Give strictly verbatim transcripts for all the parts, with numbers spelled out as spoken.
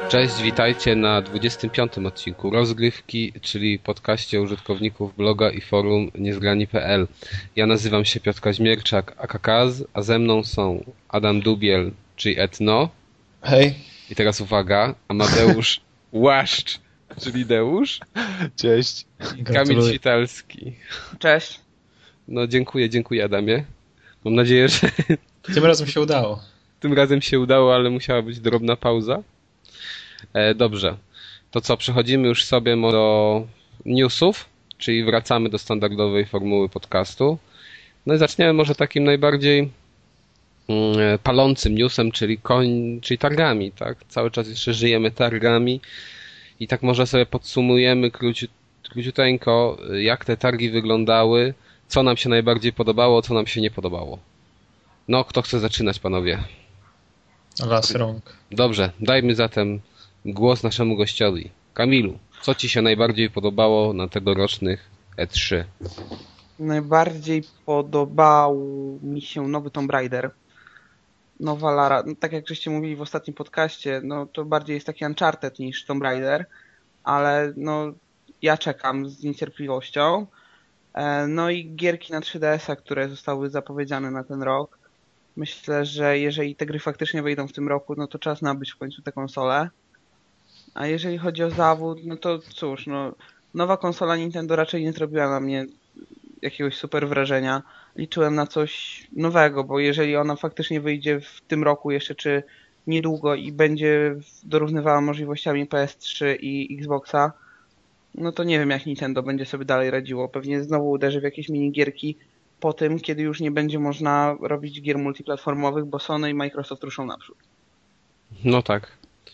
Cześć, witajcie na dwudziestym piątym odcinku Rozgrywki, czyli podcaście użytkowników bloga i forum niezgrani kropka p l. Ja nazywam się Piotr Kaźmierczak, aka Kaz, a ze mną są Adam Dubiel, czyli Etno. Hej. I teraz uwaga, Amadeusz Łaszcz, czyli Deusz. Cześć. I Kamil Świtalski. Cześć. No dziękuję, dziękuję Adamie. Mam nadzieję, że... Tym razem się udało. Tym razem się udało, ale musiała być drobna pauza. E, dobrze. To co, przechodzimy już sobie do newsów, czyli wracamy do standardowej formuły podcastu. No i zaczniemy może takim najbardziej mm, palącym newsem, czyli, koń, czyli targami, tak? Cały czas jeszcze żyjemy targami i tak może sobie podsumujemy króci, króciuteńko, jak te targi wyglądały, co nam się najbardziej podobało, co nam się nie podobało. No, kto chce zaczynać, panowie? Las rąk. Dobrze, dajmy zatem głos naszemu gościowi. Kamilu, co ci się najbardziej podobało na tegorocznych E trzy? Najbardziej podobał mi się nowy Tomb Raider. Nowa Lara. No, tak jak żeście mówili w ostatnim podcaście, no to bardziej jest taki Uncharted niż Tomb Raider, ale no ja czekam z niecierpliwością. No i gierki na trzy D S a, które zostały zapowiedziane na ten rok. Myślę, że jeżeli te gry faktycznie wyjdą w tym roku, no to czas nabyć w końcu tę konsolę. A jeżeli chodzi o zawód, no to cóż, no nowa konsola Nintendo raczej nie zrobiła na mnie jakiegoś super wrażenia. Liczyłem na coś nowego, bo jeżeli ona faktycznie wyjdzie w tym roku jeszcze, czy niedługo i będzie dorównywała możliwościami P S trzy i Xboxa, no to nie wiem, jak Nintendo będzie sobie dalej radziło. Pewnie znowu uderzy w jakieś minigierki po tym, kiedy już nie będzie można robić gier multiplatformowych, bo Sony i Microsoft ruszą naprzód. No tak.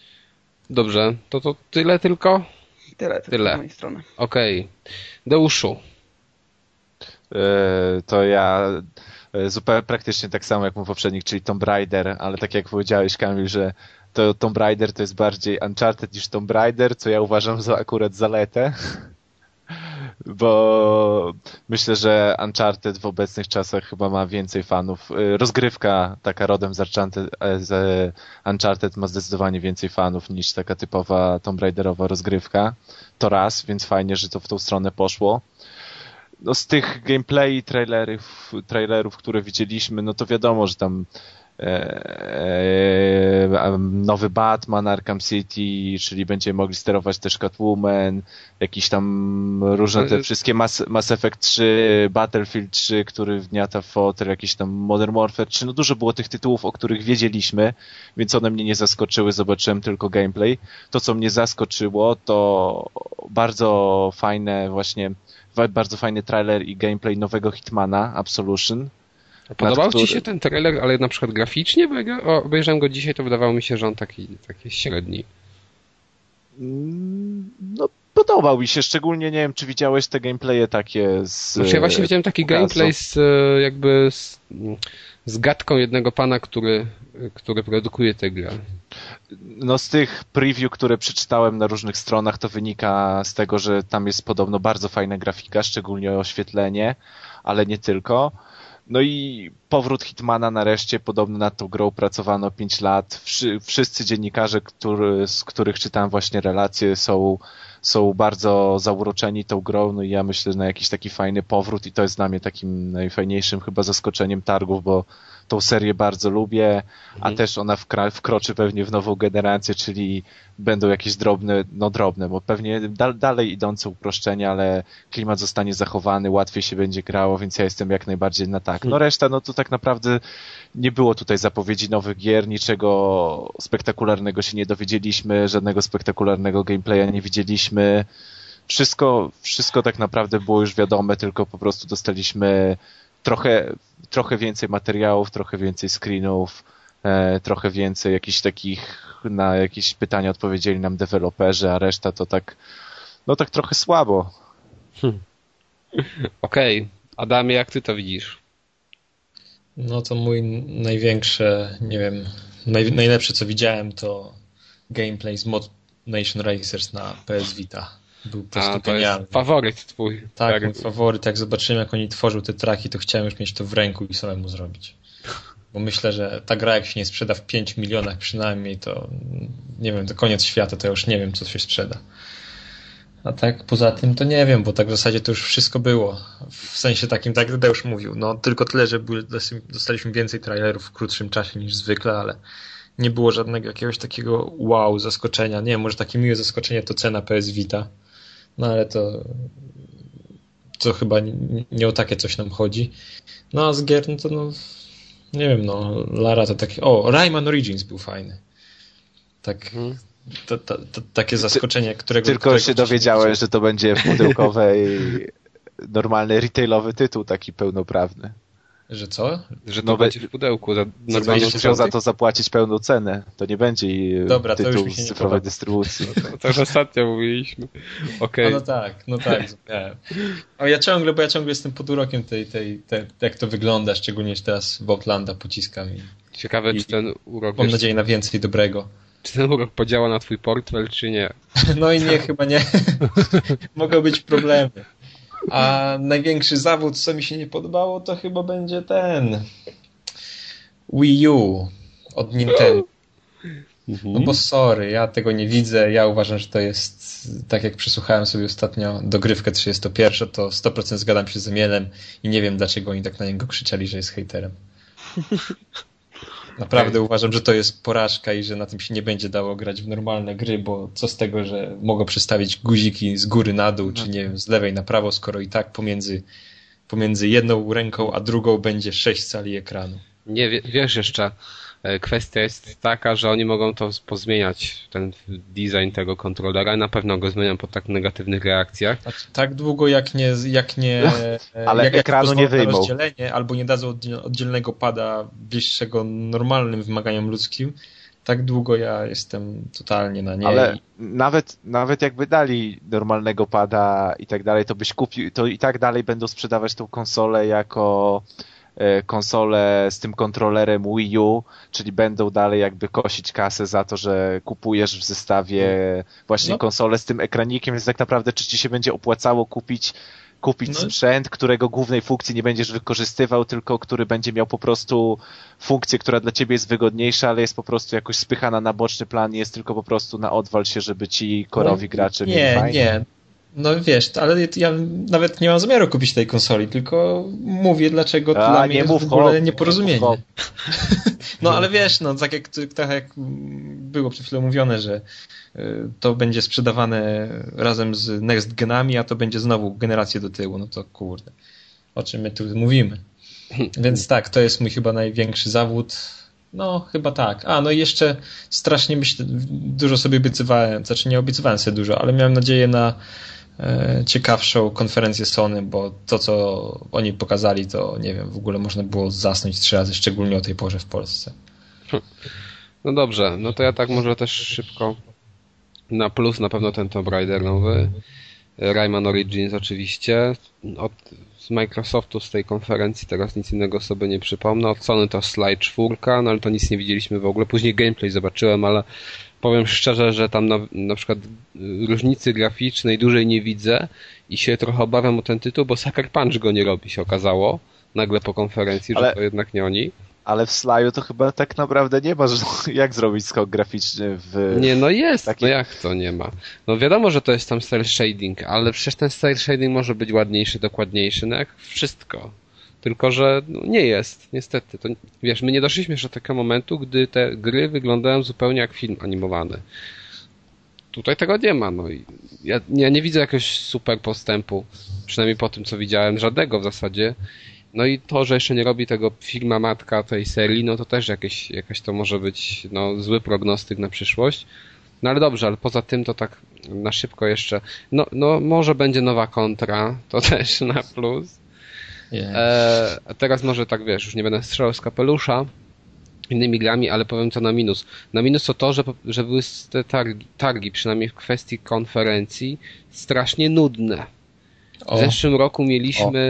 Dobrze, to to tyle tylko? Tyle, tyle, tyle. z mojej strony. Okej. Okay. Deuszu. Yy, to ja zupełnie praktycznie tak samo jak mój poprzednik, czyli Tomb Raider, ale tak jak powiedziałeś, Kamil, że to Tomb Raider to jest bardziej Uncharted niż Tomb Raider, co ja uważam za akurat zaletę. Bo myślę, że Uncharted w obecnych czasach chyba ma więcej fanów. Rozgrywka taka rodem z Uncharted, z Uncharted ma zdecydowanie więcej fanów niż taka typowa Tomb Raiderowa rozgrywka. To raz, więc fajnie, że to w tą stronę poszło. No z tych gameplay trailerów, trailerów, które widzieliśmy, no to wiadomo, że tam e, e, nowy Batman, Arkham City, czyli będziemy mogli sterować też Catwoman, jakiś tam różne te wszystkie Mass, Mass Effect trzy, Battlefield trzy, który wgniata w fotel, jakiś tam Modern Warfare trzy, no dużo było tych tytułów, o których wiedzieliśmy, więc one mnie nie zaskoczyły, zobaczyłem tylko gameplay. To, co mnie zaskoczyło, to bardzo fajne właśnie bardzo fajny trailer i gameplay nowego Hitmana, Absolution. Podobał który... ci się ten trailer, ale na przykład graficznie? Bo jak obejrzałem go dzisiaj, to wydawało mi się, że on taki, taki średni. No, podobał mi się, szczególnie nie wiem, czy widziałeś te gameplaye takie z... Znaczy ja właśnie widziałem taki pokazu. gameplay z jakby z, z gadką jednego pana, który, który produkuje tę grę. No z tych preview, które przeczytałem na różnych stronach, to wynika z tego, że tam jest podobno bardzo fajna grafika, szczególnie oświetlenie, ale nie tylko. No i powrót Hitmana nareszcie, podobno nad tą grą pracowano pięć lat. Wszy, wszyscy dziennikarze, który, z których czytałem właśnie relacje, są, są bardzo zauroczeni tą grą, no i ja myślę, że na jakiś taki fajny powrót i to jest dla mnie takim najfajniejszym chyba zaskoczeniem targów, bo tą serię bardzo lubię, a mhm. też ona wkra- wkroczy pewnie w nową generację, czyli będą jakieś drobne, no drobne, bo pewnie da- dalej idące uproszczenia, ale klimat zostanie zachowany, łatwiej się będzie grało, więc ja jestem jak najbardziej na tak. No reszta, no to tak naprawdę nie było tutaj zapowiedzi nowych gier, niczego spektakularnego się nie dowiedzieliśmy, żadnego spektakularnego gameplaya nie widzieliśmy. Wszystko, wszystko tak naprawdę było już wiadome, tylko po prostu dostaliśmy trochę, trochę więcej materiałów, trochę więcej screenów, e, trochę więcej jakichś takich, na jakieś pytania odpowiedzieli nam deweloperzy, a reszta to tak, no tak trochę słabo. Hmm. Okej. Okay. Adamie, jak ty to widzisz? No to mój największy, nie wiem, naj, najlepsze co widziałem to gameplay z Mod Nation Racers na P S Vita. Był po prostu A, to genialny. jest faworyt twój. Tak, tak, mój faworyt. Jak zobaczyłem, jak oni tworzył te traki, to chciałem już mieć to w ręku i samemu zrobić. Bo myślę, że ta gra jak się nie sprzeda w pięciu milionach przynajmniej, to nie wiem, to koniec świata, to ja już nie wiem, co się sprzeda. A tak poza tym to nie wiem, bo tak w zasadzie to już wszystko było. W sensie takim, tak jak Tadeusz mówił, no tylko tyle, że były, dostaliśmy więcej trailerów w krótszym czasie niż zwykle, ale nie było żadnego jakiegoś takiego wow, zaskoczenia. Nie wiem, może takie miłe zaskoczenie to cena P S Vita, no ale to to chyba nie, nie o takie coś nam chodzi. No a z gier, no to no nie wiem, no Lara to takie, o, Rayman Origins był fajny. Tak... Hmm. To, to, to takie zaskoczenie, którego... Tylko którego się dowiedziałem, że to będzie pudełkowy normalny retailowy tytuł, taki pełnoprawny. Że co? Że to no będzie w pudełku. Za, będziesz musiał za to zapłacić pełną cenę. To nie będzie Dobra, tytuł z cyfrowej dystrybucji. No to, to już ostatnio mówiliśmy. Okay. No, no tak, no tak. A ja ciągle, bo ja ciągle jestem pod urokiem tej, tej, tej jak to wygląda, szczególnie, że teraz w Outlanda pociskam. I, Ciekawe, i, czy ten urok... Mam nadzieję na więcej dobrego. Czy ten urok podziała na twój portfel, czy nie? No i nie, chyba nie. Mogą być problemy. A największy zawód, co mi się nie podobało, to chyba będzie ten Wii U od Nintendo. No bo sorry, ja tego nie widzę. Ja uważam, że to jest, tak jak przesłuchałem sobie ostatnio dogrywkę trzydziestopierwą, to sto procent zgadzam się z Emilem i nie wiem, dlaczego oni tak na niego krzyczeli, że jest hejterem. Naprawdę uważam, że to jest porażka i że na tym się nie będzie dało grać w normalne gry, bo co z tego, że mogą przestawić guziki z góry na dół, czy nie wiem, z lewej na prawo, skoro i tak pomiędzy, pomiędzy jedną ręką a drugą będzie sześć cali ekranu. Nie, wiesz jeszcze, kwestia jest taka, że oni mogą to pozmieniać, ten design tego kontrolera, na pewno go zmienią po tak negatywnych reakcjach. Znaczy, tak długo jak nie, jak nie ale jak, ekranu jak nie wyjmą. Rozdzielenie, albo nie dadzą oddzielnego pada bliższego normalnym wymaganiom ludzkim, tak długo ja jestem totalnie na nie. Ale nawet, nawet jakby dali normalnego pada i tak dalej, to byś kupił, to i tak dalej będą sprzedawać tą konsolę jako konsolę z tym kontrolerem Wii U, czyli będą dalej jakby kosić kasę za to, że kupujesz w zestawie właśnie no. konsolę z tym ekranikiem, więc tak naprawdę czy ci się będzie opłacało kupić kupić no. sprzęt, którego głównej funkcji nie będziesz wykorzystywał, tylko który będzie miał po prostu funkcję, która dla ciebie jest wygodniejsza, ale jest po prostu jakoś spychana na boczny plan i jest tylko po prostu na odwal się, żeby ci korowi no, gracze nie, mieli fajnie. Nie, no wiesz, ale ja nawet nie mam zamiaru kupić tej konsoli, tylko mówię, dlaczego to A, dla mnie nie jest mów w ogóle hop, nieporozumienie. Hop. No ale wiesz, no tak jak, tak jak było przed chwilą mówione, że to będzie sprzedawane razem z next genami, a to będzie znowu generację do tyłu, no to kurde, o czym my tu mówimy. Więc tak, to jest mój chyba największy zawód. No, chyba tak. A, no i jeszcze strasznie myślę, dużo sobie obiecywałem, znaczy nie obiecywałem sobie dużo, ale miałem nadzieję na e, ciekawszą konferencję Sony, bo to, co oni pokazali, to nie wiem, w ogóle można było zasnąć trzy razy, szczególnie o tej porze w Polsce. No dobrze, no to ja tak może też szybko na plus na pewno ten Tomb Raider nowy, Rayman Origins oczywiście, od z Microsoftu z tej konferencji teraz nic innego sobie nie przypomnę. Od Sony to Slide cztery, no ale to nic nie widzieliśmy w ogóle. Później gameplay zobaczyłem, ale powiem szczerze, że tam na, na przykład różnicy graficznej dużej nie widzę i się trochę obawiam o ten tytuł, bo Sucker Punch go nie robi, się okazało nagle po konferencji, ale... że to jednak nie oni. Ale w Sly'u to chyba tak naprawdę nie ma, że jak zrobić skok graficzny w... Nie, no jest, taki... no jak to nie ma? No wiadomo, że to jest tam style shading, ale przecież ten style shading może być ładniejszy, dokładniejszy, no jak wszystko. Tylko, że no, nie jest, niestety. To, wiesz, my nie doszliśmy jeszcze do takiego momentu, gdy te gry wyglądają zupełnie jak film animowany. Tutaj tego nie ma, no i ja, ja nie widzę jakiegoś super postępu, przynajmniej po tym, co widziałem, żadnego w zasadzie. No i to, że jeszcze nie robi tego firma matka tej serii, no to też jakieś, jakaś to może być no, zły prognostyk na przyszłość. No ale dobrze, ale poza tym to tak na szybko jeszcze, no, no może będzie nowa kontra, to też na plus. Yeah. E, a teraz może tak wiesz, już nie będę strzelał z kapelusza innymi grami, ale powiem co na minus. Na minus to to, że, że były te targi, targi, przynajmniej w kwestii konferencji, strasznie nudne. W o. zeszłym roku mieliśmy... O.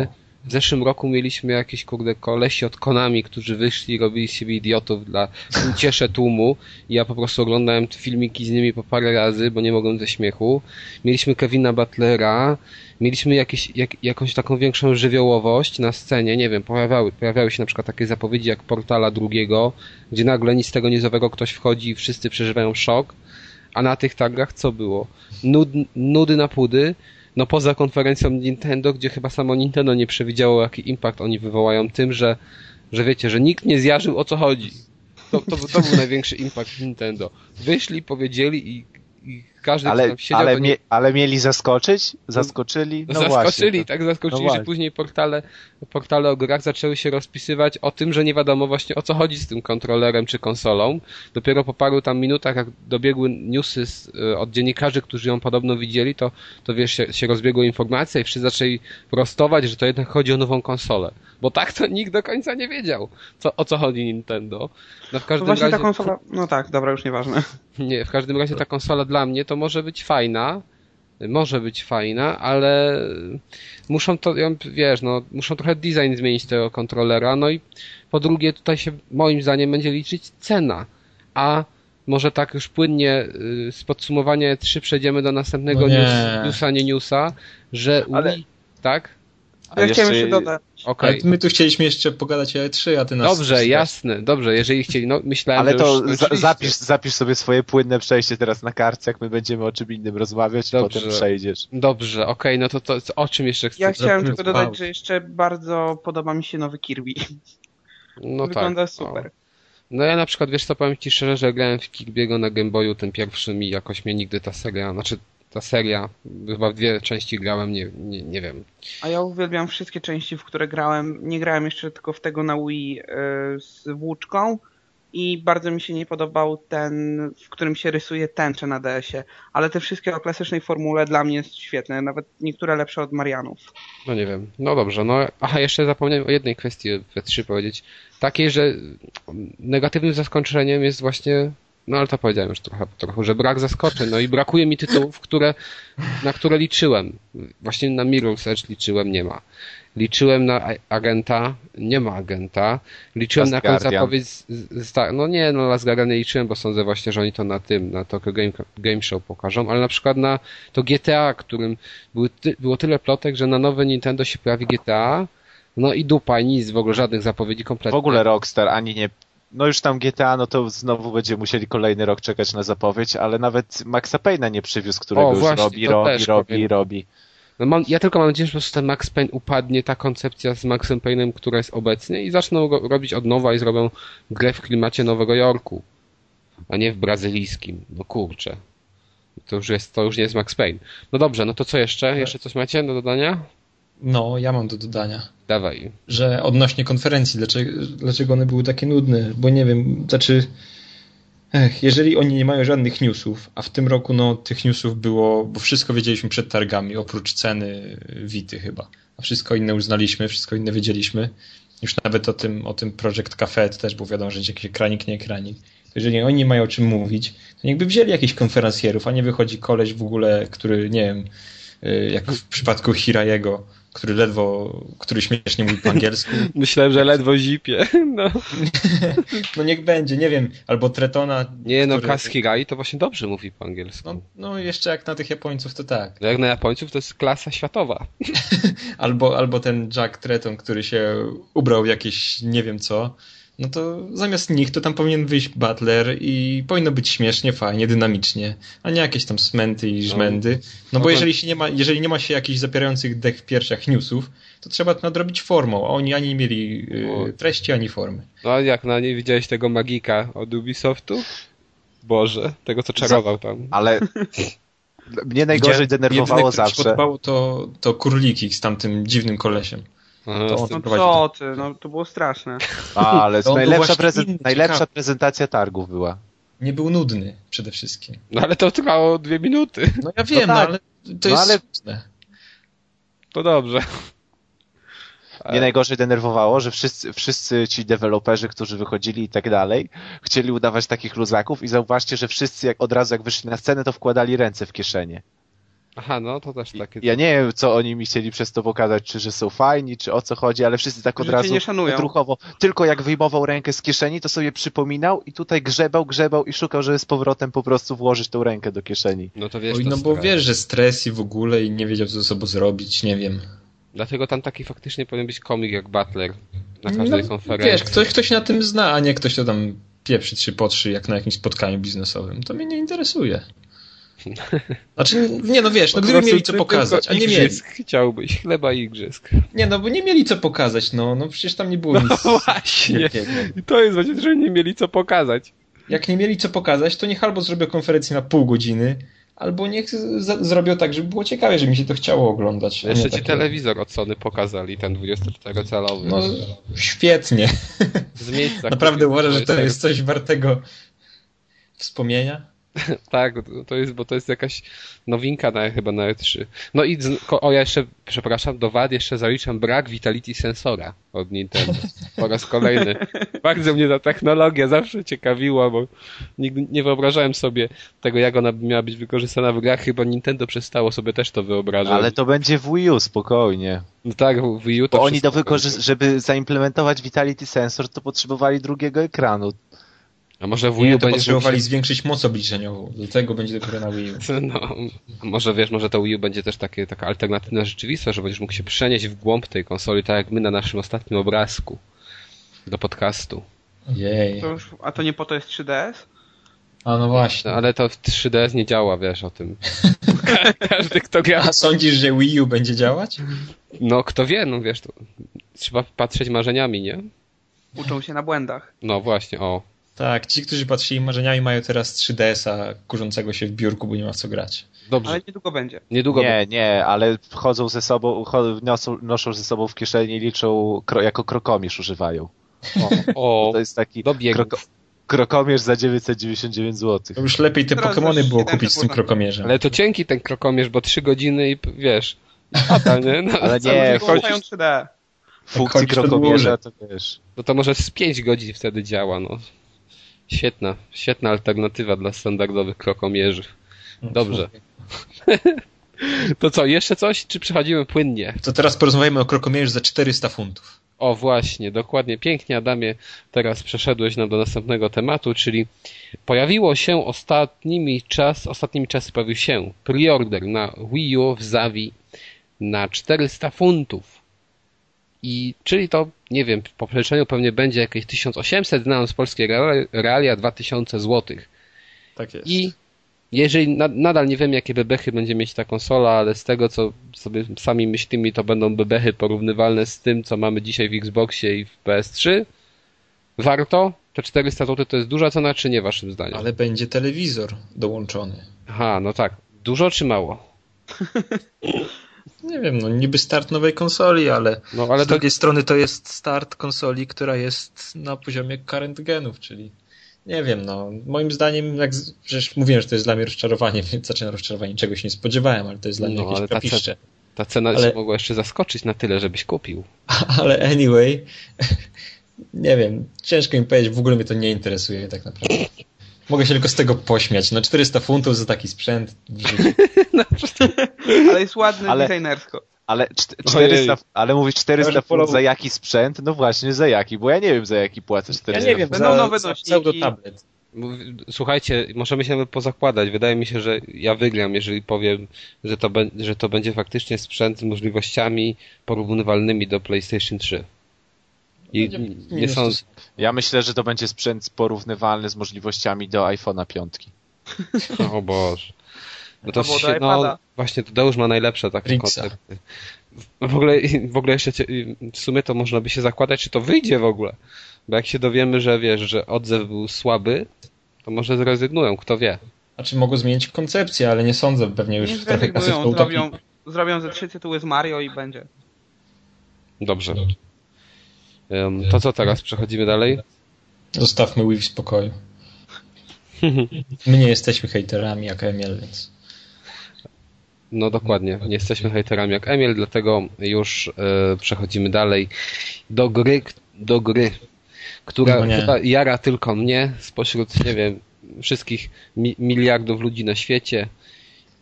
w zeszłym roku mieliśmy jakieś, kurde, kolesi od Konami, którzy wyszli i robili z siebie idiotów dla cieszę tłumu i ja po prostu oglądałem filmiki z nimi po parę razy, bo nie mogłem ze śmiechu. Mieliśmy Kevina Butlera, mieliśmy jakieś, jak, jakąś taką większą żywiołowość na scenie, nie wiem, pojawiały, pojawiały się na przykład takie zapowiedzi jak Portala drugiego, gdzie nagle nic z tego nizowego ktoś wchodzi i wszyscy przeżywają szok, a na tych targach co było? Nud, nudy na pudy. No poza konferencją Nintendo, gdzie chyba samo Nintendo nie przewidziało, jaki impact oni wywołają tym, że, że wiecie, że nikt nie zjarzył, o co chodzi. To, to, to był największy impact Nintendo. Wyszli, powiedzieli i, i każdy ale, tam siedział... Ale, nie... mie, ale mieli zaskoczyć? Zaskoczyli? No zaskoczyli, właśnie, tak zaskoczyli, no że później portale, portale o grach zaczęły się rozpisywać o tym, że nie wiadomo właśnie o co chodzi z tym kontrolerem czy konsolą. Dopiero po paru tam minutach, jak dobiegły newsy z, od dziennikarzy, którzy ją podobno widzieli, to, to wiesz, się, się rozbiegły informacje i wszyscy zaczęli prostować, że to jednak chodzi o nową konsolę. Bo tak to nikt do końca nie wiedział, co, o co chodzi Nintendo. No w każdym to właśnie razie... ta konsola... No tak, dobra, już nieważne. Nie, w każdym razie ta konsola dla mnie to może być fajna, może być fajna, ale muszą to, wiesz, no, muszą trochę design zmienić tego kontrolera, no i po drugie tutaj się moim zdaniem będzie liczyć cena, a może tak już płynnie z podsumowania E trzy przejdziemy do następnego no nie. news, newsa, nie newsa, że Ale... Wii, tak? Ja jeszcze... chciałem jeszcze dodać. Okay. Ale my tu chcieliśmy jeszcze pogadać o E trzy, a ty nas... Dobrze, jasne, dobrze, jeżeli chcieli, no myślałem, Ale że to już za, zapisz, zapisz sobie swoje płynne przejście teraz na kartce, jak my będziemy o czym innym rozmawiać, Dobrze. potem przejdziesz. Dobrze, okej, okay, no to, to o czym jeszcze chcesz? Ja chciałem tylko dodać, Wow. że jeszcze bardzo podoba mi się nowy Kirby. No Wygląda tak, super. O. No ja na przykład, wiesz co, powiem ci szczerze, że grałem w Kirby'ego na Game Boyu, ten pierwszy mi jakoś mnie nigdy ta seria, znaczy ta seria, chyba w dwie części grałem, nie, nie, nie wiem. A ja uwielbiam wszystkie części, w które grałem. Nie grałem jeszcze tylko w tego na Wii yy, z włóczką i bardzo mi się nie podobał ten, w którym się rysuje tęczę na D S ie. Ale te wszystkie o klasycznej formule dla mnie jest świetne, nawet niektóre lepsze od Marianów. No nie wiem, no dobrze, no aha, jeszcze zapomniałem o jednej kwestii w E trzy powiedzieć, takiej, że negatywnym zaskoczeniem jest właśnie, no ale to powiedziałem już trochę, trochę, że brak zaskoczeń, no i brakuje mi tytułów, które, na które liczyłem. Właśnie na Mirror's Edge liczyłem, nie ma. Liczyłem na agenta, nie ma agenta. Liczyłem Last na jakąś Guardian. zapowiedź, z, z, z, no nie, no Last Guardian nie liczyłem, bo sądzę właśnie, że oni to na tym, na Tokyo Game, Game Show pokażą, ale na przykład na to G T A, którym były ty, było tyle plotek, że na nowe Nintendo się pojawi G T A, no i dupa, nic, w ogóle żadnych zapowiedzi kompletnie. W ogóle Rockstar ani nie... No już tam G T A, no to znowu będziemy musieli kolejny rok czekać na zapowiedź, ale nawet Maxa Payne'a nie przywiózł, którego O, już właśnie, robi, to robi, też robi, powiem. robi. No mam, ja tylko mam nadzieję, że po prostu ten Max Payne upadnie, ta koncepcja z Maxem Payne'em, która jest obecnie i zaczną go robić od nowa i zrobią grę w klimacie Nowego Jorku, a nie w brazylijskim. No kurczę. To już jest, to już nie jest Max Payne. No dobrze, no to co jeszcze? Jeszcze coś macie do dodania? No, ja mam do dodania. Dawaj. Że odnośnie konferencji, dlaczego, dlaczego one były takie nudne, bo nie wiem, znaczy ech, jeżeli oni nie mają żadnych newsów, a w tym roku no tych newsów było, bo wszystko wiedzieliśmy przed targami, oprócz ceny Vity chyba, a wszystko inne uznaliśmy, wszystko inne wiedzieliśmy, już nawet o tym, o tym Project Café też było wiadomo, że będzie jakiś ekranik, nie ekranik. To jeżeli oni nie mają o czym mówić, to niechby wzięli jakichś konferencjerów, a nie wychodzi koleś w ogóle, który nie wiem, jak w przypadku Hirayego, który ledwo, który śmiesznie mówi po angielsku. Myślałem, że ledwo zipie. No, no niech będzie, nie wiem, albo Tretona. nie no, który... Kaz Hirai to właśnie dobrze mówi po angielsku. No, no jeszcze jak na tych Japońców to tak. Jak na Japońców to jest klasa światowa. albo, albo ten Jack Tretton, który się ubrał w jakieś nie wiem co, no to zamiast nich to tam powinien wyjść Butler i powinno być śmiesznie, fajnie, dynamicznie, a nie jakieś tam smęty i żmędy. No bo jeżeli się nie ma, jeżeli nie ma się jakichś zapierających dech w piersiach newsów, to trzeba to nadrobić formą, a oni ani nie mieli y, treści, ani formy. No a jak na nie widziałeś tego magika od Ubisoftu? Boże, tego co czarował tam. Ale mnie najgorzej denerwowało Jedyne, zawsze. Mi się podobało to, to Kurliki z tamtym dziwnym kolesiem. Aha, To z on tym- No prowadzi co ty, no to było straszne. A, ale To on był najlepsza, właśnie prezen- inny, najlepsza ciekawy. prezentacja targów była. Nie był nudny przede wszystkim. No ale to trwało dwie minuty. No ja wiem, no, tak. ale No to jest ale- smutne. To dobrze. Mnie najgorzej denerwowało, że wszyscy, wszyscy ci deweloperzy, którzy wychodzili i tak dalej, chcieli udawać takich luzaków i zauważcie, że wszyscy jak od razu jak wyszli na scenę, to wkładali ręce w kieszenie. Aha, no to też takie... Ja nie wiem, co oni mi chcieli przez to pokazać, czy że są fajni, czy o co chodzi, ale wszyscy tak od Że cię razu nie szanują. odruchowo. Tylko jak wyjmował rękę z kieszeni, to sobie przypominał i tutaj grzebał, grzebał i szukał, żeby z powrotem po prostu włożyć tą rękę do kieszeni. No to wiesz, Oj, to no bo stres. wiesz, że stres i w ogóle i nie wiedział, co ze sobą zrobić, nie wiem. Dlatego tam taki faktycznie powinien być komik jak Butler na każdej No, konferencji. wiesz, ktoś, ktoś na tym zna, a nie ktoś, kto tam pieprzy trzy po trzy, jak na jakimś spotkaniu biznesowym. To mnie nie interesuje. Znaczy, nie no wiesz, no gdyby mieli co pokazać, a nie mieli. Igrzysk chciałbyś, chleba i igrzysk. Nie no, bo nie mieli co pokazać, no, no przecież tam nie było No nic właśnie. wielkiego. I to jest właśnie, że nie mieli co pokazać. Jak nie mieli co pokazać, to niech albo zrobią konferencję na pół godziny, albo niech z- zrobią tak, żeby było ciekawe, żeby mi się to chciało oglądać. a nie Jeszcze ci takie- telewizor od Sony pokazali, ten dwudziestoczterocalowy. No, świetnie. Z miejsca. Naprawdę uważam, że to tego- jest coś wartego wspomnienia. Tak, to jest, bo to jest jakaś nowinka na, chyba na E trzy. No i z, ko- o ja jeszcze, przepraszam, do wad jeszcze zaliczam brak Vitality Sensora od Nintendo. Po raz kolejny. Bardzo mnie ta technologia zawsze ciekawiła, bo nigdy nie wyobrażałem sobie tego, jak ona by miała być wykorzystana w grach. Chyba Nintendo przestało sobie też to wyobrażać. Ale to będzie w Wii U, spokojnie. No tak, w Wii U to Bo oni do wszystko wykorzy- żeby zaimplementować Vitality Sensor, to potrzebowali drugiego ekranu. A może w Wii Nie, U to będzie potrzebowali zwiększyć moc obliczeniową. Do tego będzie dopiero na Wii U. No, a może wiesz, może to Wii U będzie też takie, taka alternatywna rzeczywistość, że będziesz mógł się przenieść w głąb tej konsoli, tak jak my na naszym ostatnim obrazku do podcastu. Jej. To już, a to nie po to jest trzy D S? A no właśnie. No, ale to w trzy D S nie działa, wiesz o tym. Każdy, kto gra. A sądzisz, że Wii U będzie działać? No, kto wie, no wiesz, to trzeba patrzeć marzeniami, nie? Uczą się na błędach. No właśnie, o. Tak, ci, którzy patrzyli marzeniami, mają teraz trzy D S a kurzącego się w biurku, bo nie ma w co grać. Dobrze. Ale niedługo będzie. Niedługo. Nie, nie, ale chodzą ze sobą, cho- noszą, noszą ze sobą w kieszeni i liczą, kro- jako krokomierz używają. O, To jest taki do biegów. kroko- krokomierz za dziewięćset dziewięćdziesiąt dziewięć złotych. To już lepiej te Teraz Pokemony za było siedemset kupić z tym można. krokomierzem. Ale to cienki ten krokomierz, bo trzy godziny i p- wiesz. I pada, nie? No, Ale co, nie, może Tylko chodzisz- mają trzy D. Funkcji chodzisz, to krokomierza to wiesz. No to może z pięć godzin wtedy działa, no. Świetna, świetna alternatywa dla standardowych krokomierzy. Dobrze. To co, jeszcze coś, czy przechodzimy płynnie? To teraz porozmawiamy o krokomierzu za czterysta funtów. O właśnie, dokładnie, pięknie Adamie, teraz przeszedłeś nam do następnego tematu, czyli pojawiło się ostatnimi czas, ostatnimi czasy pojawił się preorder na Wii U w Zawi na czterysta funtów. I czyli to, nie wiem, po przeliczeniu pewnie będzie jakieś tysiąc osiemset, znając polskie real- realia dwa tysiące złotych. Tak jest. I jeżeli na, nadal nie wiem, jakie bebechy będzie mieć ta konsola, ale z tego, co sobie sami myślimy, to będą bebechy porównywalne z tym, co mamy dzisiaj w Xboxie i w P S trzy. Warto? Te czterysta złotych to jest duża cena, czy nie, waszym zdaniem? Ale będzie telewizor dołączony. Aha, no tak. Dużo czy mało? Nie wiem, no niby start nowej konsoli, ale, No, ale z to, drugiej strony to jest start konsoli, która jest na poziomie current genów, czyli nie wiem, no moim zdaniem, jak z- przecież mówiłem, że to jest dla mnie rozczarowanie, więc zaczynam rozczarowanie, czegoś nie spodziewałem, ale to jest dla mnie No, ale jakieś ta propiszcze. ta cena ale- cię mogła jeszcze zaskoczyć na tyle, żebyś kupił. Ale anyway, nie wiem, ciężko mi powiedzieć, w ogóle mnie to nie interesuje tak naprawdę. Mogę się tylko z tego pośmiać. No czterysta funtów za taki sprzęt w życiu. Ale jest ładny Ale- designersko. Ale czt- czterysta, Ojej. ale mówisz czterysta Ja bym funtów wolał- za jaki sprzęt? No właśnie, za jaki, bo ja nie wiem za jaki płacę Ja czterysta nie wiem, Będą za, nowe za nośniki. pseudo-tablet. Mówi- Słuchajcie, możemy się nawet pozakładać. Wydaje mi się, że ja wygram, jeżeli powiem, że to, be- że to będzie faktycznie sprzęt z możliwościami porównywalnymi do PlayStation trzy. I Będzie nie minus sądzę. Ja myślę, że to będzie sprzęt porównywalny z możliwościami do iPhone'a piątki. O Boże. No to Albo do się, no, iPada. właśnie Tadeusz ma najlepsze takie Rixa. koncepty. W ogóle, w ogóle jeszcze cie- w sumie to można by się zakładać, czy to wyjdzie w ogóle. Bo jak się dowiemy, że wiesz, że odzew był słaby, to może zrezygnują, kto wie. Znaczy mogą zmienić koncepcję, ale nie sądzę, pewnie już Nie trochę kasy w to zrezygnują, utopili. zrobią, zrobią ze trzy tytuły z Mario i będzie. Dobrze. Ym, to co teraz? Przechodzimy dalej? Zostawmy Wii w spokoju. My nie jesteśmy hejterami jak Emil, więc... No dokładnie, nie jesteśmy hejterami jak Emil, dlatego już e, przechodzimy dalej do gry, do gry, która No nie. chyba jara tylko mnie spośród, nie wiem, wszystkich mi, miliardów ludzi na świecie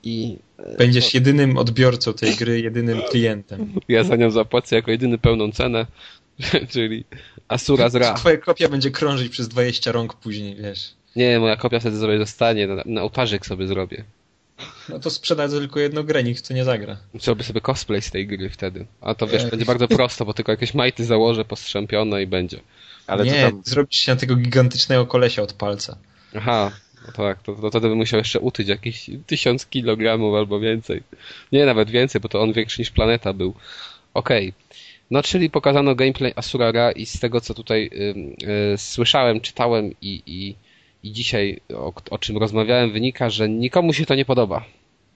I Będziesz jedynym odbiorcą tej gry, jedynym klientem. ja za nią zapłacę jako jedyny pełną cenę, czyli Asura z Ra. Twoja kopia będzie krążyć przez dwadzieścia rąk później, wiesz. Nie, moja kopia wtedy sobie zostanie, na, na ołtarzyk sobie zrobię. No to sprzedaj tylko jedną grę, nikt w to nie zagra. Zrobię sobie cosplay z tej gry wtedy. A to wiesz, będzie bardzo prosto, bo tylko jakieś majty założę postrzępione i będzie. Ale nie, tam... zrobisz się na tego gigantycznego kolesia od palca. Aha, no tak, to, to wtedy bym musiał jeszcze utyć jakieś tysiąc kilogramów albo więcej. Nie, nawet więcej, bo to on większy niż planeta był. Okej. Okay. No, czyli pokazano gameplay Asura Ra i z tego, co tutaj y, y, słyszałem, czytałem i, i, i dzisiaj o, o czym rozmawiałem, wynika, że nikomu się to nie podoba.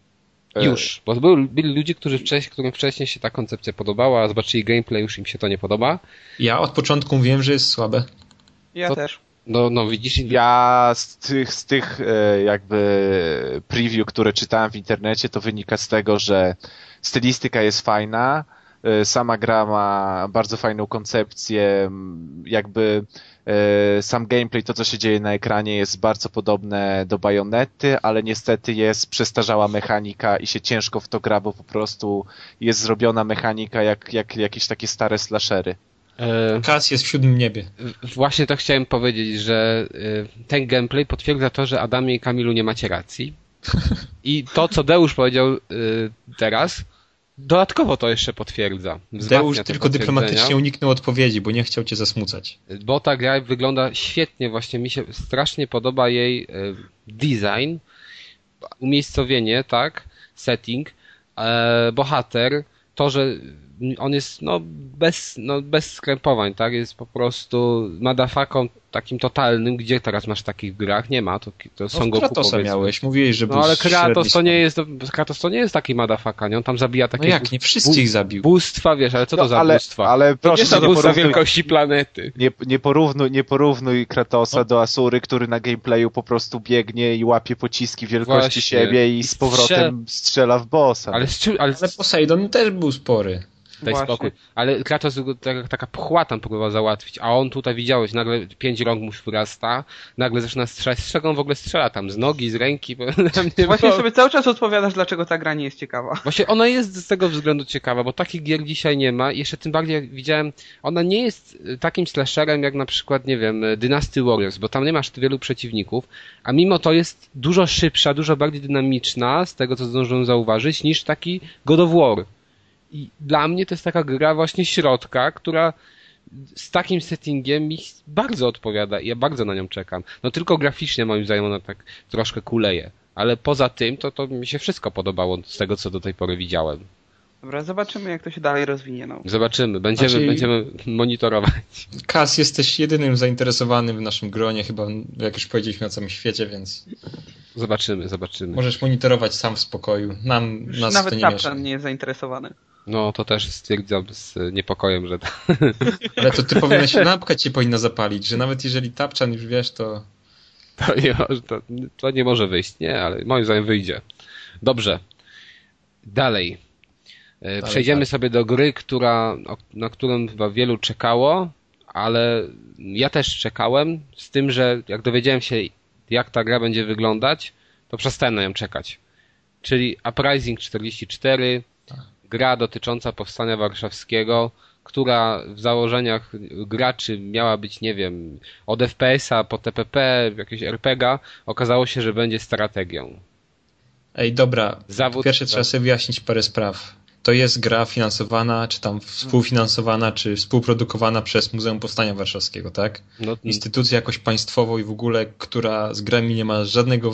Już, bo były, byli ludzie, którzy wcześniej, którym wcześniej się ta koncepcja podobała, a zobaczyli gameplay, już im się to nie podoba. Ja od początku mówiłem, że jest słabe. Ja to, też. No, no widzisz... Ja z tych, z tych jakby preview, które czytałem w internecie, to wynika z tego, że stylistyka jest fajna, sama gra ma bardzo fajną koncepcję, jakby sam gameplay, to co się dzieje na ekranie jest bardzo podobne do Bajonety, ale niestety jest przestarzała mechanika i się ciężko w to gra, bo po prostu jest zrobiona mechanika jak, jak jakieś takie stare slashery. Kas jest w siódmym niebie. Właśnie to chciałem powiedzieć, że ten gameplay potwierdza to, że Adamie i Kamilu nie macie racji. I to, co Deusz powiedział teraz, dodatkowo to jeszcze potwierdza. Deusz tylko dyplomatycznie uniknął odpowiedzi, bo nie chciał cię zasmucać. Bo ta gra wygląda świetnie, właśnie mi się strasznie podoba jej design, umiejscowienie, tak, setting, bohater, to, że on jest no bez, no, bez skrępowań, tak, jest po prostu motherfucką takim totalnym, gdzie teraz masz takich w grach? Nie ma, to, to no, Son Goku Kratosa miałeś, mówiłeś, że no był ale Kratos to nie jest, Kratos to nie jest taki motherfucker, nie? On tam zabija takie... No jak, nie wszystkich zabił. Bóstwa, wiesz, ale co no, to za ale, bóstwa? Ale to proszę, nie są bóstwa wielkości planety. Nie, nie, porównuj, nie porównuj Kratosa no. do Asury, który na gameplayu po prostu biegnie i łapie pociski wielkości Właśnie. siebie i z powrotem Strzel... strzela w bossa. Ale, z czym, ale... ale Poseidon też był spory. Daj Właśnie. spokój. Ale Kratos taka, taka pchła tam próbował załatwić, a on tutaj widziałeś, nagle pięć rąk mu wyrasta, nagle zaczyna strzelać. Z czego on w ogóle strzela tam? Z nogi, z ręki? Właśnie sobie cały czas odpowiadasz, dlaczego ta gra nie jest ciekawa. Właśnie ona jest z tego względu ciekawa, bo takich gier dzisiaj nie ma i jeszcze tym bardziej jak widziałem, ona nie jest takim slasherem jak na przykład, nie wiem, Dynasty Warriors, bo tam nie masz wielu przeciwników, a mimo to jest dużo szybsza, dużo bardziej dynamiczna, z tego co zdążyłem zauważyć, niż taki God of War. I dla mnie to jest taka gra właśnie środka, która z takim settingiem mi bardzo odpowiada i ja bardzo na nią czekam. No tylko graficznie moim zdaniem ona tak troszkę kuleje, ale poza tym to, to mi się wszystko podobało z tego, co do tej pory widziałem. Dobra, zobaczymy jak to się dalej rozwinie. No. Zobaczymy, będziemy, znaczy, będziemy monitorować. Kas, jesteś jedynym zainteresowanym w naszym gronie, chyba jak już powiedzieliśmy na całym świecie, więc... Zobaczymy, zobaczymy. Możesz monitorować sam w spokoju. Nam, nas Nawet to nie Tapczan nie jest zainteresowany. No to też stwierdzam z niepokojem, że... To... Ale to ty powinieneś się lampka cię powinna zapalić, że nawet jeżeli Tapczan już wiesz, to... To nie, może, to, to nie może wyjść, nie, ale moim zdaniem wyjdzie. Dobrze. Dalej. Dalej Przejdziemy tak. sobie do gry, która, na którą chyba wielu czekało, ale ja też czekałem, z tym, że jak dowiedziałem się, jak ta gra będzie wyglądać, to przestałem na nią czekać. Czyli Uprising czterdzieści cztery, tak. gra dotycząca powstania warszawskiego, która w założeniach graczy miała być, nie wiem, od F P S a po T P P, jakiegoś R P G a, okazało się, że będzie strategią. Ej, dobra, Zawód, pierwsze trzeba sobie wyjaśnić parę spraw. To jest gra finansowana, czy tam współfinansowana, czy współprodukowana przez Muzeum Powstania Warszawskiego, tak? No, Instytucja jakoś państwową i w ogóle, która z grami nie ma żadnego,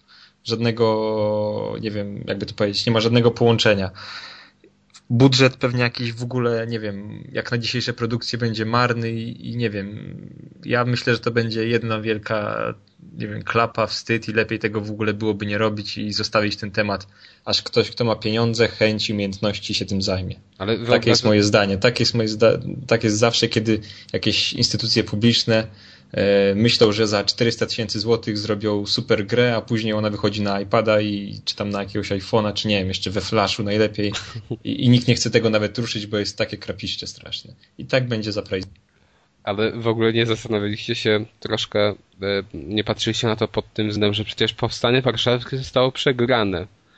żadnego, nie wiem, jakby to powiedzieć, nie ma żadnego połączenia. Budżet pewnie jakiś w ogóle, nie wiem, jak na dzisiejsze produkcje będzie marny i, i nie wiem, ja myślę, że to będzie jedna wielka, nie wiem, klapa, wstyd i lepiej tego w ogóle byłoby nie robić i zostawić ten temat, aż ktoś, kto ma pieniądze, chęć, umiejętności się tym zajmie. Ale takie ogóle... jest moje zdanie. Tak jest, moje zda... tak jest zawsze, kiedy jakieś instytucje publiczne e, myślą, że za czterysta tysięcy złotych zrobią super grę, a później ona wychodzi na iPada i czy tam na jakiegoś iPhone'a, czy nie wiem, jeszcze we Flashu najlepiej i, i nikt nie chce tego nawet ruszyć, bo jest takie krapiście straszne. I tak będzie za Price. Ale w ogóle nie zastanawialiście się troszkę, nie patrzyliście na to pod tym względem, że przecież powstanie warszawskie zostało przegrane.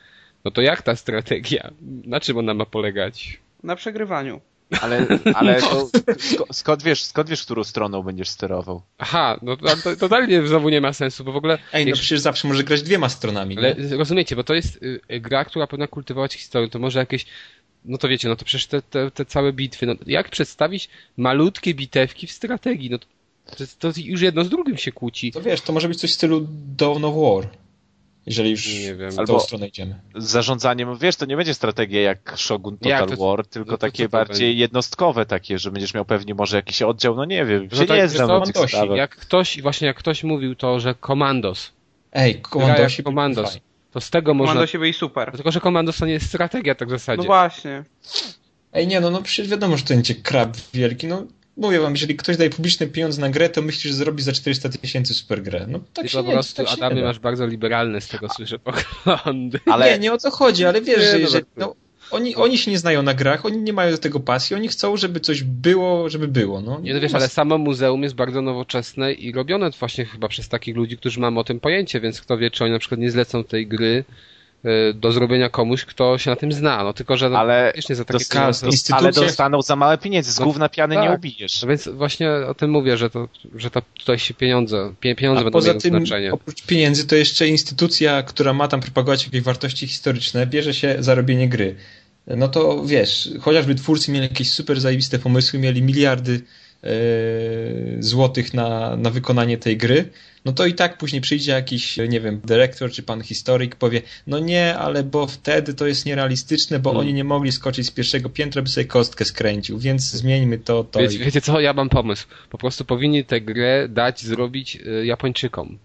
No to jak ta strategia? Na czym ona ma polegać? Na przegrywaniu. Ale, ale to, sk- skąd wiesz, skąd wiesz, którą stroną będziesz sterował? Aha, no to, to totalnie znowu nie ma sensu, bo w ogóle... Ej, no wiesz, przecież zawsze może grać dwiema stronami, ale nie? rozumiecie, bo to jest y, gra, która powinna kultywować historię, to może jakieś... No to wiecie, no to przecież te, te, te całe bitwy, no jak przedstawić malutkie bitewki w strategii? No to, to, to już jedno z drugim się kłóci. To wiesz, to może być coś w stylu Dawn of War. Jeżeli już Nie wiem. w tą Albo- stronę idziemy. Z zarządzaniem, wiesz, to nie będzie strategia jak Shogun Jak Total to- War, tylko no to takie co to bardziej będzie? jednostkowe takie, że będziesz miał pewnie może jakiś oddział, no nie wiem, No się tak, nie wiesz znam co, na tych Komandosi, sprawach. Jak ktoś, właśnie jak ktoś mówił to, że Komandos, Ej, gra komandosi jak Komandos, fajnie. to z tego można... Komando się byli super. Tylko, że Komandos to nie jest strategia tak w zasadzie. No właśnie. Ej, nie, no, no przecież wiadomo, że to będzie krab wielki, no. Mówię wam, jeżeli ktoś daje publiczne pieniądze na grę, to myślisz, że zrobi za czterysta tysięcy super grę. No tak Ty się po nie, prostu, tak się Adamie, nie da. masz bardzo liberalne z tego słyszę poglądy. Ale- Nie, nie o to chodzi, ale wiesz, Nie, że, no że tak. no, oni, oni się nie znają na grach, oni nie mają do tego pasji, oni chcą, żeby coś było, żeby było. No, Nie, no wiesz, ma ale s- samo muzeum jest bardzo nowoczesne i robione właśnie chyba przez takich ludzi, którzy mają o tym pojęcie, więc kto wie, czy oni na przykład nie zlecą tej gry y, do zrobienia komuś, kto się na tym zna. No tylko, że no, Ale, wiesz, nie za takie dos- pieniądze. instytucje- ale dostaną za małe pieniędzy, z No, gówna piany tak. nie ubijesz. No więc właśnie o tym mówię, że to, że to tutaj się pieniądze, pie- pieniądze A będą poza miały tym, znaczenie. oprócz pieniędzy, to jeszcze instytucja, która ma tam propagować jakieś wartości historyczne, bierze się za robienie gry. No to wiesz, chociażby twórcy mieli jakieś super zajebiste pomysły, mieli miliardy e, złotych na, na wykonanie tej gry, no to i tak później przyjdzie jakiś, nie wiem, dyrektor czy pan historyk, powie, no nie, ale bo wtedy to jest nierealistyczne, bo Hmm. oni nie mogli skoczyć z pierwszego piętra, by sobie kostkę skręcił, więc zmieńmy to, to Wiecie, i... wiecie co, ja mam pomysł. Po prostu powinni tę grę dać zrobić y, Japończykom.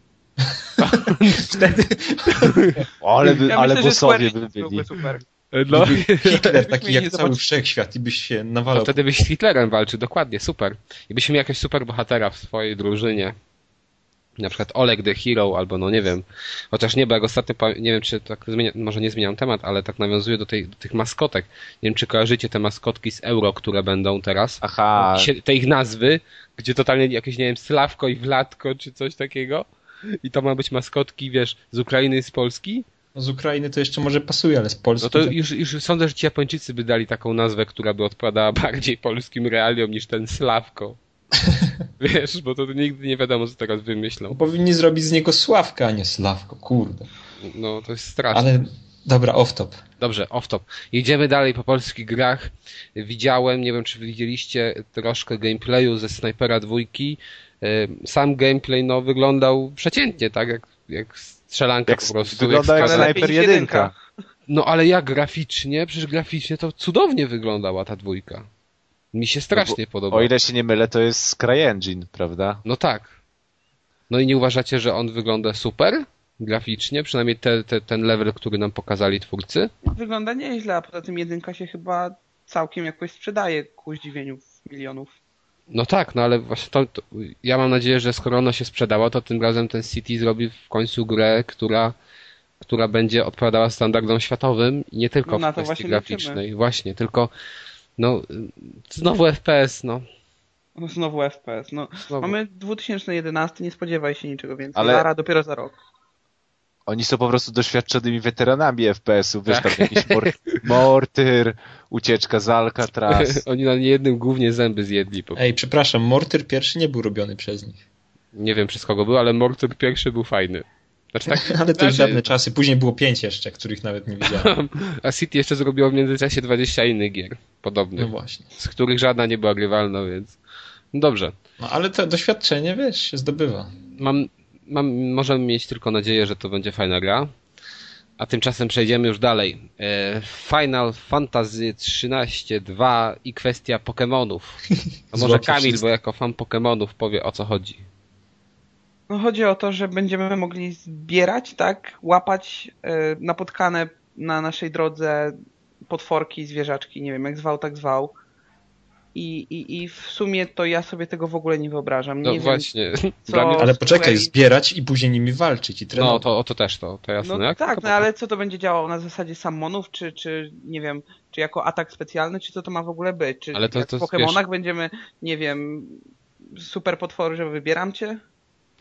Wtedy Ale, by, Ja ale myślę, że bossowie Square by Enix byli. byłby super. No, Hitler taki Byśmy jak nie cały zobaczyli. wszechświat i byś się to nawalał. wtedy byś z Hitlerem walczył, dokładnie, super. I byś miał jakiegoś super bohatera w swojej drużynie. Na przykład Oleg the Hero, albo no nie wiem. Chociaż nie, bo jak ostatnio, pa- nie wiem czy tak zmienia, może nie zmieniam temat, ale tak nawiązuję do, tej, do tych maskotek. Nie wiem czy kojarzycie te maskotki z Euro, które będą teraz. Aha, Sie- Te ich nazwy, gdzie totalnie jakieś, nie wiem, Slawko i Wladko, czy coś takiego. I to ma być maskotki, wiesz, z Ukrainy i z Polski. No z Ukrainy to jeszcze może pasuje, ale z Polski No to już, już sądzę, że ci Japończycy by dali taką nazwę, która by odpowiadała bardziej polskim realiom niż ten Slawko. Wiesz, bo to nigdy nie wiadomo, co teraz No, wymyślą. powinni zrobić z niego Sławka, a nie Slawko, kurde. No to jest straszne. Ale dobra, off-top. Dobrze, off-top. Jedziemy dalej po polskich grach. Widziałem, nie wiem czy widzieliście troszkę gameplayu ze Snajpera dwójki. Sam gameplay no wyglądał przeciętnie, tak? Jak, jak strzelanka Jak po prostu. wygląda jak skazana- Ale lepiej Sniper niż jedynka. No ale jak graficznie, przecież graficznie to cudownie wyglądała ta dwójka. Mi się strasznie podoba. O ile się nie mylę, to jest CryEngine, prawda? No tak. No i nie uważacie, że on wygląda super graficznie? Przynajmniej te, te, ten level, który nam pokazali twórcy? Wygląda nieźle, a poza tym jedynka się chyba całkiem jakoś sprzedaje ku zdziwieniu milionów. No tak, no ale właśnie to, to ja mam nadzieję, że skoro ona się sprzedała, to tym razem ten City zrobi w końcu grę, która, która będzie odpowiadała standardom światowym i nie tylko No na w to kwestii właśnie graficznej. liczymy. Właśnie, tylko no znowu F P S, no. No znowu F P S. No, Znowu. mamy dwa tysiące jedenasty, nie spodziewaj się niczego więcej. Ale- Lara dopiero za rok. Oni są po prostu doświadczonymi weteranami F P S-ów, wiesz, Tak. tam jakiś mor- Mortyr, ucieczka z Alcatraz. Oni na niejednym głównie zęby zjedli. Po... Ej, przepraszam, Mortyr pierwszy nie był robiony przez nich. Nie wiem przez kogo był, ale Mortar pierwszy był fajny. Znaczy tak, Ale to już razie- dawne czasy. Później było pięć jeszcze, których nawet nie widziałem. A City jeszcze zrobiło w międzyczasie dwadzieścia innych gier podobnych, No właśnie. z których żadna nie była grywalna, więc no dobrze. No ale to doświadczenie, wiesz, się zdobywa. Mam, mam, możemy mieć tylko nadzieję, że to będzie fajna gra. A tymczasem przejdziemy już dalej. E, Final Fantasy trzynaście dwa i kwestia Pokemonów. A może Złote Kamil, wszystko. bo jako fan Pokemonów powie o co chodzi. No chodzi o to, że będziemy mogli zbierać, tak? Łapać e, napotkane na naszej drodze potworki, zwierzaczki, nie wiem jak zwał, tak zwał. I, i, I w sumie to ja sobie tego w ogóle nie wyobrażam. Nie No wiem, właśnie. co- Dla mnie, Ale poczekaj, Square- zbierać i później nimi walczyć i no trenować. to, to też to, to jasne. No Jak tak, to no ale co to będzie działało na zasadzie sammonów, czy, czy nie wiem, czy jako atak specjalny, czy co to ma w ogóle być? Czy Ale to- jak to w Pokemonach będziemy, nie wiem, super potwory, że wybieram cię?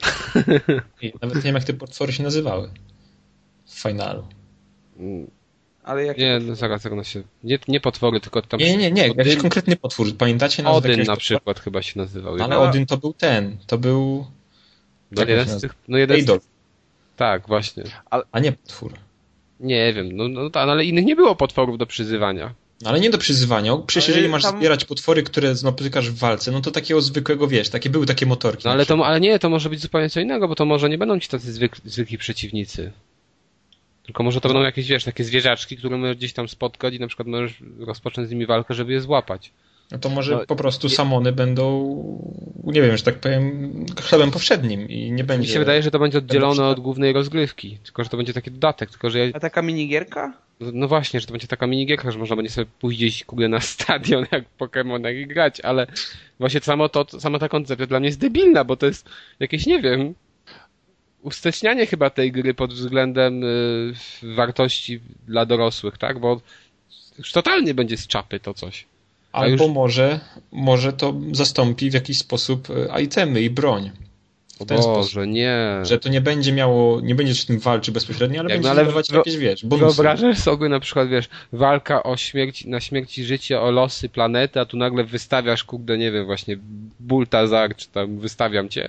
I nawet nie wiem, jak te potwory się nazywały w finalu. Mm. Ale jakie Nie, potwory? no zaraz, jak ono się... Nie, nie potwory, tylko tam... Nie, nie, nie, jakiś Odyn, konkretny potwór. Pamiętacie nazwę Odyn jakiegoś na potwora? przykład chyba się nazywał. Ale No. Odyn to był ten, to był... No jak on jeden się z nazywa? tych... No jeden z Eidolf, tych... Tak, właśnie. a nie potwór. Nie wiem, no, no, no ale innych nie było potworów do przyzywania. No ale nie do przyzywania. Przecież Ale jeżeli masz tam- zbierać potwory, które napotykasz w walce, no to takiego zwykłego, wiesz, takie były takie motorki. No na ale, to, przykład. ale nie, to może być zupełnie co innego, bo to może nie będą ci tacy zwyk, zwykli przeciwnicy. Tylko może to będą jakieś, wiesz, takie zwierzaczki, które możesz gdzieś tam spotkać i na przykład możesz rozpocząć z nimi walkę, żeby je złapać. No to może No, po prostu je- samony będą, nie wiem, że tak powiem, chlebem powszednim i nie będzie... Mi się wydaje, że to będzie oddzielone przykład- od głównej rozgrywki, tylko że to będzie taki dodatek, tylko że ja, A taka minigierka? no właśnie, że to będzie taka minigierka, że można będzie sobie pójść gdzieś kurde na stadion jak w Pokemonach i grać, ale właśnie samo to, sama ta koncepcja dla mnie jest debilna, bo to jest jakieś, nie wiem, ustecznianie chyba tej gry pod względem y, wartości dla dorosłych, tak? Bo już totalnie będzie z czapy to coś. A Albo już- może, może to zastąpi w jakiś sposób e, itemy i broń. O W ten sposób. Boże, nie. Że to nie będzie miało, nie będzie z tym walczyć bezpośrednio, ale Jak, będzie no ale dawać wyo- jakieś, wiesz, bonusy. Wyobrażasz sobie na przykład, wiesz, walka o śmierć, na śmierć i życie, o losy planety, a tu nagle wystawiasz, kurde, nie wiem, właśnie Bultazar, czy tam wystawiam cię.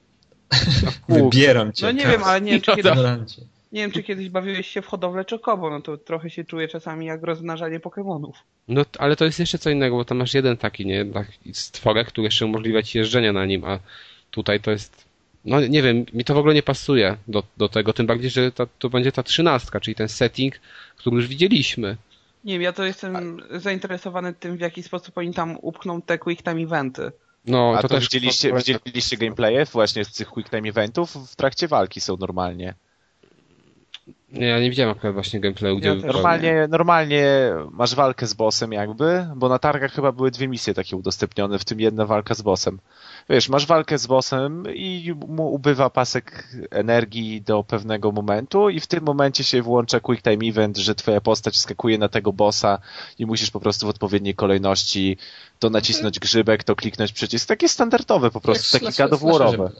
Wybieram cię. No nie tak. wiem, ale nie wiem, czy kiedyś, Ignorancie. nie wiem, czy kiedyś bawiłeś się w hodowlę Chocobo, no to trochę się czuję czasami jak rozmnażanie Pokemonów. No, t- ale to jest jeszcze co innego, bo tam masz jeden taki, nie, taki stworek, który jeszcze umożliwia ci jeżdżenie na nim, a tutaj to jest, no nie wiem, mi to w ogóle nie pasuje do, do tego, tym bardziej, że ta, to będzie ta trzynastka, czyli ten setting, który już widzieliśmy. Nie wiem, ja to jestem zainteresowany tym, w jaki sposób oni tam upchną te quick time eventy. No, A to, to, też widzieliście, widzieliście gameplaye właśnie z tych quick time eventów? W trakcie walki są normalnie. Nie, ja nie widziałem akurat właśnie gameplayu, gdzie... Ja też. Normalnie, normalnie masz walkę z bossem jakby, bo na targach chyba były dwie misje takie udostępnione, w tym jedna walka z bossem. Wiesz, masz walkę z bossem i mu ubywa pasek energii do pewnego momentu i w tym momencie się włącza quick time event, że twoja postać skakuje na tego bossa i musisz po prostu w odpowiedniej kolejności to nacisnąć grzybek, to kliknąć przycisk. Takie standardowe po prostu, takie slasher- God of Warowe. slasherze.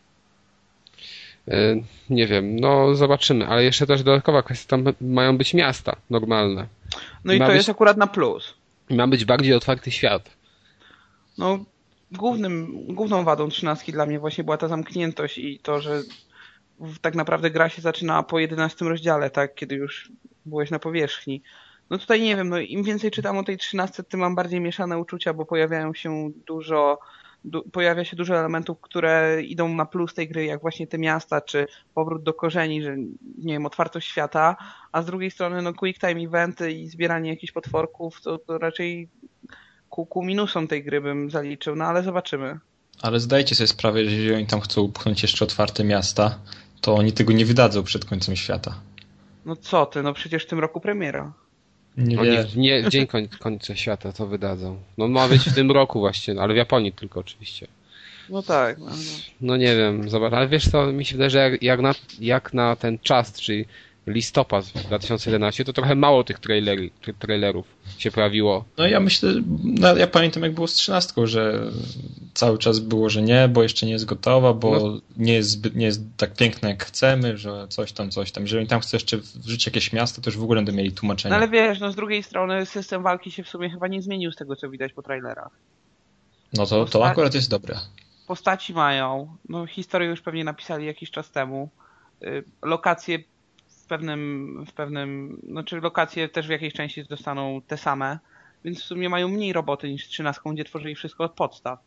E, Nie wiem, no zobaczymy, ale jeszcze też dodatkowa kwestia, tam mają być miasta normalne. No i Ma to być- jest akurat na plus. Ma być bardziej otwarty świat. No, głównym, główną wadą trzynastki dla mnie właśnie była ta zamkniętość i to, że w- tak naprawdę gra się zaczyna po jedenastym rozdziale, tak, kiedy już byłeś na powierzchni. No tutaj nie wiem, no im więcej czytam o tej trzynastce, tym mam bardziej mieszane uczucia, bo pojawiają się dużo, du, pojawia się dużo elementów, które idą na plus tej gry, jak właśnie te miasta, czy powrót do korzeni, że nie wiem, otwartość świata, a z drugiej strony no quick time eventy i zbieranie jakichś potworków, to, to raczej ku, ku minusom tej gry bym zaliczył, no ale zobaczymy. Ale zdajcie sobie sprawę, że jeżeli oni tam chcą upchnąć jeszcze otwarte miasta, to oni tego nie wydadzą przed końcem świata. No co ty, no przecież w tym roku premiera. Nie Oni wiem. w, nie, w dzień koń, końca świata to wydadzą. No ma być w tym roku właśnie, ale w Japonii tylko oczywiście. No tak. No, no. No nie wiem, zobacz, ale wiesz co, mi się wydaje, że jak, jak, na, jak na ten czas, czyli listopad dwa tysiące jedenaście, to trochę mało tych traileri, tra- trailerów się pojawiło. No ja myślę, no ja pamiętam jak było z trzynastką, że cały czas było, że nie, bo jeszcze nie jest gotowa, bo No. nie, jest zbyt, nie jest tak piękna jak chcemy, że coś tam, coś tam. Jeżeli tam chce jeszcze wrzucić jakieś miasto, to już w ogóle będą mieli tłumaczenie. No ale wiesz, no z drugiej strony system walki się w sumie chyba nie zmienił z tego, co widać po trailerach. No to, to akurat jest dobre. Postaci mają, no historię już pewnie napisali jakiś czas temu. Y, Lokacje w pewnym, w pewnym, znaczy lokacje też w jakiejś części zostaną te same, więc w sumie mają mniej roboty niż z trzynastką, gdzie tworzyli wszystko od podstaw.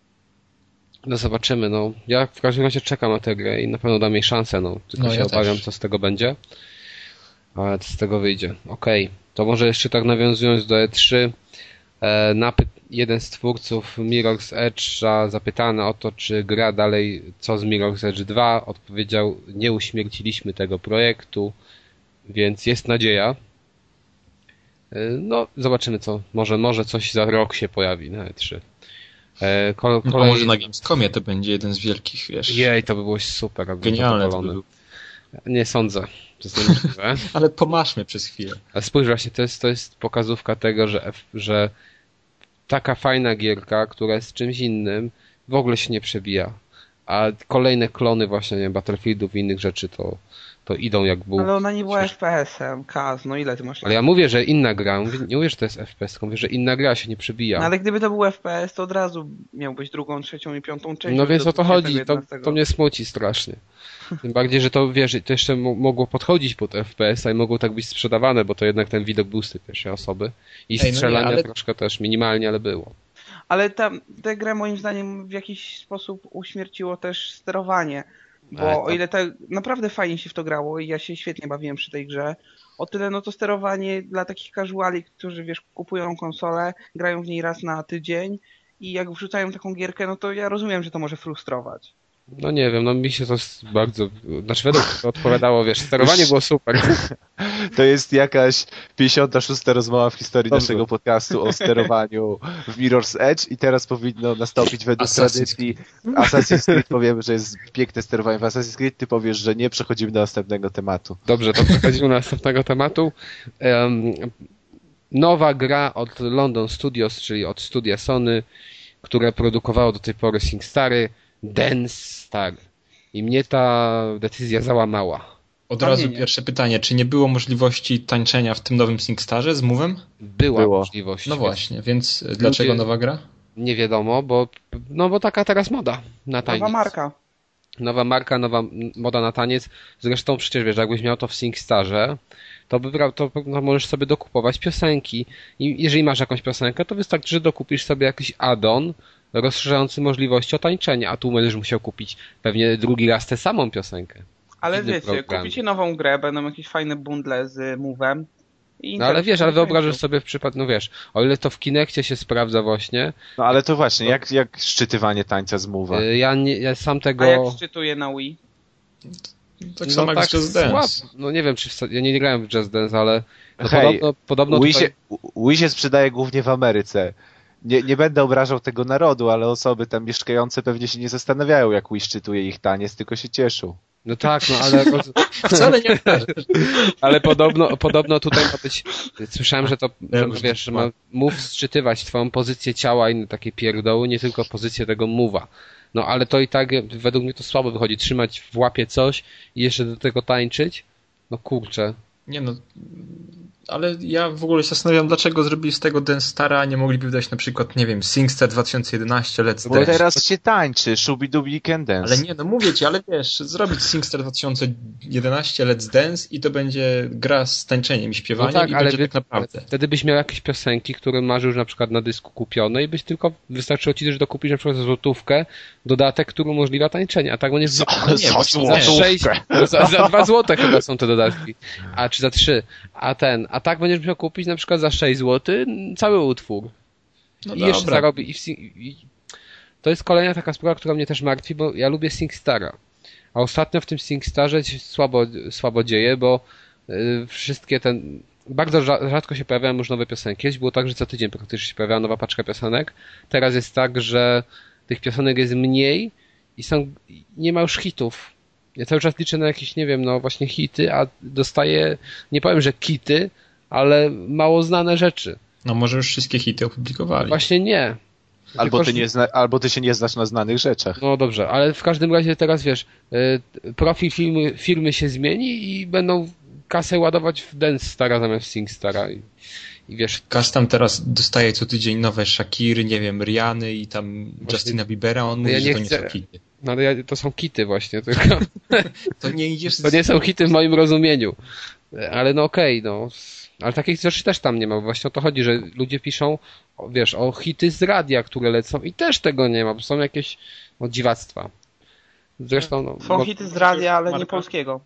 No zobaczymy, no. Ja w każdym razie czekam na tę grę i na pewno dam jej szansę, no. Tylko No, się ja obawiam, też. co z tego będzie. Ale co z tego wyjdzie. Okej. To może jeszcze tak nawiązując do E trzy, e, napy- jeden z twórców Mirror's Edge'a zapytany o to, czy gra dalej co z Mirror's Edge dwa, odpowiedział: nie uśmierciliśmy tego projektu, więc jest nadzieja. E, no, zobaczymy co. Może, może coś za rok się pojawi na E trzy. E, ko- No, kolej... może na Gamescomie to będzie jeden z wielkich, wiesz. Jej, to by było super, jakbym Genialne to by zadowolony. było. Nie sądzę, to jest niemożliwe. Ale pomaszmy przez chwilę. Ale spójrz właśnie, to jest, to jest pokazówka tego, że, F- że taka fajna gierka, która jest czymś innym, w ogóle się nie przebija. A kolejne klony właśnie, nie wiem, Battlefieldów i innych rzeczy to, to idą jak był. Ale ona nie była F P S-em, Kaz, no ile ty masz lat? Ale ja mówię, że inna gra, mówię, nie mówię, że to jest F P S, mówię, że inna gra się nie przebija. No ale gdyby to był F P S, to od razu miałbyś drugą, trzecią i piątą część. No więc o to chodzi, to, jedenastego. to mnie smuci strasznie. Tym bardziej, że to wiesz, to jeszcze mo- mogło podchodzić pod F P S-a i mogło tak być sprzedawane, bo to jednak ten widok był z tej pierwszej osoby. I Ej, no nie, strzelania ale- troszkę też, minimalnie, ale było. Ale tam, tę grę moim zdaniem w jakiś sposób uśmierciło też sterowanie. Bo Ale to- o ile tak naprawdę fajnie się w to grało i ja się świetnie bawiłem przy tej grze, o tyle no to sterowanie dla takich casuali, którzy wiesz, kupują konsolę, grają w niej raz na tydzień i jak wrzucają taką gierkę, no to ja rozumiem, że to może frustrować. No nie wiem, no mi się to s- bardzo, znaczy według mnie to odpowiadało, wiesz, sterowanie było super. To jest jakaś pięćdziesiąta szósta rozmowa w historii Dobrze. naszego podcastu o sterowaniu w Mirror's Edge i teraz powinno nastąpić według Assassin's tradycji Assassin's Creed. Powiemy, że jest piękne sterowanie w Assassin's Creed, ty powiesz, że nie, przechodzimy do następnego tematu. Dobrze, to przechodzimy do następnego tematu. Um, nowa gra od London Studios, czyli od studia Sony, które produkowało do tej pory SingStary, Dance Star. I mnie ta decyzja załamała. Od A razu nie, nie. pierwsze pytanie, czy nie było możliwości tańczenia w tym nowym SingStarze z Move'em? Była Było. możliwość. No właśnie, więc dlaczego Ludzie- nowa gra? Nie wiadomo, bo, no bo taka teraz moda na taniec. Nowa marka. Nowa marka, nowa moda na taniec. Zresztą przecież wiesz, jakbyś miał to w SingStarze, to, by, brał- to no, możesz sobie dokupować piosenki. I jeżeli masz jakąś piosenkę, to wystarczy, że dokupisz sobie jakiś add-on rozszerzający możliwości otańczenia, a tu będziesz musiał kupić pewnie drugi raz tę samą piosenkę. Ale Inny wiecie, program. kupicie nową grę, będą jakieś fajne bundle z Move'em. i No ale teraz wiesz, ale to wyobrażasz końcu. sobie w przypadku, no wiesz, o ile to w Kinekcie się sprawdza właśnie, No ale to właśnie, jak, jak szczytywanie tańca z Move'a? y, ja, nie, ja sam tego... A jak szczytuje na Wii? Tak samo jak z Just Dance. słabo. No nie wiem, czy w, ja nie grałem w Just Dance, ale no Hej, podobno, podobno Wii tutaj... się, Wii się sprzedaje głównie w Ameryce. Nie, nie będę obrażał tego narodu, ale osoby tam mieszkające pewnie się nie zastanawiają, jak Wii szczytuje ich taniec, tylko się cieszą. No tak, no ale... Wcale nie tak. Ale podobno, podobno tutaj ma być, słyszałem, że to, że, no wiesz, że ma move sczytywać twoją pozycję ciała i inne takie pierdoły, nie tylko pozycję tego move'a. No ale to i tak według mnie to słabo wychodzi, trzymać w łapie coś i jeszcze do tego tańczyć. No kurczę. Nie no, ale ja w ogóle się zastanawiam, dlaczego zrobili z tego Dance Stara, a nie mogliby wydać na przykład, nie wiem, SingStar dwa tysiące jedenaście Let's Bo Dance. teraz się tańczy, shubi-dubi can dance. Ale nie, no mówię ci, ale wiesz, zrobić SingStar dwa tysiące jedenaście Let's Dance i to będzie gra z tańczeniem i śpiewaniem No tak, i ale będzie wy- tak naprawdę. Wtedy byś miał jakieś piosenki, które masz już na przykład na dysku kupione i byś tylko, wystarczyło ci też dokupić na przykład za złotówkę dodatek, który umożliwia tańczenie, a tak będziesz... Za, nie, za właśnie Za złotówkę. sześć, no za, za dwa złote chyba są te dodatki. A czy za trzy. A ten, a tak będziesz musiał kupić na przykład za sześć złotych cały utwór. No I jeszcze dobra. zarobi. I w, sing- i to jest kolejna taka sprawa, która mnie też martwi, bo ja lubię SingStara. A ostatnio w tym SingStarze się słabo, słabo dzieje, bo y, wszystkie ten... Bardzo rza- rzadko się pojawiają już nowe piosenki. Kiedyś było tak, że co tydzień praktycznie się pojawiała nowa paczka piosenek. Teraz jest tak, że tych piosenek jest mniej i są, nie ma już hitów. Ja cały czas liczę na jakieś, nie wiem, no właśnie hity, a dostaję, nie powiem, że kity, ale mało znane rzeczy. No może już wszystkie hity opublikowali. Właśnie nie. Albo Tylko, ty, że- nie zna, albo ty się nie znasz na znanych rzeczach. No dobrze, ale w każdym razie teraz wiesz, y, profil firmy, firmy się zmieni i będą kasę ładować w Dance Stara zamiast SingStara i, i wiesz, Kas tam teraz dostaje co tydzień nowe Shakiry, nie wiem, Riany i tam Justina Biebera, on mówi, ja że nie to nie chcę- są hity. no ale ja, to są kity właśnie, tylko To nie idziesz to nie są hity w moim rozumieniu. Ale no okej, no. Ale takich rzeczy też tam nie ma, bo właśnie o to chodzi, że ludzie piszą, o, wiesz, o hity z radia, które lecą i też tego nie ma, bo są jakieś no, dziwactwa. Zresztą, no, Są bo- hity z radia, ale nie Marka. polskiego.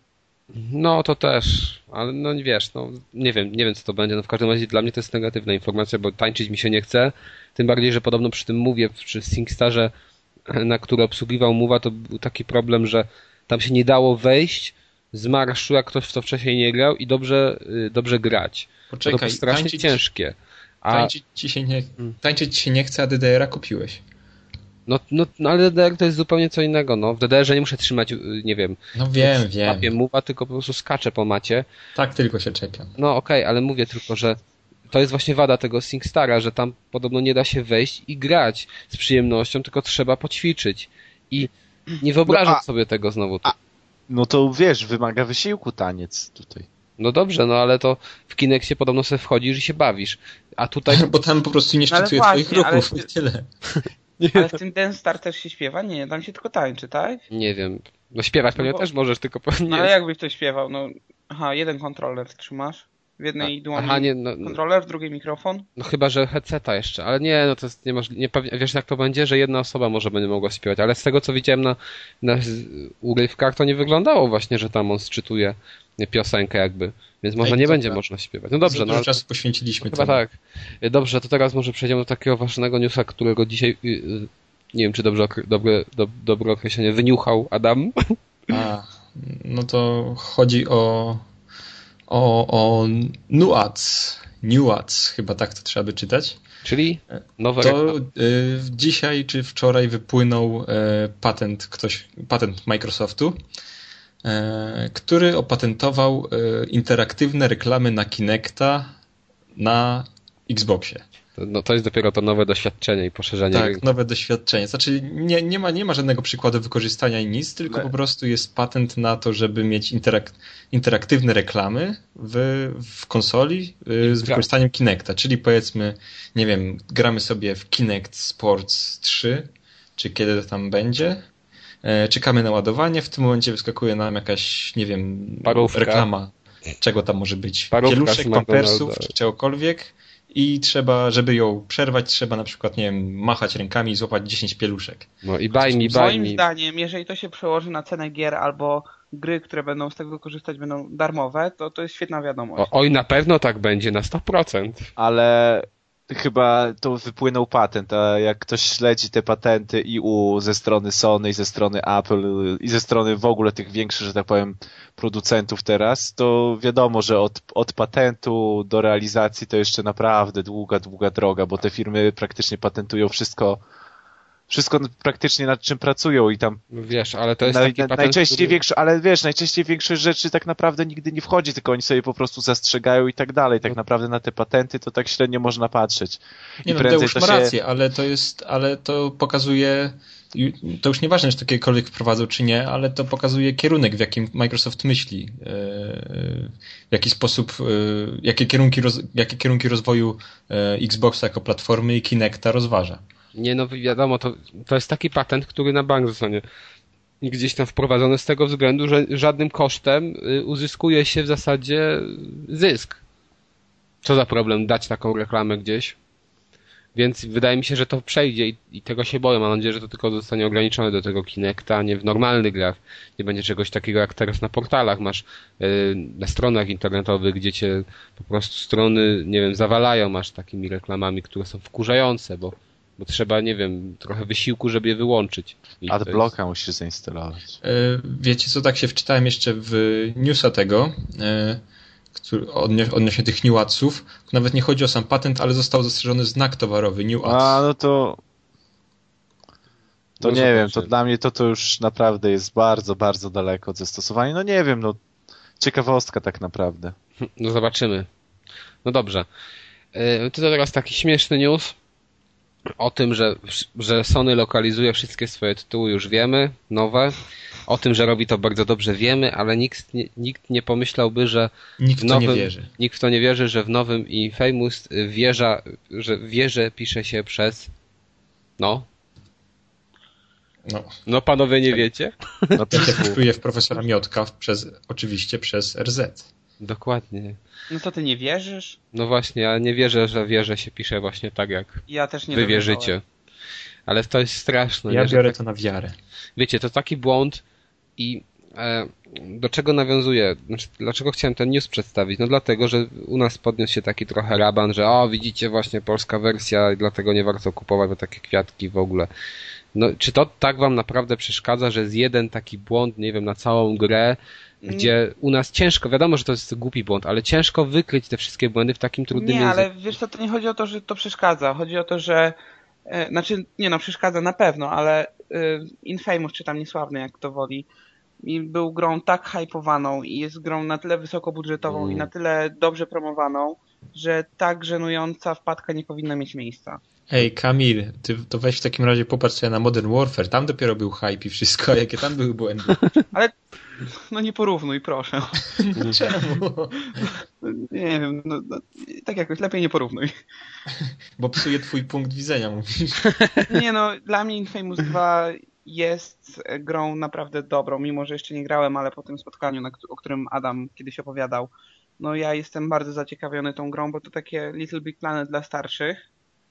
no to też, ale no nie wiesz, no nie wiem, nie wiem co to będzie, no w każdym razie dla mnie to jest negatywna informacja, bo tańczyć mi się nie chce, tym bardziej, że podobno przy tym Move'ie, przy SingStarze, na który obsługiwał Move'a, to był taki problem, że tam się nie dało wejść z marszu, jak ktoś w to wcześniej nie grał i dobrze, y, dobrze grać. To Poczekaj, było strasznie tańczyć, ciężkie. A, tańczyć, ci się nie, tańczyć ci się nie chce, a D D R a kupiłeś. no, no, no ale D D R to jest zupełnie co innego, no. W D D R-ze nie muszę trzymać, y, nie wiem, No wiem, w wiem. łapie Move'a, tylko po prostu skaczę po macie. Tak tylko się czepiam. No okej, ale mówię tylko, że to jest właśnie wada tego SingStara, że tam podobno nie da się wejść i grać z przyjemnością, tylko trzeba poćwiczyć. I nie wyobrażam No, a- sobie tego znowu. Tu. No to wiesz, wymaga wysiłku taniec tutaj. No dobrze, no ale to w Kinexie podobno sobie wchodzisz i się bawisz. A tutaj... Bo tam po prostu nie No ale szczytuje właśnie, twoich ruchów ale- i tyle. Ale w tym Dance Star też się śpiewa? Nie, tam się tylko tańczy, tak? Nie wiem. No śpiewać pewnie No bo- też możesz, tylko pewnie... No ale jakbyś to śpiewał? No, aha, jeden kontroler trzymasz. W jednej dłoni Aha, nie, no, no, kontroler, w drugiej mikrofon. no chyba, że headseta jeszcze, ale nie, no to jest niemożliwe. Nie, pewnie- wiesz jak to będzie, że jedna osoba może będzie mogła śpiewać, ale z tego co widziałem na, na z- urywkach, to nie wyglądało właśnie, że tam on sczytuje piosenkę jakby, więc może Ej, nie dobra. będzie można śpiewać. No dobrze, Za no dużo ale czasu poświęciliśmy chyba temu. tak. Dobrze, to teraz może przejdziemy do takiego ważnego newsa, którego dzisiaj, y, y, nie wiem czy dobrze, okre- dobre, do, dobre określenie, wyniuchał Adam. A, no to chodzi o o, o Nuads. Nuads, chyba tak to trzeba by czytać. Czyli nowe To reklamy. y, dzisiaj czy wczoraj wypłynął e, patent ktoś, patent Microsoftu, e, który opatentował e, interaktywne reklamy na Kinecta na Xboxie. No to jest dopiero to nowe doświadczenie i poszerzenie Tak, rynku. nowe doświadczenie. Znaczy nie, nie, ma, nie ma żadnego przykładu wykorzystania i nic, tylko Le- po prostu jest patent na to, żeby mieć interak interaktywne reklamy w, w konsoli y, z gra. wykorzystaniem Kinecta. Czyli powiedzmy, nie wiem, gramy sobie w Kinect Sports trzy, czy kiedy to tam będzie, e, czekamy na ładowanie, w tym momencie wyskakuje nam jakaś, nie wiem, Parówka. reklama, czego tam może być, Parówka z pieluszek, McDonalda. pampersów, czy czegokolwiek. I trzeba, żeby ją przerwać, trzeba na przykład, nie wiem, machać rękami i złapać dziesięć pieluszek. No i buy me, buy Moim me. zdaniem, jeżeli to się przełoży na cenę gier albo gry, które będą z tego korzystać, będą darmowe, to to jest świetna wiadomość. O, oj, na pewno tak będzie, na sto procent. Ale chyba to wypłynął patent, a jak ktoś śledzi te patenty i u ze strony Sony, i ze strony Apple, i ze strony w ogóle tych większych, że tak powiem, producentów teraz, to wiadomo, że od, od patentu do realizacji to jeszcze naprawdę długa, długa droga, bo te firmy praktycznie patentują wszystko, wszystko praktycznie nad czym pracują i tam Wiesz, ale to jest na, taki na, patent, najczęściej który... większo, ale wiesz, najczęściej większość rzeczy tak naprawdę nigdy nie wchodzi, tylko oni sobie po prostu zastrzegają i tak dalej. Tak naprawdę na te patenty to tak średnio można patrzeć. Nie I no, prędzej Deusz to ma się- rację, ale to jest, ale to pokazuje, to już nieważne, czy to kiedykolwiek wprowadzą, czy nie, ale to pokazuje kierunek, w jakim Microsoft myśli, e, w jaki sposób, e, jakie kierunki, roz, jakie kierunki rozwoju e, Xboxa jako platformy i Kinecta rozważa. Nie no, wiadomo, to, to jest taki patent, który na bank zostanie gdzieś tam wprowadzony z tego względu, że żadnym kosztem y, uzyskuje się w zasadzie zysk. Co za problem dać taką reklamę gdzieś? Więc wydaje mi się, że to przejdzie i, i tego się boję. Mam nadzieję, że to tylko zostanie ograniczone do tego Kinecta, a nie w normalnych grach. Nie będzie czegoś takiego jak teraz na portalach masz, y, na stronach internetowych, gdzie cię po prostu strony, nie wiem, zawalają, masz takimi reklamami, które są wkurzające, bo, bo trzeba, nie wiem, trochę wysiłku, żeby je wyłączyć. I to jest- Adblocka musisz zainstalować. E, Wiecie co, tak się wczytałem jeszcze w newsa tego, e, który odnie- odnośnie tych New Adsów. Nawet nie chodzi o sam patent, ale został zastrzeżony znak towarowy New Ads. A, no to... To No nie wiem, to zobaczymy. dla mnie to, to już naprawdę jest bardzo, bardzo daleko od zastosowania. No nie wiem, no ciekawostka tak naprawdę. No zobaczymy. No dobrze. Yy, To teraz taki śmieszny news o tym, że, że Sony lokalizuje wszystkie swoje tytuły, już wiemy, nowe. O tym, że robi to bardzo dobrze, wiemy, ale nikt nie, nikt nie pomyślałby, że Nikt w w to nowym, nie wierzy. nikt w to nie wierzy, że w nowym Infamous wieża, że wieże pisze się przez no, No. no panowie nie wiecie? No Ja się wczuję w profesora Miotka przez, oczywiście przez R Z. Dokładnie. No to ty nie wierzysz? No właśnie, ja nie wierzę, że wieże się pisze właśnie tak, jak Ja też nie wy dowierzałem. wierzycie. Ale to jest straszne. Ja nie, że biorę tak- to na wiarę. Wiecie, to taki błąd i e, do czego nawiązuję? Znaczy, dlaczego chciałem ten news przedstawić? No dlatego, że u nas podniósł się taki trochę raban, że o, widzicie, właśnie polska wersja i dlatego nie warto kupować, bo takie kwiatki w ogóle. No, czy to tak wam naprawdę przeszkadza, że jest jeden taki błąd, nie wiem, na całą grę, gdzie u nas ciężko, wiadomo, że to jest głupi błąd, ale ciężko wykryć te wszystkie błędy w takim trudnym Nie, języku. ale wiesz co, to nie chodzi o to, że to przeszkadza. Chodzi o to, że e, znaczy, nie no, przeszkadza na pewno, ale e, Infamous, czy tam Niesławny, jak to woli, i był grą tak hypowaną i jest grą na tyle wysokobudżetową Mm. i na tyle dobrze promowaną, że tak żenująca wpadka nie powinna mieć miejsca. Hej, Kamil, ty to weź w takim razie popatrz sobie na Modern Warfare. Tam dopiero był hype i wszystko, a jakie tam były błędy. No nie porównuj, proszę. Czemu? Nie wiem, no, no, tak jakoś lepiej nie porównuj. Bo psuje twój punkt widzenia, mówisz. Nie no, dla mnie Infamous dwa jest grą naprawdę dobrą, mimo że jeszcze nie grałem, ale po tym spotkaniu, na, o którym Adam kiedyś opowiadał, no ja jestem bardzo zaciekawiony tą grą, bo to takie Little Big Planet dla starszych.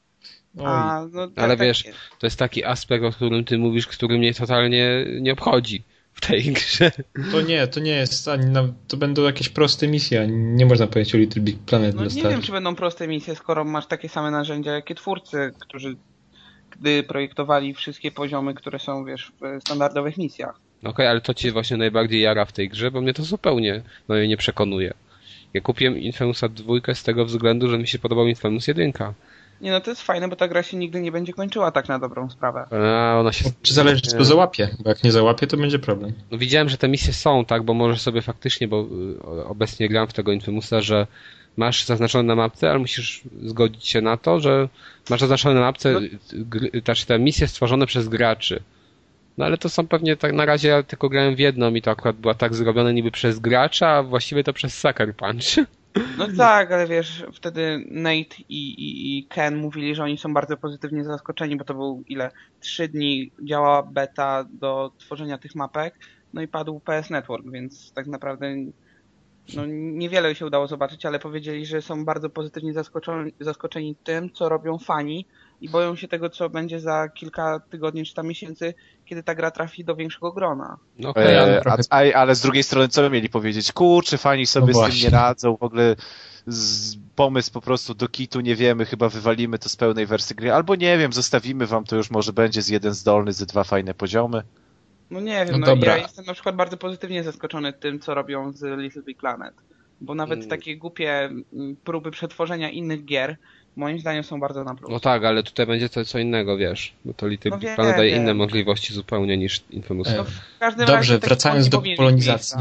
A, no, tak, ale tak, wiesz, to jest taki aspekt, o którym ty mówisz, który mnie totalnie nie obchodzi w tej grze. To nie, to nie jest ani na, to będą jakieś proste misje, nie można powiedzieć o Little Big Planet No dla nie starych. wiem, czy będą proste misje, skoro masz takie same narzędzia, jakie twórcy, którzy gdy projektowali wszystkie poziomy, które są, wiesz, w standardowych misjach. Okej, okay, ale to ci właśnie najbardziej jara w tej grze, bo mnie to zupełnie no, nie przekonuje. Ja kupiłem Infamousa dwójkę z tego względu, że mi się podobał Infamous jeden. Nie no, to jest fajne, bo ta gra się nigdy nie będzie kończyła tak na dobrą sprawę. A, ona się... Czy zależy, czy to załapie, bo jak nie załapie, to będzie problem. No, widziałem, że te misje są, tak, bo możesz sobie faktycznie, bo obecnie gram w tego Infamousa, że masz zaznaczone na mapce, ale musisz zgodzić się na to, że masz zaznaczone na mapce no. gry, znaczy te misje stworzone przez graczy. No ale to są pewnie tak, na razie ja tylko grałem w jedną i to akurat była tak zrobione niby przez gracza, a właściwie to przez Sucker Punch. No tak, ale wiesz, wtedy Nate i, i, i Ken mówili, że oni są bardzo pozytywnie zaskoczeni, bo to był ile? Trzy dni działała beta do tworzenia tych mapek, no i padł P S Network, więc tak naprawdę no, niewiele się udało zobaczyć, ale powiedzieli, że są bardzo pozytywnie zaskoczeni, zaskoczeni tym, co robią fani i boją się tego, co będzie za kilka tygodni czy tam miesięcy, kiedy ta gra trafi do większego grona. No okay, e, trochę... a, a, ale z drugiej strony co by mieli powiedzieć? Kurczę, fani sobie no z tym nie radzą, w ogóle z, pomysł po prostu do kitu, nie wiemy, chyba wywalimy to z pełnej wersji gry, albo nie wiem, zostawimy wam to już może będzie z jeden zdolny, ze dwa fajne poziomy. No nie wiem, no, no dobra. Ja jestem na przykład bardzo pozytywnie zaskoczony tym, co robią z Little Big Planet, bo nawet mm. takie głupie próby przetworzenia innych gier moim zdaniem są bardzo na plus. No tak, ale tutaj będzie to co innego, wiesz, bo to Little no Big wie, Planet daje wie. inne możliwości zupełnie niż Infamous. No, w każdym Dobrze, razie wracając do polonizacji.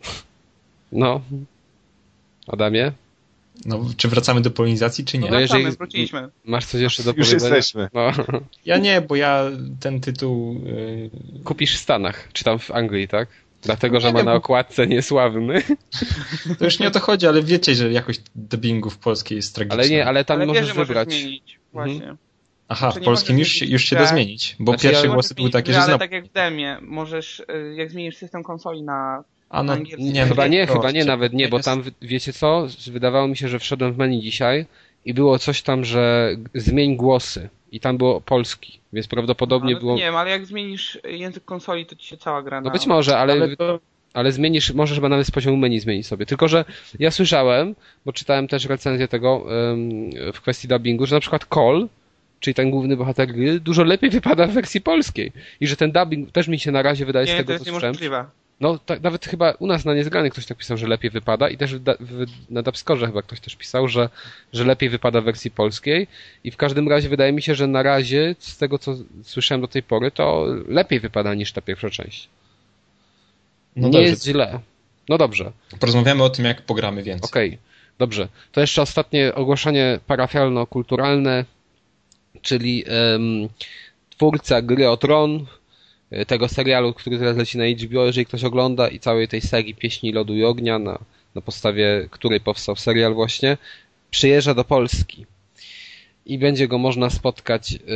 No, Adamie? No, czy wracamy do polonizacji, czy nie? No, no jeżeli wróciliśmy. Masz coś jeszcze do Już powiedzenia? jesteśmy. No. Ja nie, bo ja ten tytuł... Yy... Kupisz w Stanach, czy tam w Anglii, tak? Dlatego, że ma na okładce niesławny. To już nie o to chodzi, ale wiecie, że jakość dubbingu w polskiej jest tragiczna. Ale nie, ale tam ale możesz wiesz, wybrać. Możesz zmienić, właśnie. Mhm. Aha, w polskim już, już się da zmienić, bo znaczy, pierwsze ja głosy były takie, grę, że... Ale tak jak w demie, możesz, jak zmienisz system konsoli na... A no, nie, chyba nie, chyba nie, nawet nie, bo tam, wiecie co, wydawało mi się, że wszedłem w menu dzisiaj i było coś tam, że zmień głosy i tam było polski, więc prawdopodobnie no, było... Nie wiem, ale jak zmienisz język konsoli, to ci się cała gra na... No być może, ale... ale to... Ale zmienisz, możesz chyba nawet z poziomu menu zmienić sobie. Tylko, że ja słyszałem, bo czytałem też recenzję tego um, w kwestii dubbingu, że na przykład Cole, czyli ten główny bohater gry, dużo lepiej wypada w wersji polskiej. I że ten dubbing też mi się na razie wydaje nie, z tego, to jest co słyszałem. niemożliwe. No, tak, nawet chyba u nas na Niezgranych ktoś tak pisał, że lepiej wypada i też w, w, na Dubscorze chyba ktoś też pisał, że, że lepiej wypada w wersji polskiej i w każdym razie wydaje mi się, że na razie z tego, co słyszałem do tej pory, to lepiej wypada niż ta pierwsza część. No nie dobrze. Jest źle. No dobrze. Porozmawiamy o tym, jak pogramy więcej. Okej, okay. Dobrze. To jeszcze ostatnie ogłoszenie parafialno-kulturalne, czyli um, twórca Gry o Tron, tego serialu, który teraz leci na H B O, jeżeli ktoś ogląda, i całej tej serii Pieśni Lodu i Ognia, na, na podstawie której powstał serial właśnie, przyjeżdża do Polski. I będzie go można spotkać yy,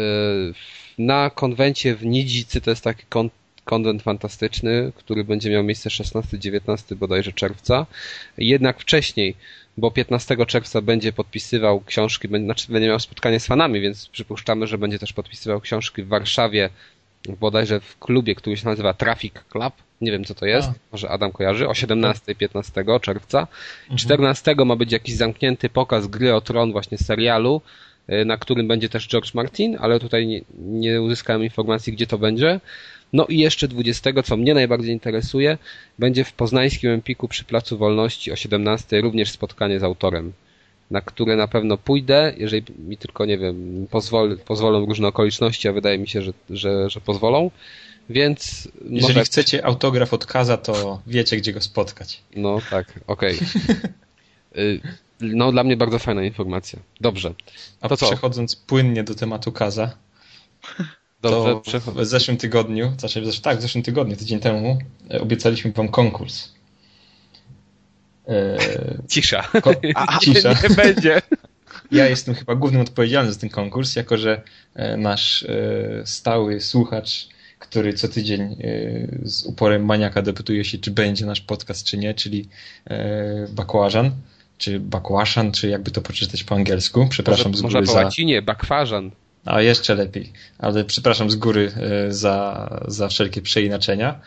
na konwencie w Nidzicy, to jest taki kon konwent fantastyczny, który będzie miał miejsce szesnastego dziewiętnastego bodajże czerwca. Jednak wcześniej, bo piętnastego czerwca będzie podpisywał książki, będzie, znaczy będzie miał spotkanie z fanami, więc przypuszczamy, że będzie też podpisywał książki w Warszawie, bodajże w klubie, który się nazywa Traffic Club. Nie wiem, co to jest. A. Może Adam kojarzy. O siedemnastego piętnastego czerwca. Mhm. czternastego ma być jakiś zamknięty pokaz Gry o Tron, właśnie serialu, na którym będzie też George Martin, ale tutaj nie, nie uzyskałem informacji, gdzie to będzie. No i jeszcze dwudziestego, co mnie najbardziej interesuje, będzie w poznańskim Empiku przy Placu Wolności o siedemnastej również spotkanie z autorem, na które na pewno pójdę, jeżeli mi tylko, nie wiem, pozwol, pozwolą różne okoliczności, a wydaje mi się, że, że, że pozwolą, więc... Jeżeli może... chcecie autograf od Kaza, to wiecie, gdzie go spotkać. No tak, okej. Okay. No dla mnie bardzo fajna informacja. Dobrze. A to co? przechodząc płynnie do tematu Kaza... Dobrze, to w zeszłym tygodniu, znaczy tak, w zeszłym tygodniu, tydzień temu obiecaliśmy wam konkurs. Cisza. Ko- A, Cisza. Nie, nie będzie. Ja jestem chyba głównym odpowiedzialnym za ten konkurs, jako że nasz stały słuchacz, który co tydzień z uporem maniaka dopytuje się, czy będzie nasz podcast, czy nie, czyli Bakłażan, czy Bakłaszan, czy jakby to przeczytać po angielsku. Przepraszam może, z góry może po za... łacinie, Bakwarzan. A jeszcze lepiej, ale przepraszam z góry za, za wszelkie przeinaczenia.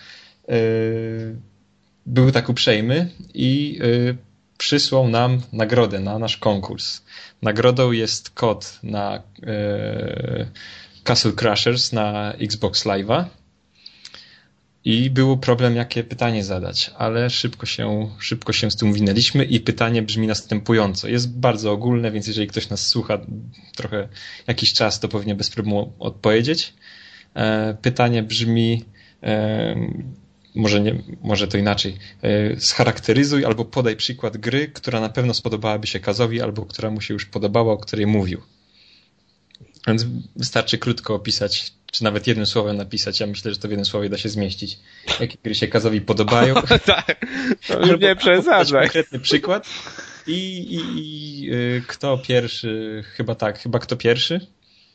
Był tak uprzejmy i przysłał nam nagrodę na nasz konkurs. Nagrodą jest kod na Castle Crashers na Xbox Live'a i był problem, jakie pytanie zadać, ale szybko się, szybko się z tym uwinęliśmy i pytanie brzmi następująco. Jest bardzo ogólne, więc jeżeli ktoś nas słucha trochę jakiś czas, to powinien bez problemu odpowiedzieć. Pytanie brzmi, może, nie, może to inaczej, scharakteryzuj albo podaj przykład gry, która na pewno spodobałaby się Kazowi albo która mu się już podobała, o której mówił. Więc wystarczy krótko opisać, czy nawet jednym słowem napisać. Ja myślę, że to w jednym słowie da się zmieścić. Jakie gry się Kazowi podobają. Tak, to już nie przesadzaj. Konkretny przykład. I, i, i y, kto pierwszy? Chyba tak, chyba kto pierwszy?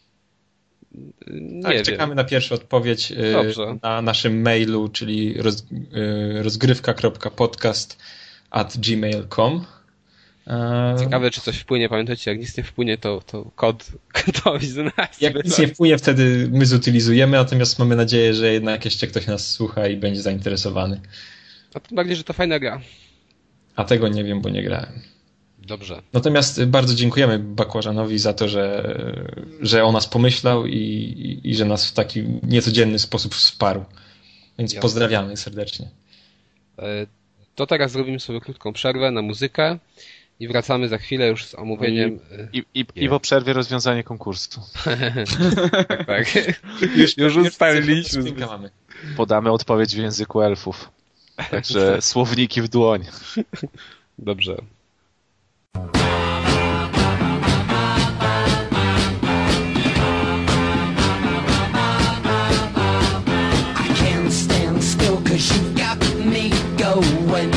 Nie tak, wiem. czekamy na pierwszą odpowiedź y, na naszym mailu, czyli roz, y, rozgrywka kropka podcast at gmail kropka com. Ciekawe, czy coś wpłynie. Pamiętajcie, jak nic nie wpłynie, to, to kod ktoś z nas. Jak nic nie wpłynie, wtedy my zutylizujemy, natomiast mamy nadzieję, że jednak jeszcze ktoś nas słucha i będzie zainteresowany. A tym bardziej, że to fajna gra. A tego nie wiem, bo nie grałem. Dobrze. Natomiast bardzo dziękujemy Bakłażanowi za to, że, że o nas pomyślał i, i, i że nas w taki niecodzienny sposób wsparł. Więc Jasne. Pozdrawiamy serdecznie. To teraz zrobimy sobie krótką przerwę na muzykę. I wracamy za chwilę już z omówieniem... I, i, i, i po przerwie rozwiązanie konkursu. tak, tak. Już, już ustaliliśmy. Podamy odpowiedź w języku elfów. Także słowniki w dłoń. Dobrze. I can't stand still 'cause you got me going.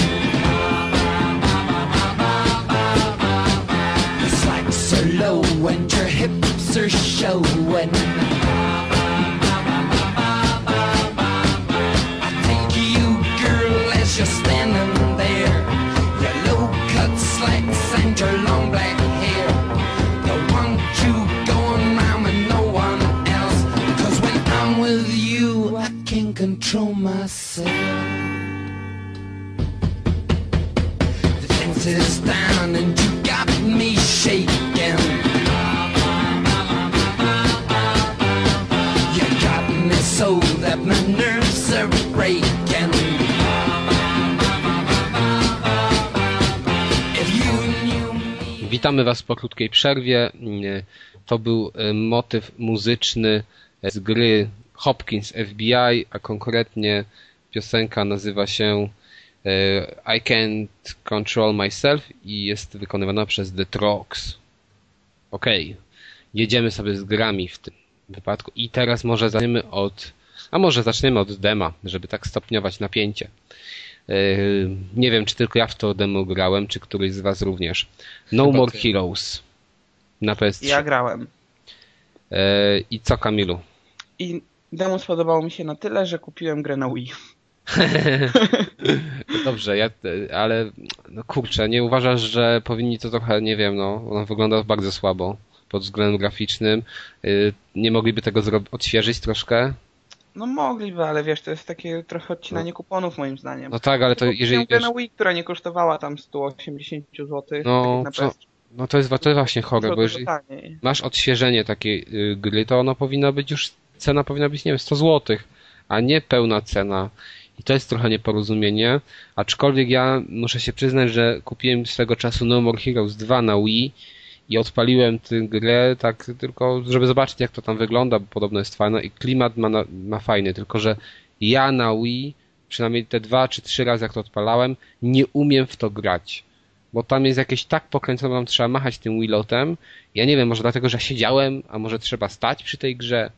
Low and your hips are showing. I take you, girl, as you're standing there. Your low-cut slacks and your long black hair. Don't want you going round with no one else. 'Cause when I'm with you, I can't control myself. The fence is down and you got me shaking. So that my nerves are breaking. Witamy Was po krótkiej przerwie. To był motyw muzyczny z gry Hopkins F B I, a konkretnie piosenka nazywa się I Can't Control Myself i jest wykonywana przez The Trogs. Okej, okay. Jedziemy sobie z grami w tym wypadku i teraz może zaczniemy od, a może zaczniemy od dema, żeby tak stopniować napięcie. Yy, nie wiem, czy tylko ja w to demo grałem, czy któryś z Was również. No Chyba More ty. Heroes na P S trzy. Ja grałem. Yy, I co, Kamilu? I demo spodobało mi się na tyle, że kupiłem grę na Wii. Dobrze, ja, ale no kurczę, nie uważasz, że powinni to trochę, nie wiem, no, ono wygląda bardzo słabo pod względem graficznym. Nie mogliby tego zro- odświeżyć troszkę? No mogliby, ale wiesz, to jest takie trochę odcinanie no. kuponów moim zdaniem. No tak, ale to jeżeli... Wiesz... na Wii, która nie kosztowała tam sto osiemdziesiąt złotych. No, tak to, no to, jest, to jest właśnie chore, bo jeżeli taniej. masz odświeżenie takiej y, gry, to ono powinno być już, cena powinna być, nie wiem, sto złotych, a nie pełna cena. I to jest trochę nieporozumienie, aczkolwiek ja muszę się przyznać, że kupiłem swego czasu No More Heroes dwa na Wii i odpaliłem tę grę tak tylko, żeby zobaczyć, jak to tam wygląda, bo podobno jest fajna i klimat ma, na, ma fajny, tylko że ja na Wii, przynajmniej te dwa czy trzy razy jak to odpalałem, nie umiem w to grać, bo tam jest jakieś tak pokręcone, tam trzeba machać tym Wilotem. Ja nie wiem, może dlatego, że siedziałem, a może trzeba stać przy tej grze.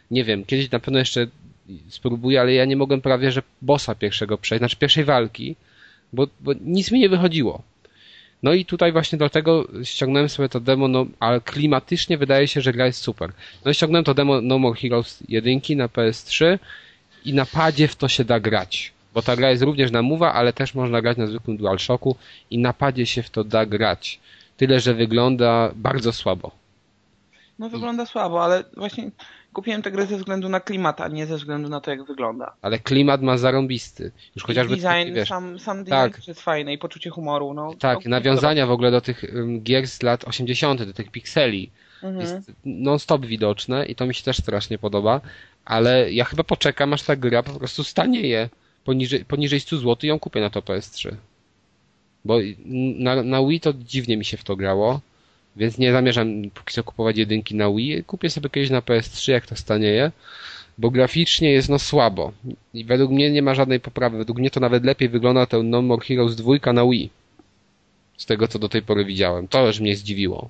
Nie wiem, kiedyś na pewno jeszcze spróbuję, ale ja nie mogłem prawie, że bossa pierwszego przejść, znaczy pierwszej walki, bo, bo nic mi nie wychodziło. No i tutaj właśnie dlatego ściągnąłem sobie to demo, no ale klimatycznie wydaje się, że gra jest super. No i ściągnąłem to demo No More Heroes jeden na P S trzy i na padzie w to się da grać. Bo ta gra jest również na Move'a, ale też można grać na zwykłym DualShocku i na padzie się w to da grać. Tyle, że wygląda bardzo słabo. No wygląda słabo, ale właśnie kupiłem tę grę ze względu na klimat, a nie ze względu na to, jak wygląda. Ale klimat ma zarąbisty. Już chociażby I design, taki, wiesz, sam, sam design tak. też jest fajny i poczucie humoru. No, tak, to nawiązania w ogóle do tych um, gier z lat osiemdziesiątych, do tych pikseli. Mhm. Jest non-stop widoczne i to mi się też strasznie podoba, ale ja chyba poczekam, aż ta gra po prostu stanieje. Poniżej, poniżej stu złotych ją kupię na to P S trzy. Bo na, na Wii to dziwnie mi się w to grało, więc nie zamierzam póki co kupować jedynki na Wii. Kupię sobie kiedyś na P S trzy, jak to stanieje, bo graficznie jest no słabo. I według mnie nie ma żadnej poprawy. Według mnie to nawet lepiej wygląda ten No More Heroes dwa na Wii. Z tego, co do tej pory widziałem. To już mnie zdziwiło.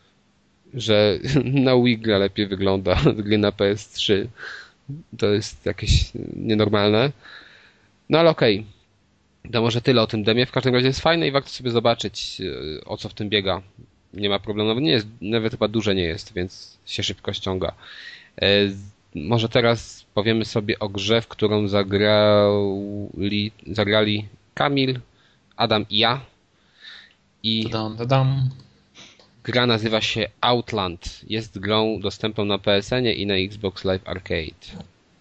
Że na Wii gra lepiej wygląda od gry na P S trzy. To jest jakieś nienormalne. No ale okej. Okay. To może tyle o tym demie. W każdym razie jest fajne i warto sobie zobaczyć, o co w tym biega. Nie ma problemu. Nawet nie jest, nawet chyba duże nie jest, więc się szybko ściąga. E, może teraz powiemy sobie o grze, w którą zagrali, zagrali Kamil, Adam i ja. I Tadam, tadam. gra nazywa się Outland. Jest grą dostępną na P S N i na Xbox Live Arcade.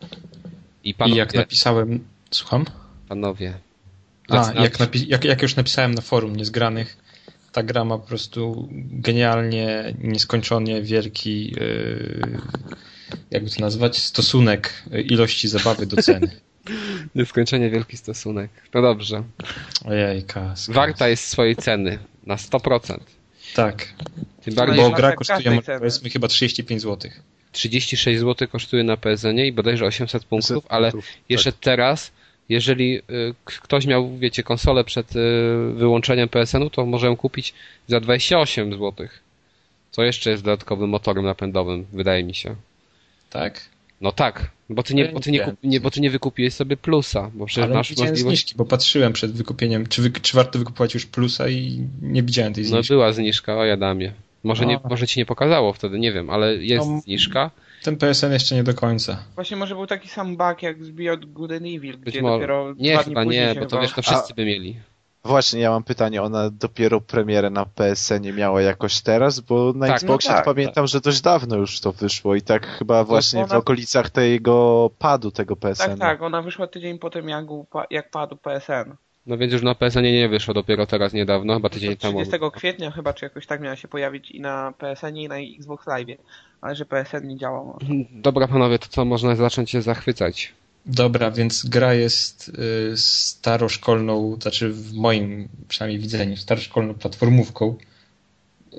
I panowie... I jak napisałem... Słucham? Panowie... A, jak, napi- jak, jak już napisałem na forum Niezgranych, ta gra ma po prostu genialnie, nieskończenie wielki, yy, jakby to nazwać, stosunek ilości zabawy do ceny. Nieskończenie wielki stosunek. No dobrze. Ojejka. Warta jest swojej ceny na sto procent. Tak. Tym Bo bardziej, gra tak, kosztuje, ceny. powiedzmy, chyba trzydzieści pięć złotych. trzydzieści sześć złotych kosztuje na P S N i bodajże osiemset punktów, ale punktów, jeszcze tak. teraz, jeżeli y, ktoś miał, wiecie, konsolę przed y, wyłączeniem P S N u, to może ją kupić za dwadzieścia osiem złotych. Co jeszcze jest dodatkowym motorem napędowym, wydaje mi się. Tak? No tak, bo ty nie, Ja nie bo ty nie, wiem. kup, nie, bo ty nie wykupiłeś sobie plusa, bo przecież Ale masz widziałem możliwość... zniżki, bo patrzyłem przed wykupieniem, czy, wy, czy warto wykupować już plusa i nie widziałem tej No zniżki. była zniżka, o Jadamie. Może, nie, A. może ci nie pokazało wtedy, nie wiem, ale jest No, zniżka. Ten P S N jeszcze nie do końca. Właśnie może był taki sam bug jak z Beyond Good and Evil, Być gdzie może. dopiero Nie, dwa dni chyba później nie, się bo to chyba... wiesz, to wszyscy by mieli. Właśnie, ja mam pytanie, ona dopiero premierę na P S N nie miała jakoś teraz, bo na Tak, Xboxie no tak, to pamiętam, że dość dawno już to wyszło i tak chyba właśnie ona- w okolicach tego padu tego P S N. Tak, tak, ona wyszła tydzień potem jak, upa- jak padł P S N. No więc już na P S N nie wyszło dopiero teraz niedawno, chyba tydzień temu. trzydziestego kwietnia chyba, czy jakoś tak miała się pojawić i na P S N i na Xbox Live, ale że P S N nie działał. Dobra panowie, to co, można zacząć się zachwycać? Dobra, więc gra jest y, staroszkolną, znaczy w moim przynajmniej widzeniu, staroszkolną platformówką, y,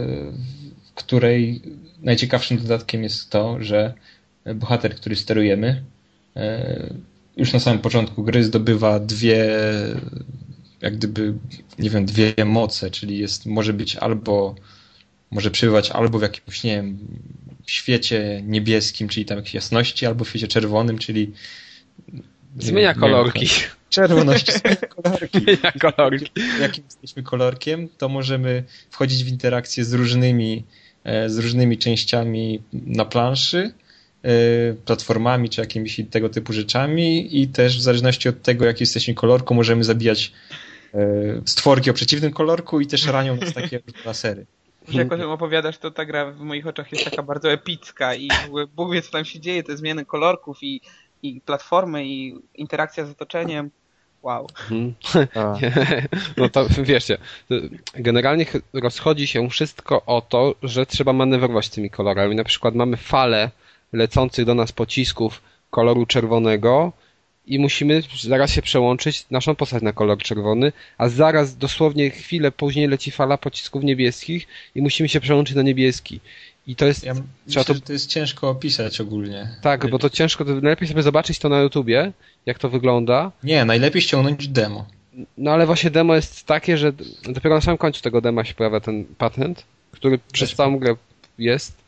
w której najciekawszym dodatkiem jest to, że bohater, który sterujemy, y, już na samym początku gry zdobywa dwie, jak gdyby, nie wiem, dwie moce, czyli jest, może być albo, może przebywać albo w jakimś, nie wiem, w świecie niebieskim, czyli tam jakiejś jasności, albo w świecie czerwonym, czyli Zmienia nie kolorki. wiem, czerwoności, zmienia kolorki. Zmienia kolorki. Jakim jesteśmy kolorkiem, to możemy wchodzić w interakcję z różnymi, e, z różnymi częściami na planszy, e, platformami czy jakimiś tego typu rzeczami i też w zależności od tego, jaki jesteśmy kolorku, możemy zabijać e, stworki o przeciwnym kolorku i też ranią nas takie lasery. Że jak o tym opowiadasz, to ta gra w moich oczach jest taka bardzo epicka i w ogóle Bóg wie, co tam się dzieje, te zmiany kolorków i, i platformy i interakcja z otoczeniem. Wow. Mhm. A. No to wiecie, generalnie ch- rozchodzi się wszystko o to, że trzeba manewrować tymi kolorami. Na przykład mamy falę lecących do nas pocisków koloru czerwonego i musimy zaraz się przełączyć naszą postać na kolor czerwony, a zaraz dosłownie chwilę później leci fala pocisków niebieskich i musimy się przełączyć na niebieski. I to jest... Ja trzeba myślę, to... że to jest ciężko opisać ogólnie. Tak, bo to ciężko, to najlepiej sobie zobaczyć to na YouTubie, jak to wygląda. Nie, najlepiej ściągnąć demo. No ale właśnie demo jest takie, że dopiero na samym końcu tego dema się pojawia ten patent, który przez całą grę jest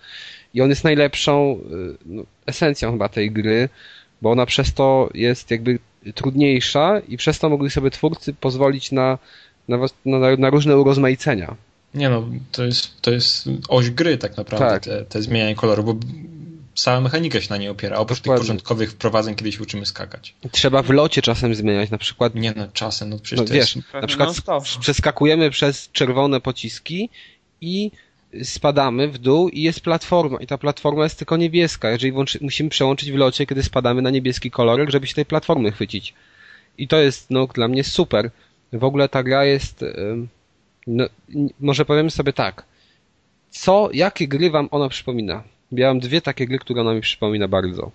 i on jest najlepszą no, esencją chyba tej gry, bo ona przez to jest jakby trudniejsza i przez to mogli sobie twórcy pozwolić na, na, na, na różne urozmaicenia. Nie no, to jest, to jest oś gry tak naprawdę, tak. te, te zmienianie koloru, bo cała mechanika się na niej opiera, oprócz Dokładnie. tych początkowych wprowadzeń, kiedy się uczymy skakać. Trzeba w locie czasem zmieniać, na przykład... Nie no, czasem, no przecież no, to wiesz, jest... na przykład no, przeskakujemy przez czerwone pociski i spadamy w dół i jest platforma i ta platforma jest tylko niebieska, jeżeli włączy, musimy przełączyć w locie, kiedy spadamy na niebieski kolorek, żeby się tej platformy chwycić. I to jest no, dla mnie super. W ogóle ta gra jest... No, może powiem sobie tak. Co, jakie gry wam ona przypomina? Ja mam dwie takie gry, które ona mi przypomina bardzo.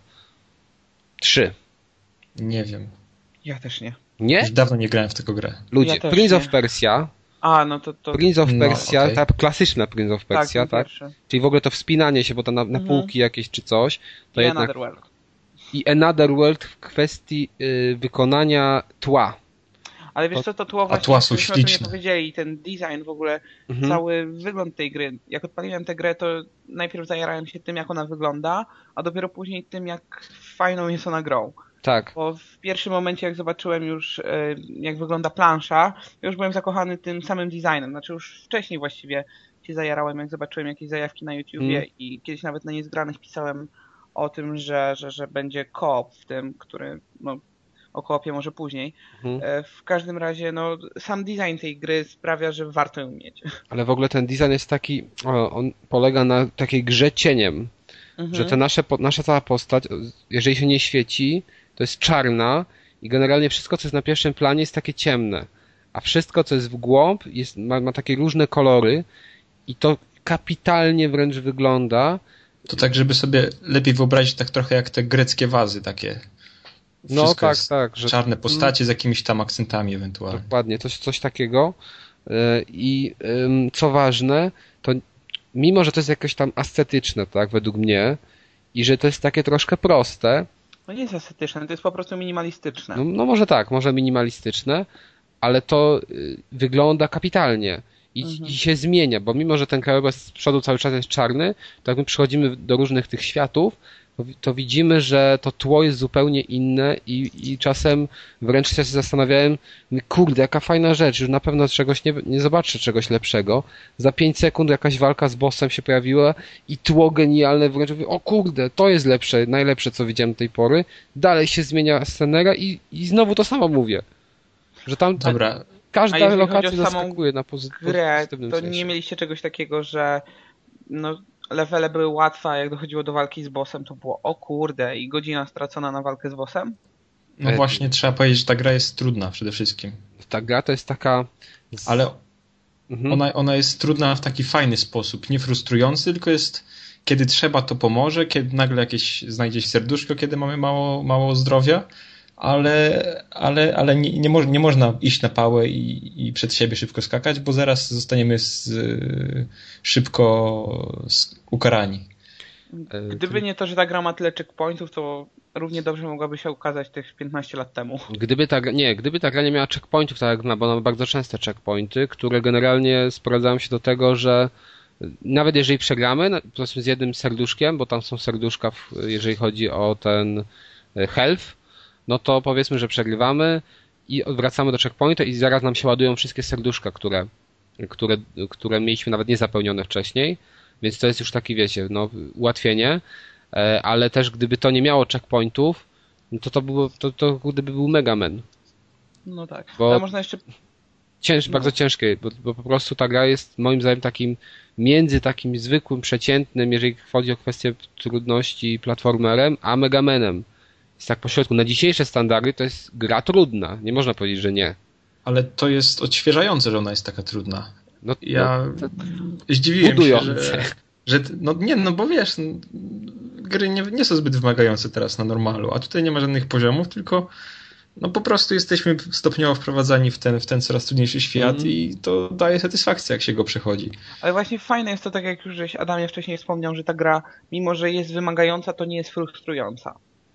Trzy. Nie wiem. Ja też nie. Nie? Już dawno nie grałem w tego grę. Ludzie, ja Prince nie. of Persia. A, no to... to... Prince of Persia, no, okay. ta klasyczna Prince of Persia, tak? tak? Czyli w ogóle to wspinanie się, bo to na, na mhm. półki jakieś czy coś. To I jednak... Another World. I Another World w kwestii y, wykonania tła. Ale wiesz co, to tło właśnie, tła są myśmy śliczne. Nie powiedzieli, ten design w ogóle, mhm. cały wygląd tej gry. Jak odpaliłem tę grę, to najpierw zajarałem się tym, jak ona wygląda, a dopiero później tym, jak fajną jest ona grą. Tak. Bo w pierwszym momencie, jak zobaczyłem już, jak wygląda plansza, już byłem zakochany tym samym designem. Znaczy już wcześniej właściwie się zajarałem, jak zobaczyłem jakieś zajawki na YouTubie mm. i kiedyś nawet na Niezgranych pisałem o tym, że, że, że będzie koop w tym, który... no o koopie może później. Mhm. W każdym razie, no, sam design tej gry sprawia, że warto ją mieć. Ale w ogóle ten design jest taki, on polega na takiej grze cieniem, mhm. że te nasze, nasza cała postać, jeżeli się nie świeci, to jest czarna i generalnie wszystko, co jest na pierwszym planie, jest takie ciemne. A wszystko, co jest w głąb, jest, ma, ma takie różne kolory i to kapitalnie wręcz wygląda. To tak, żeby sobie lepiej wyobrazić tak trochę jak te greckie wazy takie. Wszystko no tak, tak. Że... czarne postacie z jakimiś tam akcentami ewentualnie. Dokładnie, coś, coś takiego. I co ważne, to mimo, że to jest jakoś tam ascetyczne, tak, według mnie, i że to jest takie troszkę proste. No nie jest ascetyczne, to jest po prostu minimalistyczne. No, no może tak, może minimalistyczne, ale to wygląda kapitalnie. I, mhm. I się zmienia, bo mimo, że ten krajobraz z przodu cały czas jest czarny, to jak my przychodzimy do różnych tych światów, to widzimy, że to tło jest zupełnie inne i, i czasem wręcz się zastanawiałem, kurde, jaka fajna rzecz, już na pewno czegoś nie, nie zobaczę czegoś lepszego. Za pięć sekund jakaś walka z bossem się pojawiła i tło genialne, wręcz mówię, o kurde, to jest lepsze, najlepsze, co widziałem do tej pory. Dalej się zmienia scenera i, i znowu to samo mówię. Że tam Dobra. każda lokacja zaskakuje na pozytywnym grę, sensie. To nie mieliście czegoś takiego, że no levele były łatwe, a jak dochodziło do walki z bossem, to było o kurde i godzina stracona na walkę z bossem? No e... właśnie, trzeba powiedzieć, że ta gra jest trudna przede wszystkim. Ta gra to jest taka... Ale mhm. ona, ona jest trudna w taki fajny sposób, nie frustrujący, tylko jest, kiedy trzeba, to pomoże, kiedy nagle jakieś znajdzie się serduszko, kiedy mamy mało, mało zdrowia, ale, ale, ale nie, nie, mo, nie można iść na pałę i, i przed siebie szybko skakać, bo zaraz zostaniemy z, szybko z, ukarani. Gdyby nie to, że ta gra ma tyle checkpointów, to równie dobrze mogłaby się ukazać tych piętnaście lat temu. Gdyby ta, nie, gdyby ta gra nie miała checkpointów, tak jak ma, bo ona ma bardzo częste checkpointy, które generalnie sprowadzają się do tego, że nawet jeżeli przegramy, powiedzmy z jednym serduszkiem, bo tam są serduszka, jeżeli chodzi o ten health, no to powiedzmy, że przegrywamy i wracamy do checkpointu i zaraz nam się ładują wszystkie serduszka, które, które, które mieliśmy nawet niezapełnione wcześniej, więc to jest już taki, wiecie, no, ułatwienie, ale też gdyby to nie miało checkpointów, no to to było, to, to gdyby był Mega Man. No tak, bo ale można jeszcze... Cięż, no. Bardzo ciężkie, bo, bo po prostu ta gra jest moim zdaniem takim między takim zwykłym, przeciętnym, jeżeli chodzi o kwestię trudności platformerem, a Mega Manem. Jest tak pośrodku. Na dzisiejsze standardy to jest gra trudna. Nie można powiedzieć, że nie. Ale to jest odświeżające, że ona jest taka trudna. No, ja no, zdziwiłem się, że, że... No nie, no bo wiesz, gry nie, nie są zbyt wymagające teraz na normalu, a tutaj nie ma żadnych poziomów, tylko no po prostu jesteśmy stopniowo wprowadzani w ten, w ten coraz trudniejszy świat mm. i to daje satysfakcję, jak się go przechodzi. Ale właśnie fajne jest to, tak jak już żeś Adamie wcześniej wspomniał, że ta gra, mimo że jest wymagająca, to nie jest frustrująca.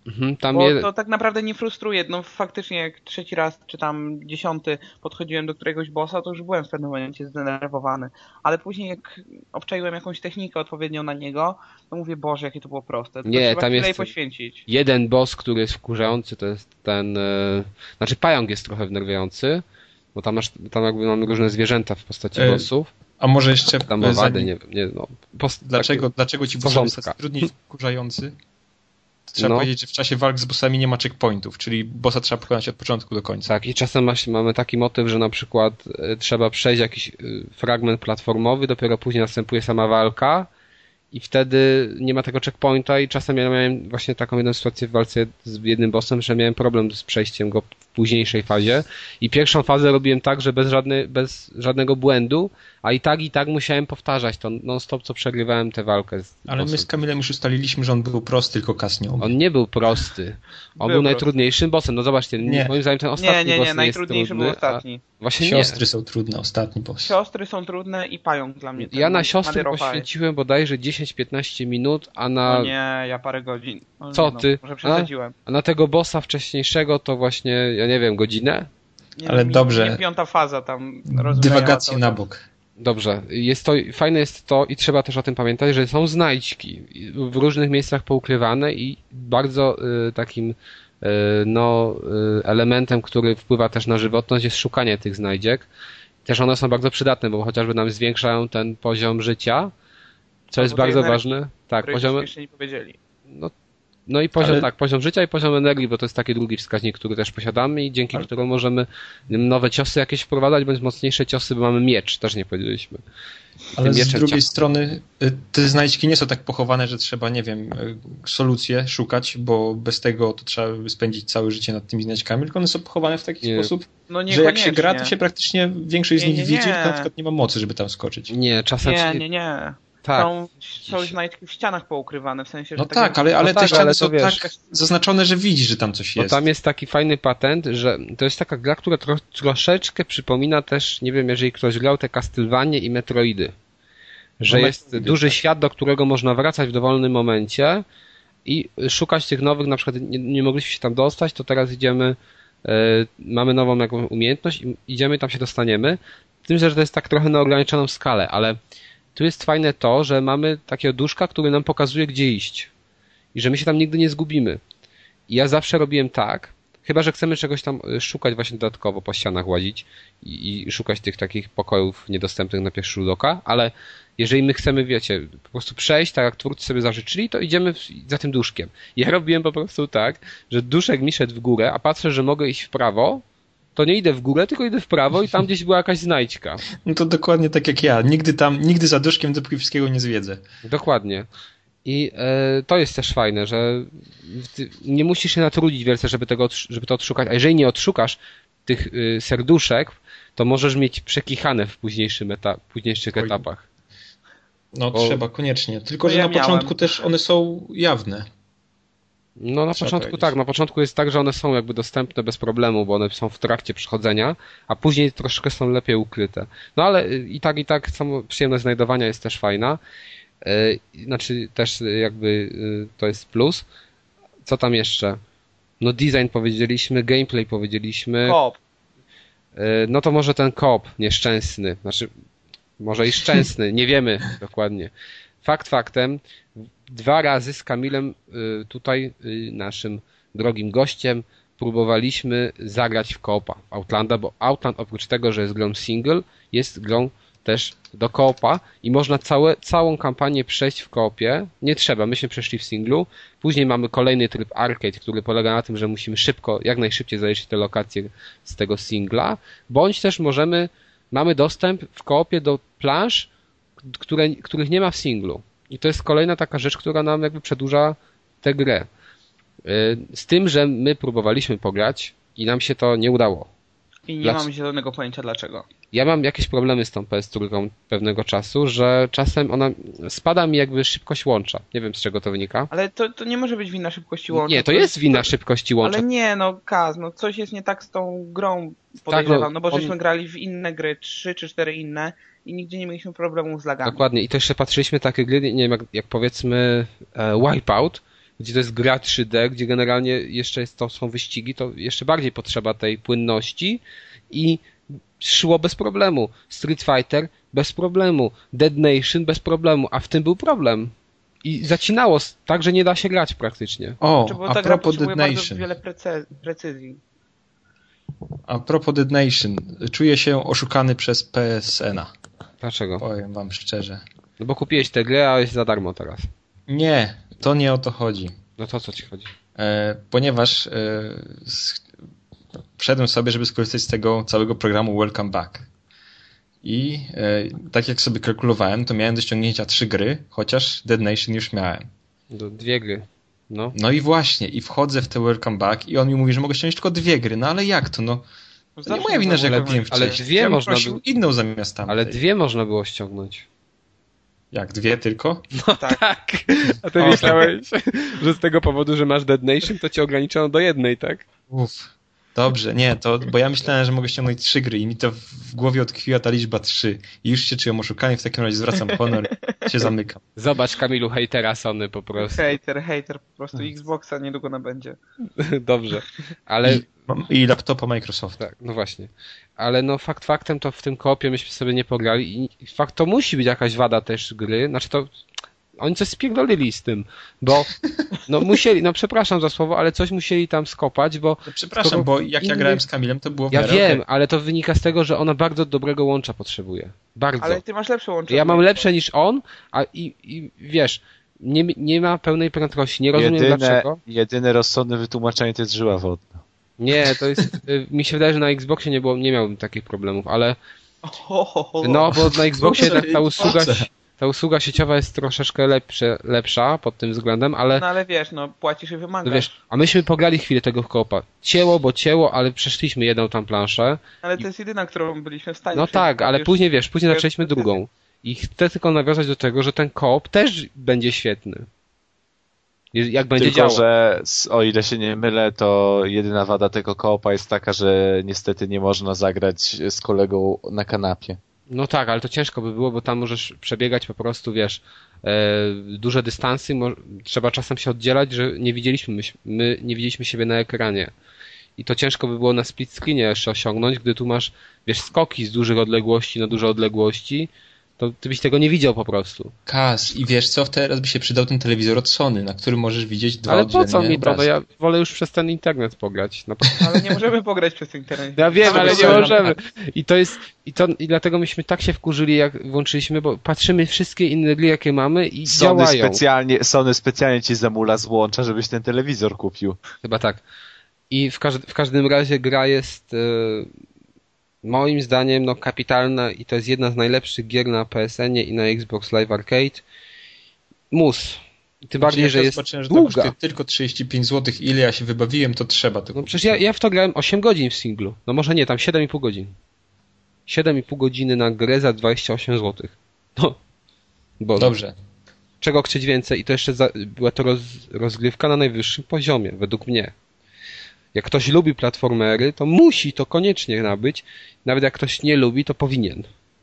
Mhm, tam Bo je... to tak naprawdę nie frustruje. No faktycznie jak trzeci raz, czy tam dziesiąty podchodziłem do któregoś bossa, to już byłem w pewnym momencie zdenerwowany. Ale później jak obczaiłem jakąś technikę odpowiednią na niego, to mówię, Boże, jakie to było proste. Tylko Nie, trzeba tam chwilę jest jej poświęcić. jeden boss, który jest wkurzający, to jest ten... E... Znaczy pająk jest trochę wnerwiający, bo tam, masz, tam jakby mamy różne zwierzęta w postaci E, bossów. A może jeszcze... Tam owady, zanim- nie wiem, nie, no. Post... Dlaczego, taki... dlaczego ci porządka. bossowie są trudniej wkurzający? Trzeba No. powiedzieć, że w czasie walk z bossami nie ma checkpointów, czyli bossa trzeba pokonać od początku do końca. Tak, i czasem masz, mamy taki motyw, że na przykład e, trzeba przejść jakiś e, fragment platformowy, dopiero później następuje sama walka i wtedy nie ma tego checkpointa i czasem ja miałem właśnie taką jedną sytuację w walce z jednym bossem, że miałem problem z przejściem go w późniejszej fazie i pierwszą fazę robiłem tak, że bez, żadnej, bez żadnego błędu, a i tak i tak musiałem powtarzać to non-stop, co przegrywałem tę walkę z Ale my bossem. z Kamilem już ustaliliśmy, że on był prosty, tylko Kas nie umie. On nie był prosty. On był, Był najtrudniejszym bossem. No zobaczcie, Nie. moim zdaniem ten ostatni Nie, nie, boss nie, nie jest najtrudniejszy trudny, był ostatni. a właśnie Siostry nie. są trudne, ostatni boss. Siostry są trudne i pająk dla mnie. ten Ja na siostry Madeiro Pie. poświęciłem bodajże dziesięć piętnaście minut, a na, No nie, ja parę godzin. No, Co nie, no, ty? Może przesadziłem. a na tego bossa wcześniejszego to właśnie, ja nie wiem, godzinę? Nie, Ale mi- dobrze. mnie piąta faza tam rozbrajała Dywagacje cały na czas. bok. Dobrze, jest to, fajne jest to i trzeba też o tym pamiętać, że są znajdźki w różnych miejscach poukrywane i bardzo y, takim y, no, y, elementem, który wpływa też na żywotność jest szukanie tych znajdziek. Też one są bardzo przydatne, bo chociażby nam zwiększają ten poziom życia, co jest Albo tej bardzo energii, ważne. Tak, której poziom, żeśmy jeszcze nie powiedzieli. no, no i poziom, Ale- tak, poziom życia i poziom energii, bo to jest taki drugi wskaźnik, który też posiadamy i dzięki Ale- któremu możemy nowe ciosy jakieś wprowadzać, bądź mocniejsze ciosy, bo mamy miecz, też nie powiedzieliśmy. Ale z mieczem drugiej ciach- strony y, te znajdźki nie są tak pochowane, że trzeba, nie wiem, y, solucje szukać, bo bez tego to trzeba by spędzić całe życie nad tymi znajdźkami, tylko one są pochowane w taki Nie. sposób, No że jak się gra, to niekoniecznie. się praktycznie większość z Nie, nich nie, widzi, nie. tylko na przykład nie ma mocy, żeby tam skoczyć. Nie, czasem Nie, się... nie, nie. Tak. Są, są znajdźki w ścianach poukrywane, w sensie, że No tak, ale, no ale tak, te ściany ale to są wiesz- tak zaznaczone, że widzisz, że tam coś Bo jest. tam jest taki fajny patent, że to jest taka gra, która tro, troszeczkę przypomina też, nie wiem, jeżeli ktoś grał te Castlevanie i Metroidy. Że No, jest Metroidy, duży tak. świat, do którego można wracać w dowolnym momencie i szukać tych nowych, na przykład nie, nie mogliśmy się tam dostać, to teraz idziemy, e, mamy nową jakąś umiejętność i idziemy i tam się dostaniemy. Z tym, że to jest tak trochę na ograniczoną skalę, ale tu jest fajne to, że mamy takiego duszka, który nam pokazuje, gdzie iść. I że my się tam nigdy nie zgubimy. I ja zawsze robiłem tak, chyba że chcemy czegoś tam y, szukać właśnie dodatkowo, po ścianach łazić i, i szukać tych takich pokojów niedostępnych na pierwszy rzut oka, ale jeżeli my chcemy, wiecie, po prostu przejść, tak jak twórcy sobie zażyczyli, to idziemy w, za tym duszkiem. Ja robiłem po prostu tak, że duszek mi szedł w górę, a patrzę, że mogę iść w prawo, to nie idę w górę, tylko idę w prawo i tam gdzieś była jakaś znajdźka. No to dokładnie tak jak ja. Nigdy tam, nigdy za duszkiem, dopóki wszystkiego nie zwiedzę. Dokładnie. I e, to jest też fajne, że ty nie musisz się natrudzić wielce, żeby, tego, odsz- żeby to odszukać, a jeżeli nie odszukasz tych y, serduszek, to możesz mieć przekichane w późniejszym eta- późniejszych Oj. etapach. No O. trzeba, koniecznie. Tylko, To że ja na miałem. początku też one są jawne. No na Trzeba początku powiedzieć. tak, na początku jest tak, że one są jakby dostępne bez problemu, bo one są w trakcie przechodzenia, a później troszkę są lepiej ukryte. No ale y, i tak, i tak samo przyjemność znajdowania jest też fajna. Y, Znaczy też y, jakby y, to jest plus. Co tam jeszcze? No design powiedzieliśmy, gameplay powiedzieliśmy. Kop. Y, No to może ten koop nieszczęsny, znaczy może i szczęsny, nie wiemy dokładnie. Fakt faktem, dwa razy z Kamilem y, tutaj y, naszym drogim gościem próbowaliśmy zagrać w koopa w Outlanda, bo Outland oprócz tego, że jest grą single, jest grą też do koopa i można całe, całą kampanię przejść w koopie. Nie trzeba, myśmy przeszli w singlu. Później mamy kolejny tryb arcade, który polega na tym, że musimy szybko, jak najszybciej zaliczyć te lokacje z tego singla, bądź też możemy, mamy dostęp w koopie do plansz, które, których nie ma w singlu. I to jest kolejna taka rzecz, która nam jakby przedłuża tę grę. Z tym, że my próbowaliśmy pograć i nam się to nie udało. I nie Dlac- mam zielonego pojęcia dlaczego. Ja mam jakieś problemy z tą P S cztery pewnego czasu, że czasem ona spada mi jakby szybkość łącza. Nie wiem z czego to wynika. Ale to, to nie może być wina szybkości łącza. Nie, to jest wina szybkości łącza. Ale nie, no Kaz, no coś jest nie tak z tą grą, podejrzewam, no, no bo on- żeśmy grali w inne gry, trzy czy cztery inne i nigdzie nie mieliśmy problemów z lagami. Dokładnie. I to jeszcze patrzyliśmy takie gry, nie wiem, jak, jak powiedzmy e, Wipeout, gdzie to jest gra trzy D, gdzie generalnie jeszcze jest, to są wyścigi, to jeszcze bardziej potrzeba tej płynności i szło bez problemu. Street Fighter bez problemu. Dead Nation bez problemu, a w tym był problem. I zacinało tak, że nie da się grać praktycznie. O, Znaczy, bo a ta gra propos potrzebuje Dead bardzo Nation. wiele precy- precyzji. A propos Dead Nation. Czuję się oszukany przez P S N a. Dlaczego? Powiem wam szczerze. No bo kupiłeś tę grę, a jest za darmo teraz. Nie, to nie o to chodzi. No to o co ci chodzi? E, ponieważ e, z, wszedłem sobie, żeby skorzystać z tego całego programu Welcome Back. I e, tak jak sobie kalkulowałem, to miałem do ściągnięcia trzy gry, chociaż Dead Nation już miałem. Do dwie gry. No. No i właśnie, i wchodzę w te Welcome Back i on mi mówi, że mogę ściągnąć tylko dwie gry. No ale jak to? No, to nie moja wina, że ja kupiłem ale wcześniej. dwie Ja bym można prosił by- inną zamiast tamtej. Ale dwie można było ściągnąć. Jak, dwie tylko? No tak. A ty O, myślałeś, że z tego powodu, że masz Dead Nation, to cię ograniczono do jednej, tak? Uff. Dobrze, nie, to, bo ja myślałem, że mogę ściągnąć trzy gry i mi to w głowie utkwiła ta liczba trzy. I już się czułem oszukany, w takim razie zwracam honor i się zamykam. Zobacz, Kamilu, hejtera Sony po prostu. Hater, hater, po prostu Xboxa niedługo nabędzie. Dobrze. Ale I, I laptopa Microsoft. tak, no właśnie. Ale no fakt faktem to w tym koopie myśmy sobie nie pograli i fakt to musi być jakaś wada też gry. Znaczy to oni coś spierdolili z tym, bo no musieli, no przepraszam za słowo, ale coś musieli tam skopać, bo No, przepraszam, skoro bo jak inny- ja grałem z Kamilem, to było w ja miarę wiem, okej. ale to wynika z tego, że ona bardzo dobrego łącza potrzebuje. Bardzo. Ale ty masz lepsze łączenie. Ja mam lepsze niż on, a i, i wiesz, nie, nie ma pełnej prędkości, nie rozumiem Jedyne, dlaczego. jedyne rozsądne wytłumaczenie to jest żyła wodna. Nie, to jest, y, mi się wydaje, że na Xboxie nie było, nie miałbym takich problemów, ale Ho, ho, ho. no, bo na Xboxie Dobrze, ta, ta usługa, dobrze. ta usługa sieciowa jest troszeczkę lepsze, lepsza pod tym względem, ale No ale wiesz, no płacisz i wymagasz. no wiesz, a myśmy pograli chwilę tego w koopa. Cięło, bo cięło, ale przeszliśmy jedną tam planszę. Ale to jest jedyna, którą byliśmy w stanie. No przejść, tak, ale już- później wiesz, później już zaczęliśmy decyzję. drugą. I chcę tylko nawiązać do tego, że ten koop też będzie świetny. Je- Jak będzie Tylko, działał. że s- o ile się nie mylę, to jedyna wada tego koopa jest taka, że niestety nie można zagrać z kolegą na kanapie. No tak, ale to ciężko by było, bo tam możesz przebiegać po prostu, wiesz, e, duże dystansy, mo- trzeba czasem się oddzielać, że nie widzieliśmy, myś- my nie widzieliśmy siebie na ekranie. I to ciężko by było na split screenie jeszcze osiągnąć, gdy tu masz, wiesz, skoki z dużych odległości na duże odległości, to ty byś tego nie widział po prostu. Kas, i wiesz co, teraz by się przydał ten telewizor od Sony, na którym możesz widzieć dwa Ale po co oddzielne mi to? No obrazki. ja wolę już przez ten internet pograć. No, Ale nie możemy pograć przez internet. ja wiem, Same ale nie sobie- możemy. I to jest, i to, i dlatego myśmy tak się wkurzyli, jak włączyliśmy, bo patrzymy wszystkie inne gry, jakie mamy i Sony działają. specjalnie, Sony specjalnie ci zamula złącza, żebyś ten telewizor kupił. Chyba tak. I w, każd- w każdym razie gra jest e, moim zdaniem no, kapitalna i to jest jedna z najlepszych gier na P S N ie i na Xbox Live Arcade. Mus. Tym bardziej, Jak że ja jest zobaczyłem, że to długa. kosztuje tylko trzydzieści pięć złotych, ile ja się wybawiłem, to trzeba to No kupić. przecież ja, ja w to grałem osiem godzin w singlu. No może nie, tam siedem i pół godzin. siedem i pół godziny na grę za dwadzieścia osiem złotych. No. Boże. Dobrze. Czego chcieć więcej? I to jeszcze za, była to roz, rozgrywka na najwyższym poziomie, według mnie. Jak ktoś lubi platformery, to musi to koniecznie nabyć. Nawet jak ktoś nie lubi, to powinien.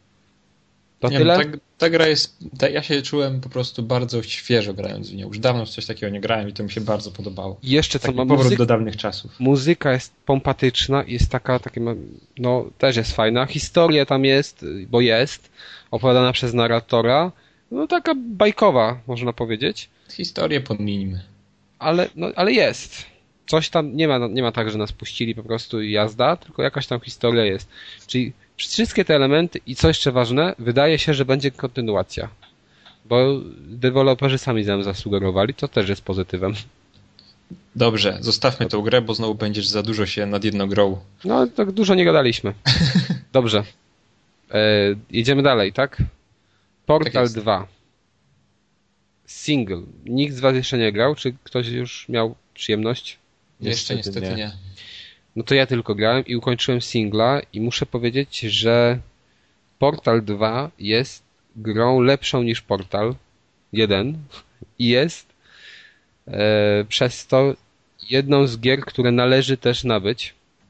To Nie, tyle? no, ta, ta gra jest, ta, ja się czułem po prostu bardzo świeżo grając w nią. Już dawno w coś takiego nie grałem i to mi się bardzo podobało. I jeszcze co Taki ma powrót muzyk... do dawnych czasów. Muzyka jest pompatyczna, jest taka, takie, ma- no też jest fajna. Historia tam jest, bo jest, opowiadana przez narratora. No taka bajkowa, można powiedzieć. Historię podminimy. Ale, no, ale jest. Coś tam, nie ma, nie ma tak, że nas puścili po prostu i jazda, tylko jakaś tam historia jest. Czyli wszystkie te elementy i co jeszcze ważne, wydaje się, że będzie kontynuacja. Bo deweloperzy sami nam zasugerowali, to też jest pozytywem. Dobrze, zostawmy tą grę, bo znowu będziesz za dużo się nad jedną grą. No, tak dużo nie gadaliśmy. Dobrze. E, jedziemy dalej, tak? Portal Tak jest. dwa. Single. Nikt z was jeszcze nie grał? Czy ktoś już miał przyjemność? Jeszcze Niestety niestety nie. nie. No to ja tylko grałem i ukończyłem singla i muszę powiedzieć, że Portal dwa jest grą lepszą niż Portal jeden i jest e, przez to jedną z gier, które należy też nabyć,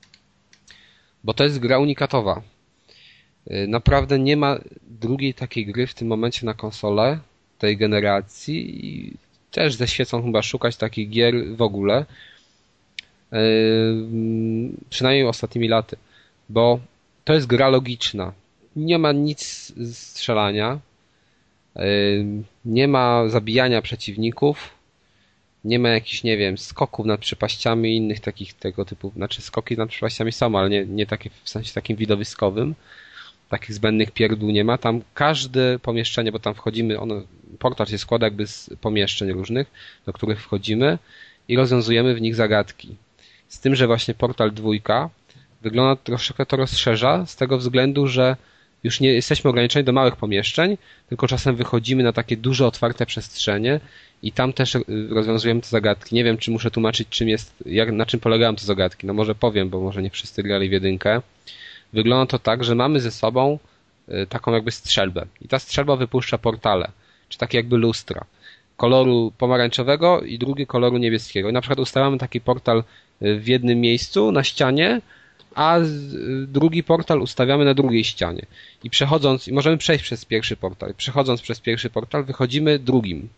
bo to jest gra unikatowa. E, naprawdę nie ma drugiej takiej gry w tym momencie na konsolę tej generacji i też ze świecą chyba szukać takich gier w ogóle. Yy, przynajmniej ostatnimi laty. Bo to jest gra logiczna. Nie ma nic strzelania. Yy, nie ma zabijania przeciwników. Nie ma jakichś, nie wiem, skoków nad przepaściami i innych takich tego typu. Znaczy skoki nad przepaściami są, ale nie, nie takie w sensie takim widowiskowym. Takich zbędnych pierdół nie ma. Tam każde pomieszczenie, bo tam wchodzimy, ono, portal się składa jakby z pomieszczeń różnych, do których wchodzimy i rozwiązujemy w nich zagadki. Z tym, że właśnie portal dwójka wygląda troszeczkę to rozszerza z tego względu, że już nie jesteśmy ograniczeni do małych pomieszczeń, tylko czasem wychodzimy na takie duże, otwarte przestrzenie i tam też rozwiązujemy te zagadki. Nie wiem, czy muszę tłumaczyć, czym jest, jak, na czym polegają te zagadki. No może powiem, bo może nie wszyscy grali w jedynkę. Wygląda to tak, że mamy ze sobą taką jakby strzelbę. I ta strzelba wypuszcza portale, czy takie jakby lustra. Koloru pomarańczowego i drugi koloru niebieskiego. I na przykład ustawiamy taki portal w jednym miejscu na ścianie, a drugi portal ustawiamy na drugiej ścianie. I przechodząc, i możemy przejść przez pierwszy portal. Przechodząc przez pierwszy portal wychodzimy drugim.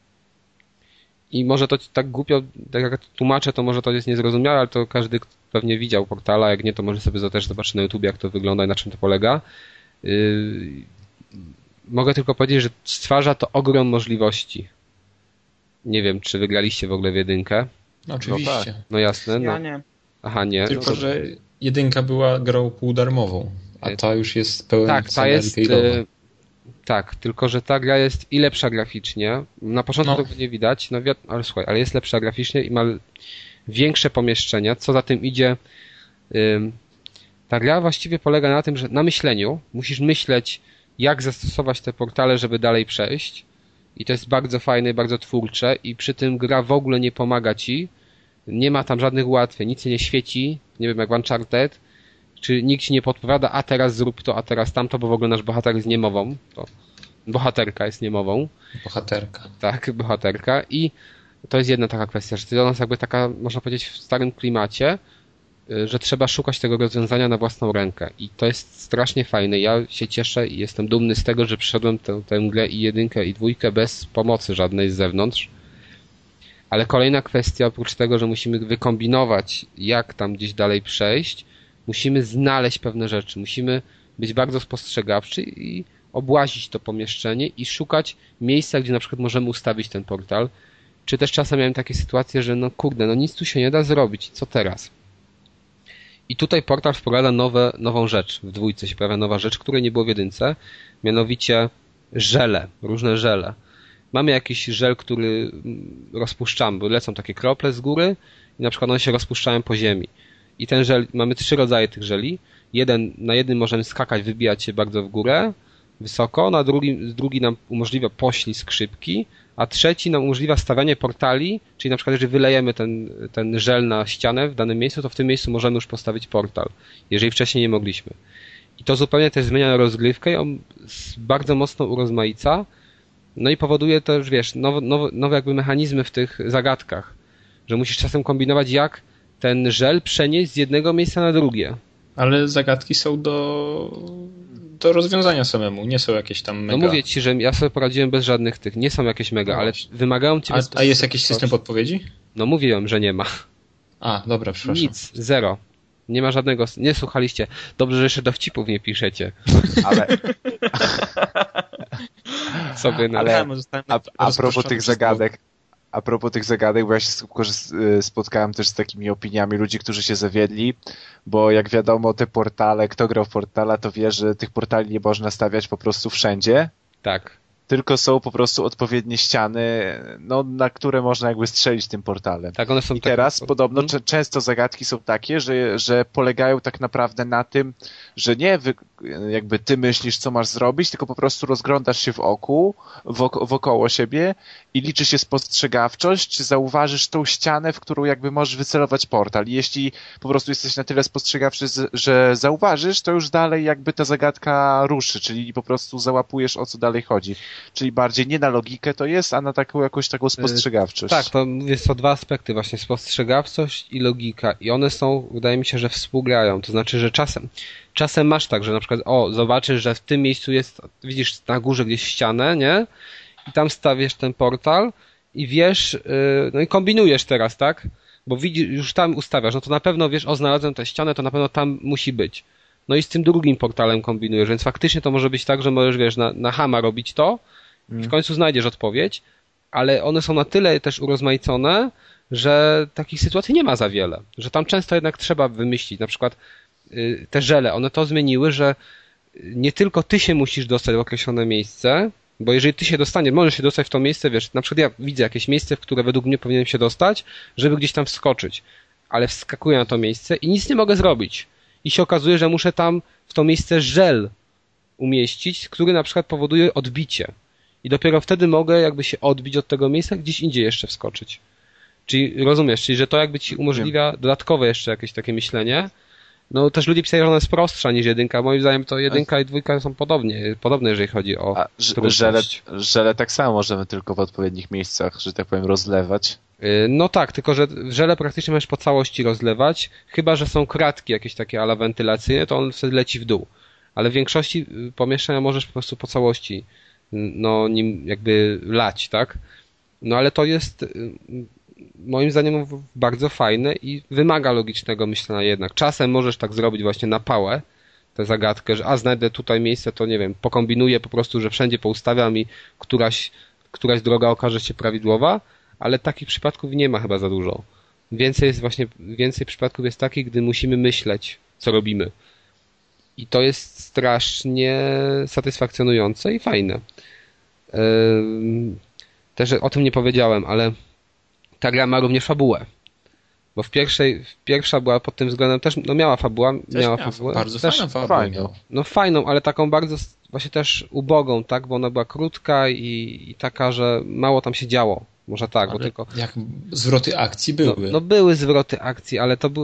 I może to tak głupio, tak jak tłumaczę, to może to jest niezrozumiałe, ale to każdy pewnie widział portala, jak nie, to może sobie to też zobaczyć na YouTube, jak to wygląda i na czym to polega. Yy, mogę tylko powiedzieć, że stwarza to ogrom możliwości. Nie wiem, czy wygraliście w ogóle w jedynkę. No, oczywiście. No, tak. No jasne. No. Ja nie. Aha, nie. Tylko, no to... że jedynka była grą półdarmową, a ta już jest pełen Tak, ta jest... Yy, tak, tylko że ta gra jest i lepsza graficznie. Na początku No. tego nie widać, no, ale słuchaj, ale jest lepsza graficznie i ma większe pomieszczenia. Co za tym idzie... Yy, ta gra właściwie polega na tym, że na myśleniu musisz myśleć, jak zastosować te portale, żeby dalej przejść. I to jest bardzo fajne, bardzo twórcze i przy tym gra w ogóle nie pomaga ci. Nie ma tam żadnych ułatwień, nic się nie świeci, nie wiem jak w Uncharted, czy nikt ci nie podpowiada, a teraz zrób to, a teraz tamto, bo w ogóle nasz bohater jest niemową. To bohaterka jest niemową. Bohaterka. Tak, bohaterka i to jest jedna taka kwestia, że to jest jakby taka, można powiedzieć, w starym klimacie, że trzeba szukać tego rozwiązania na własną rękę. I to jest strasznie fajne. Ja się cieszę i jestem dumny z tego, że przeszedłem tę, tę grę i jedynkę, i dwójkę bez pomocy żadnej z zewnątrz. Ale kolejna kwestia, oprócz tego, że musimy wykombinować, jak tam gdzieś dalej przejść, musimy znaleźć pewne rzeczy. Musimy być bardzo spostrzegawczy i obłazić to pomieszczenie i szukać miejsca, gdzie na przykład możemy ustawić ten portal. Czy też czasem miałem takie sytuacje, że no kurde, no nic tu się nie da zrobić. Co teraz? I tutaj portal wprowadza nowe, nową rzecz. W dwójce się pojawia nowa rzecz, której nie było w jedynce. Mianowicie żele, różne żele. Mamy jakiś żel, który rozpuszczamy, bo lecą takie krople z góry i na przykład one się rozpuszczają po ziemi. I ten żel, mamy trzy rodzaje tych żeli. Jeden, na jednym możemy skakać, wybijać się bardzo w górę, wysoko, na drugim, drugi nam umożliwia poślizg szybki, a trzeci nam umożliwia stawianie portali, czyli na przykład jeżeli wylejemy ten, ten żel na ścianę w danym miejscu, to w tym miejscu możemy już postawić portal, jeżeli wcześniej nie mogliśmy. I to zupełnie też zmienia rozgrywkę i on bardzo mocno urozmaica, no i powoduje też, wiesz, nowe, nowe, nowe jakby mechanizmy w tych zagadkach, że musisz czasem kombinować, jak ten żel przenieść z jednego miejsca na drugie. Ale zagadki są do, do rozwiązania samemu, nie są jakieś tam mega. No mówię ci, że ja sobie poradziłem bez żadnych tych, nie są jakieś mega, No ale wymagają ciebie... A, a jest jakiś system podpowiedzi? No mówiłem, że nie ma. A, dobra, przepraszam. Nic, zero. Nie ma żadnego... Nie słuchaliście. Dobrze, że jeszcze dowcipów nie piszecie. Ale... Sobie na... Ale a, a propos tych zagadek, a propos tych zagadek, bo ja się spotkałem też z takimi opiniami ludzi, którzy się zawiedli, bo jak wiadomo te portale, kto grał w portala, to wie, że tych portali nie można stawiać po prostu wszędzie. Tak. Tylko są po prostu odpowiednie ściany, no, na które można jakby strzelić tym portalem. Tak, one są I tak... teraz podobno hmm? często zagadki są takie, że, że polegają tak naprawdę na tym, że nie wy, jakby ty myślisz, co masz zrobić, tylko po prostu rozglądasz się w oku, woko, wokoło siebie i liczy się spostrzegawczość, czy zauważysz tą ścianę, w którą jakby możesz wycelować portal. I jeśli po prostu jesteś na tyle spostrzegawczy, że zauważysz, to już dalej jakby ta zagadka ruszy, czyli po prostu załapujesz, o co dalej chodzi. Czyli bardziej nie na logikę to jest, a na taką jakąś taką spostrzegawczość. Tak, to jest to dwa aspekty właśnie, spostrzegawczość i logika i one są, wydaje mi się, że współgrają, to znaczy, że czasem czasem masz tak, że na przykład o, zobaczysz, że w tym miejscu jest, widzisz na górze gdzieś ścianę, nie? I tam stawiasz ten portal i wiesz, yy, no i kombinujesz teraz, tak? Bo widzisz, już tam ustawiasz, no to na pewno wiesz, o znalazłem tę ścianę, to na pewno tam musi być. No i z tym drugim portalem kombinujesz, więc faktycznie to może być tak, że możesz, wiesz, na, na hama robić to i w końcu znajdziesz odpowiedź, ale one są na tyle też urozmaicone, że takich sytuacji nie ma za wiele, że tam często jednak trzeba wymyślić, na przykład yy, te żele, one to zmieniły, że nie tylko ty się musisz dostać w określone miejsce, bo jeżeli ty się dostaniesz, możesz się dostać w to miejsce, wiesz, na przykład ja widzę jakieś miejsce, w które według mnie powinienem się dostać, żeby gdzieś tam wskoczyć, ale wskakuję na to miejsce i nic nie mogę zrobić. I się okazuje, że muszę tam w to miejsce żel umieścić, który na przykład powoduje odbicie. I dopiero wtedy mogę jakby się odbić od tego miejsca, gdzieś indziej jeszcze wskoczyć. Czyli rozumiesz, czyli że to jakby ci umożliwia dodatkowe jeszcze jakieś takie myślenie. No też ludzie pisali, że ona jest prostsza niż jedynka. Moim zdaniem to jedynka i dwójka są podobnie, podobne, jeżeli chodzi o A żele, żele tak samo możemy tylko w odpowiednich miejscach, że tak powiem, rozlewać. No tak, tylko że żele praktycznie możesz po całości rozlewać, chyba że są kratki jakieś takie ala wentylacyjne, to on wtedy leci w dół. Ale w większości pomieszczenia możesz po prostu po całości no nim jakby lać, tak? No ale to jest moim zdaniem bardzo fajne i wymaga logicznego myślenia jednak. Czasem możesz tak zrobić właśnie na pałę, tę zagadkę, że a znajdę tutaj miejsce, to nie wiem, pokombinuję po prostu, że wszędzie poustawiam i któraś, któraś droga okaże się prawidłowa, ale takich przypadków nie ma chyba za dużo. Więcej jest właśnie, więcej przypadków jest takich, gdy musimy myśleć, co robimy. I to jest strasznie satysfakcjonujące i fajne. Też o tym nie powiedziałem, ale ta gra ma również fabułę. Bo w pierwszej, pierwsza była pod tym względem też, no miała fabuła, też miała miała fabułę. Bardzo też fajną fabułę. Fajną. No fajną, ale taką bardzo właśnie też ubogą, tak? Bo ona była krótka i, i taka, że mało tam się działo. Może tak, ale bo tylko... Jak zwroty akcji były. No, no były zwroty akcji, ale to był...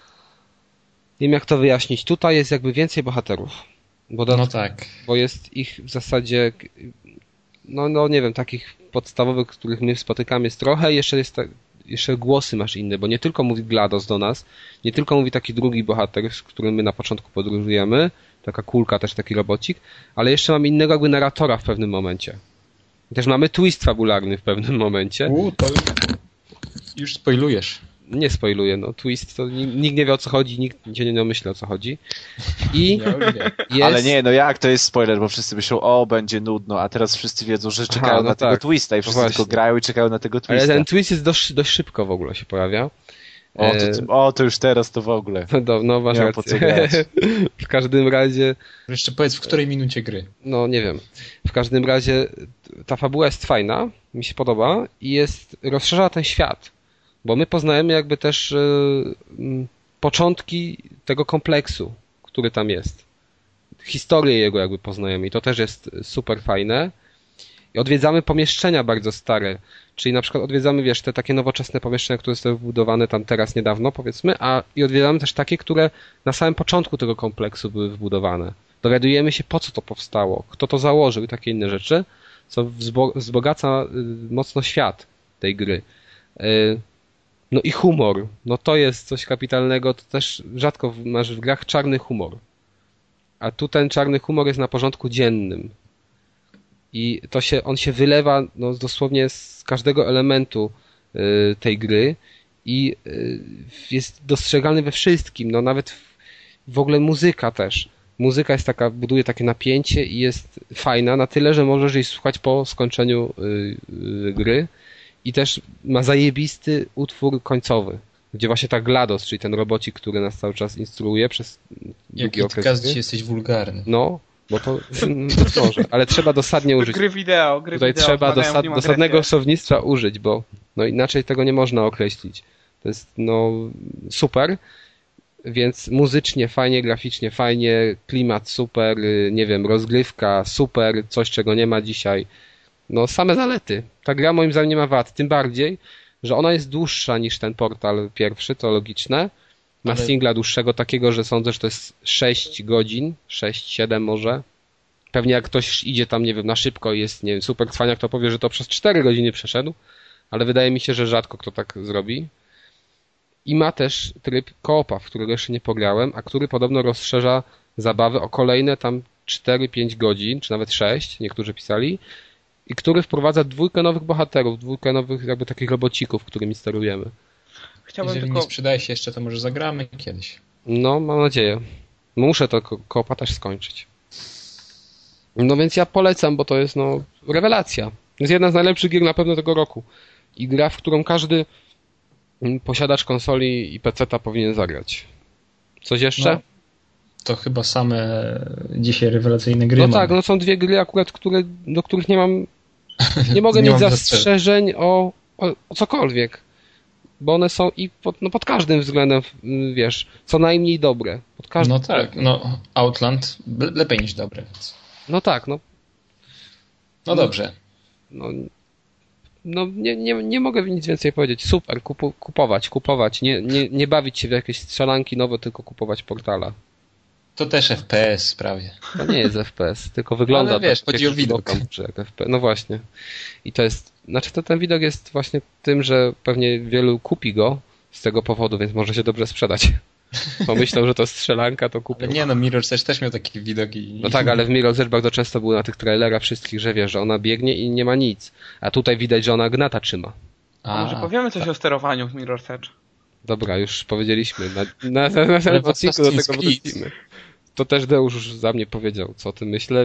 Nie wiem jak to wyjaśnić. Tutaj jest jakby więcej bohaterów. Bo do... No tak. Bo jest ich w zasadzie... No, no nie wiem, takich podstawowych, których my spotykamy jest trochę. Jeszcze jest tak... Jeszcze głosy masz inne, bo nie tylko mówi GLaDOS do nas, nie tylko mówi taki drugi bohater, z którym my na początku podróżujemy, taka kulka, też taki robocik, ale jeszcze mamy innego jakby narratora w pewnym momencie. I też mamy twist fabularny w pewnym momencie. U, to już spoilujesz. Nie spoiluję, no twist to nikt nie wie o co chodzi, nikt się nie domyśla o co chodzi. I Ja już wiem. jest... Ale nie, no jak to jest spoiler, bo wszyscy myślą, o, będzie nudno, a teraz wszyscy wiedzą, że czekają Aha, no na tak. tego twista i wszyscy No tylko właśnie. grają i czekają na tego twista. Ale ten twist jest dość, dość szybko w ogóle się pojawia. O, to, o, to już teraz to w ogóle. No, no masz Nie ma po rację. co grać. W każdym razie... Jeszcze powiedz, w której minucie gry? No nie wiem. W każdym razie ta fabuła jest fajna, mi się podoba i jest, rozszerza ten świat. Bo my poznajemy jakby też yy, początki tego kompleksu, który tam jest. Historię jego jakby poznajemy i to też jest super fajne. I odwiedzamy pomieszczenia bardzo stare, czyli na przykład odwiedzamy, wiesz, te takie nowoczesne pomieszczenia, które zostały wybudowane tam teraz niedawno, powiedzmy, a i odwiedzamy też takie, które na samym początku tego kompleksu były wbudowane. Dowiadujemy się, po co to powstało, kto to założył i takie inne rzeczy, co wzbogaca mocno świat tej gry. No i humor. No to jest coś kapitalnego, to też rzadko masz w grach czarny humor. A tu ten czarny humor jest na porządku dziennym. I to się, on się wylewa no, dosłownie z każdego elementu y, tej gry i y, jest dostrzegalny we wszystkim. No nawet w, w ogóle muzyka też. Muzyka jest taka, buduje takie napięcie i jest fajna na tyle, że możesz jej słuchać po skończeniu y, y, gry. I też ma zajebisty utwór końcowy, gdzie właśnie ta GLaDOS, czyli ten robocik, który nas cały czas instruuje przez długi okres. Jak ty jesteś wulgarny. No, bo to być może, ale trzeba dosadnie użyć. Gry wideo, gry Tutaj wideo. trzeba dosad, dosadnego słownictwa użyć, bo no inaczej tego nie można określić. To jest no super, więc muzycznie fajnie, graficznie fajnie, klimat super, nie wiem, rozgrywka super, coś czego nie ma dzisiaj. No same zalety. Ta gra moim zdaniem nie ma wad. Tym bardziej, że ona jest dłuższa niż ten portal pierwszy, to logiczne. Ma Ale... singla dłuższego takiego, że sądzę, że to jest sześć godzin, sześć siedem może. Pewnie jak ktoś idzie tam, nie wiem, na szybko i jest, nie wiem, super cwaniak, to powie, że to przez cztery godziny przeszedł, ale wydaje mi się, że rzadko kto tak zrobi. I ma też tryb koopa, w którego jeszcze nie pograłem, a który podobno rozszerza zabawę o kolejne tam cztery pięć godzin, czy nawet sześć, niektórzy pisali. i który wprowadza dwójkę nowych bohaterów, dwójkę nowych jakby takich robocików, którymi sterujemy. Chciałbym Jeżeli tylko... nie sprzedaje się jeszcze, to może zagramy kiedyś. No, mam nadzieję. Muszę to ko- koopa też skończyć. No więc ja polecam, bo to jest no rewelacja. To jest jedna z najlepszych gier na pewno tego roku. I gra, w którą każdy posiadacz konsoli i peceta powinien zagrać. Coś jeszcze? No, to chyba same dzisiaj rewelacyjne gry No mamy. tak, no są dwie gry akurat, które, do których nie mam... Nie mogę Nie mieć mam zastrzeżeń o, o, o cokolwiek. Bo one są i pod, no pod każdym względem, wiesz, co najmniej dobre. Pod każdym... No tak, no Outland le- lepiej niż dobre. Więc... No tak, no. No dobrze. No, no nie, nie, nie mogę nic więcej powiedzieć. Super, kupu, kupować, kupować. Nie, nie, nie bawić się w jakieś strzelanki nowe, tylko kupować portala. To też F P S prawie. To nie jest F P S, tylko wygląda Ale wiesz, tak, chodzi o widok. Dobrze, jak F P S. No właśnie. I to jest, znaczy to ten widok jest właśnie tym, że pewnie wielu kupi go z tego powodu, więc może się dobrze sprzedać. Pomyślał, że to strzelanka, to kupił. Ale nie no, Mirror's Edge też miał taki widok i... No tak, ale w Mirror's Edge bardzo często było na tych trailerach wszystkich, że wiesz, że ona biegnie i nie ma nic. A tutaj widać, że ona gnata trzyma. A może powiemy coś tak. o sterowaniu w Mirror's Edge? Dobra, już powiedzieliśmy. Na, na, na, na samym odcinku do tego wrócimy. To też Deusz już za mnie powiedział, co o tym myślę.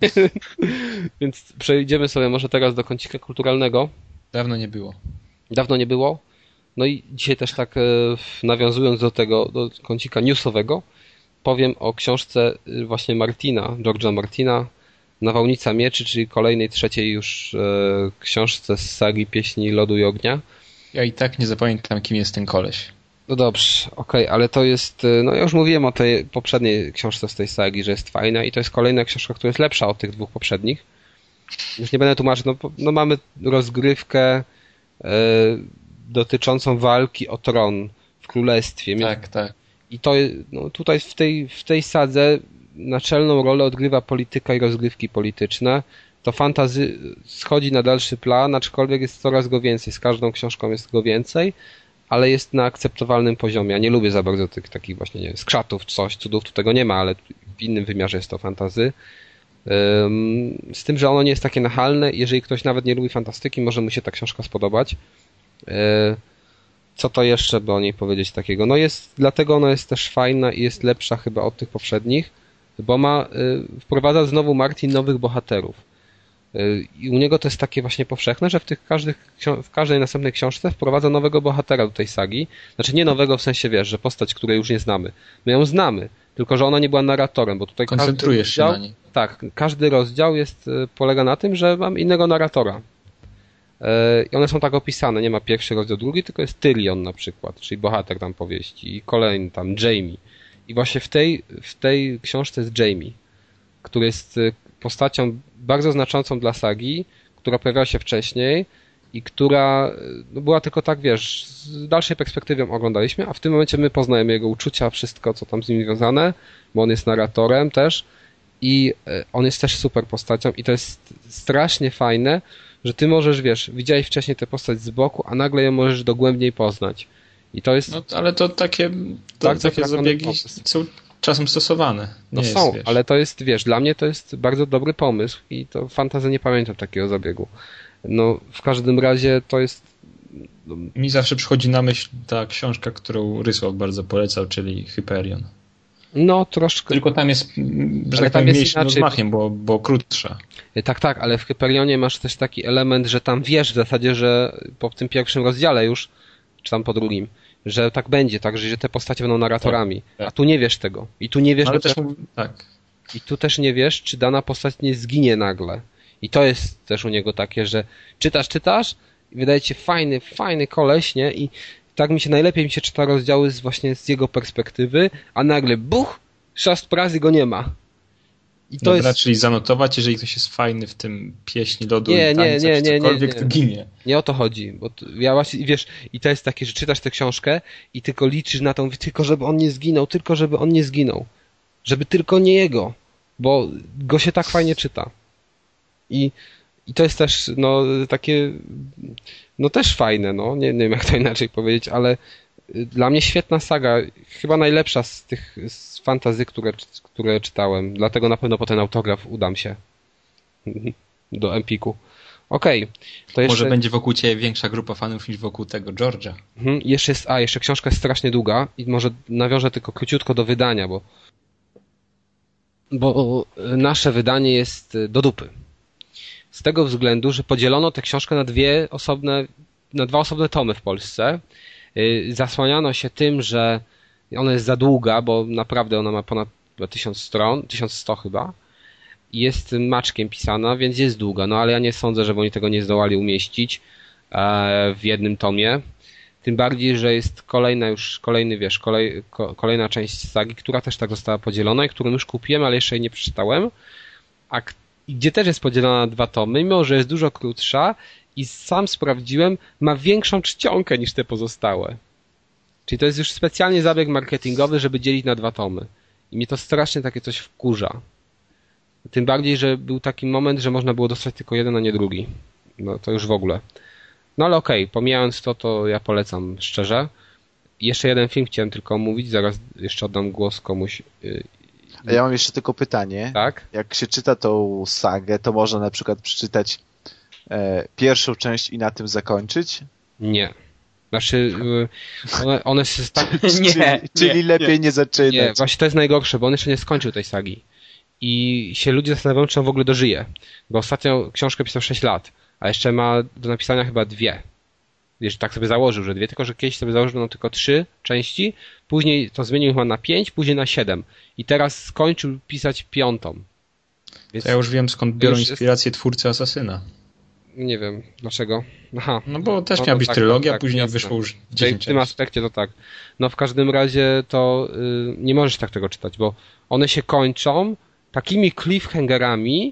Więc przejdziemy sobie może teraz do kącika kulturalnego. Dawno nie było. Dawno nie było. No i dzisiaj też tak e, nawiązując do tego, do kącika newsowego, powiem o książce właśnie Martina, George'a Martina, Nawałnica Mieczy, czyli kolejnej, trzeciej już e, książce z sagi Pieśni Lodu i Ognia. Ja i tak nie zapamiętam, kim jest ten koleś. No dobrze, okej, okay, ale to jest, no ja już mówiłem o tej poprzedniej książce z tej sagi, że jest fajna i to jest kolejna książka, która jest lepsza od tych dwóch poprzednich. Już nie będę tłumaczył, no, no mamy rozgrywkę e, dotyczącą walki o tron w królestwie. Tak, tak. I to no, tutaj w tej, w tej sadze naczelną rolę odgrywa polityka i rozgrywki polityczne. To fantasy schodzi na dalszy plan, aczkolwiek jest coraz go więcej. Z każdą książką jest go więcej, ale jest na akceptowalnym poziomie. Ja nie lubię za bardzo tych takich właśnie, nie wiem, skrzatów, coś, cudów, tu tego nie ma, ale w innym wymiarze jest to fantasy. Z tym, że ono nie jest takie nachalne. Jeżeli ktoś nawet nie lubi fantastyki, może mu się ta książka spodobać. Co to jeszcze by o niej powiedzieć takiego? No jest, dlatego ona jest też fajna i jest lepsza chyba od tych poprzednich, bo ma, wprowadza znowu Martin nowych bohaterów. I u niego to jest takie właśnie powszechne, że w tych każdych, w każdej następnej książce wprowadza nowego bohatera do tej sagi. Znaczy nie nowego w sensie, wiesz, że postać, której już nie znamy. My ją znamy, tylko że ona nie była narratorem, bo tutaj koncentrujesz rozdział, się na niej. Tak, każdy rozdział jest, polega na tym, że mam innego narratora. I one są tak opisane, nie ma pierwszy rozdział, drugi, tylko jest Tyrion na przykład, czyli bohater tam powieści i kolejny tam Jaime. I właśnie w tej, w tej książce jest Jaime, który jest postacią bardzo znaczącą dla sagi, która pojawiała się wcześniej i która no, była tylko tak, wiesz, z dalszej perspektywy ją oglądaliśmy, a w tym momencie my poznajemy jego uczucia, wszystko, co tam z nim związane, bo on jest narratorem też i on jest też super postacią i to jest strasznie fajne, że ty możesz, wiesz, widziałeś wcześniej tę postać z boku, a nagle ją możesz dogłębniej poznać. I to jest... No, ale to takie, to, takie zabiegi pomysł. Są czasem stosowane. Nie no jest, są, wiesz. ale to jest, wiesz, dla mnie to jest bardzo dobry pomysł i to fantasy nie pamiętam takiego zabiegu. No, w każdym razie to jest... Mi zawsze przychodzi na myśl ta książka, którą Rysław bardzo polecał, czyli Hyperion. No, troszkę. Tylko tam jest, że tak powiem, mniejszym rozmachem, bo, bo krótsza. Tak, tak, ale w Hyperionie masz też taki element, że tam wiesz w zasadzie, że po tym pierwszym rozdziale już, czy tam po drugim, że tak będzie, tak, że te postacie będą narratorami. Tak, tak. A tu nie wiesz tego. I tu nie wiesz, ale też, te... tak. I tu też nie wiesz, czy dana postać nie zginie nagle. I to jest też u niego takie, że czytasz, czytasz i wydaje ci się fajny, fajny koleś, nie? I tak mi się najlepiej mi się czyta rozdziały z właśnie z jego perspektywy, a nagle buch, szast prazy go nie ma. I to Dobra, jest... czyli zanotować, jeżeli ktoś jest fajny w tym pieśni lodu nie, i tańca, nie, nie, nie, cokolwiek, nie, nie. to ginie. Nie o to chodzi, bo to, ja właśnie, wiesz, i to jest takie, że czytasz tę książkę i tylko liczysz na tą, tylko żeby on nie zginął, tylko żeby on nie zginął. Żeby tylko nie jego, bo go się tak fajnie czyta. I, i to jest też, no, takie, no też fajne, no, nie, nie wiem jak to inaczej powiedzieć, ale dla mnie świetna saga, chyba najlepsza z tych z fantasy, które, które czytałem, dlatego na pewno po ten autograf udam się do Empiku. Okej. Okay. To jeszcze... Może będzie wokół ciebie większa grupa fanów niż wokół tego George'a. Mhm. Jeszcze jest, a, jeszcze książka jest strasznie długa i może nawiążę tylko króciutko do wydania, bo bo nasze wydanie jest do dupy. Z tego względu, że podzielono tę książkę na dwie osobne, na dwa osobne tomy w Polsce. Zasłaniano się tym, że ona jest za długa, bo naprawdę ona ma ponad tysiąc stron, tysiąc sto chyba. I jest maczkiem pisana, więc jest długa. No ale ja nie sądzę, żeby oni tego nie zdołali umieścić w jednym tomie. Tym bardziej, że jest kolejna już, kolejny, wiesz, kolej, kolejna część sagi, która też tak została podzielona i którą już kupiłem, ale jeszcze jej nie przeczytałem. A gdzie też jest podzielona na dwa tomy, mimo że jest dużo krótsza i sam sprawdziłem, ma większą czcionkę niż te pozostałe. Czyli to jest już specjalnie zabieg marketingowy, żeby dzielić na dwa tomy. I mnie to strasznie takie coś wkurza. Tym bardziej, że był taki moment, że można było dostać tylko jeden, a nie drugi. No to już w ogóle. No ale okej, okay, pomijając to, to ja polecam szczerze. Jeszcze jeden film chciałem tylko omówić, zaraz jeszcze oddam głos komuś. A ja mam jeszcze tylko pytanie. Tak? Jak się czyta tą sagę, to można na przykład przeczytać e, pierwszą część i na tym zakończyć? Nie. Znaczy, one, one się tak... nie, czyli, czyli nie, lepiej nie, nie zaczynać. Nie, właśnie to jest najgorsze, bo on jeszcze nie skończył tej sagi. I się ludzie zastanawiają, czy on w ogóle dożyje. Bo ostatnio książkę pisał sześć lat, a jeszcze ma do napisania chyba dwie. Wiesz, tak sobie założył, że dwie, tylko że kiedyś sobie założył, że będą tylko trzy części, później to zmienił chyba na pięć, później na siedem. I teraz skończył pisać piątą. Więc to ja już wiem, skąd biorą jest... inspirację twórcy Asasyna. Nie wiem, dlaczego. Aha. No bo też no, miała no, być tak, trylogia, tak, później jasne. wyszło już dziesięć części. W tym aspekcie to tak. No w każdym razie to y, nie możesz tak tego czytać, bo one się kończą takimi cliffhangerami,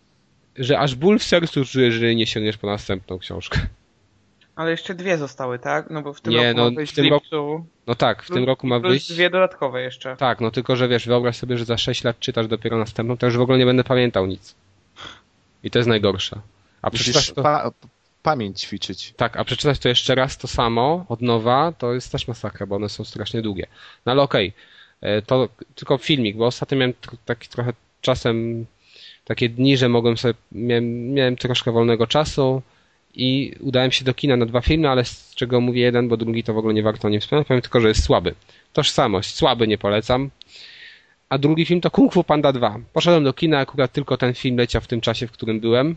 że aż ból w sercu czujesz, że nie sięgniesz po następną książkę. Ale jeszcze dwie zostały, tak? No bo w tym Nie, roku no, ma wyjść w tym Lipsu, roku- No tak, w plus, tym roku ma plus wyjść... dwie dodatkowe jeszcze. Tak, no tylko, że wiesz, wyobraź sobie, że za sześć lat czytasz dopiero następną, to już w ogóle nie będę pamiętał nic. I to jest najgorsze. A przeczytać Musisz to... pa- pamięć ćwiczyć. Tak, a przeczytać to jeszcze raz to samo, od nowa, to jest też masakra, bo one są strasznie długie. No ale okej, okay. To tylko filmik, bo ostatnio miałem tr- taki trochę czasem takie dni, że mogłem sobie, miałem, miałem troszkę wolnego czasu i udałem się do kina na dwa filmy, ale z czego mówię jeden, bo drugi to w ogóle nie warto nie wspomnieć, powiem tylko, że jest słaby. Tożsamość, słaby, nie polecam. A drugi film to Kung Fu Panda dwa. Poszedłem do kina, akurat tylko ten film leciał w tym czasie, w którym byłem.